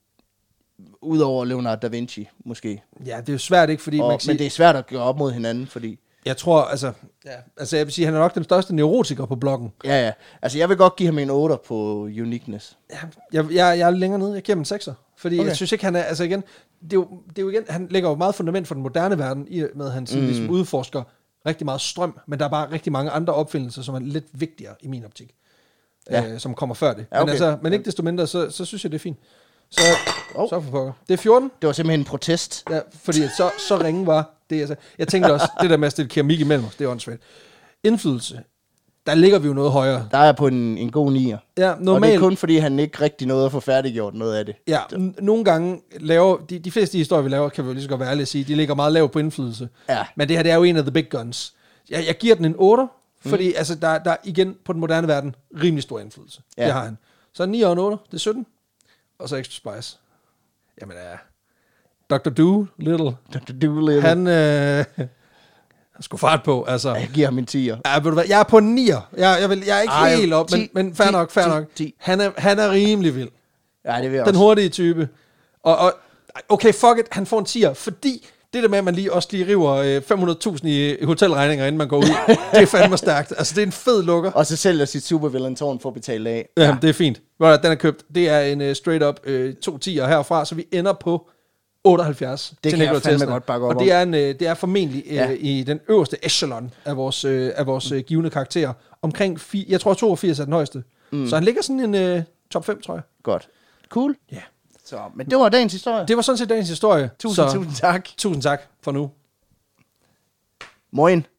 Udover Leonardo da Vinci, måske. Ja, det er jo svært, ikke? Fordi man kan sige, men det er svært at gøre op mod hinanden, fordi... Jeg tror, altså jeg vil sige, han er nok den største neurotiker på bloggen. Ja. Altså, jeg vil godt give ham en 8 på uniqueness. Ja, jeg er længere nede. Jeg giver ham en 6'er. Fordi jeg synes ikke, han er... Altså igen, det er jo igen, han lægger jo meget fundament for den moderne verden, i med at han ligesom udforsker rigtig meget strøm, men der er bare rigtig mange andre opfindelser, som er lidt vigtigere i min optik, som kommer før det. Ja, okay. Men ikke desto mindre, så synes jeg, det er fint. Så for pokker. Det er 14. Det var simpelthen en protest. Ja, fordi så ringe var det, jeg sagde. Jeg tænkte også, det der med at stille keramik imellem os, det er åndssvagt. Indflydelse. Der ligger vi jo noget højere. Der er på en god 9'er. Ja, normalt. Og det er kun fordi, han ikke rigtig nåede at få færdiggjort noget af det. Ja, nogle gange laver, de fleste af de historier, vi laver, kan vi jo lige så godt være ærlige at sige, de ligger meget lavt på indflydelse. Ja. Men det her, det er jo en af the big guns. Jeg giver den en 8, fordi altså, der er igen på den moderne verden rimelig stor indflydelse. Ja. Det har han. Så 9 og en 8, det er 17. Og så Extra Spice. Jamen Dr. Dolittle. Dr. Dolittle. Han skulle fart på, altså. Jeg giver ham en 10'er. Ja, ved du hvad, jeg er på en 9'er. Jeg er ikke helt op, men fair nok. 10. Han er rimelig vild. Ja, det vil jeg Den hurtige type. Og okay, fuck it, han får en 10'er, fordi det der med, at man også lige river 500.000 i hotelregninger, inden man går ud, det er fandme stærkt. Altså, det er en fed lukker. Og så sælger sit supervillain-tårn for at betale af. Ja, det er fint. Den er købt. Det er en straight up 2 10'er herfra, så vi ender på 78. Det kan jeg fandme godt bakke op og det er formentlig i den øverste echelon af vores givende karakterer. Omkring, jeg tror 82 er den højeste. Så han ligger sådan en top 5, tror jeg. Godt. Cool. Ja. Så, men det var dagens historie. Det var sådan set dagens historie. Tusind tak. Tusind tak for nu. Moin.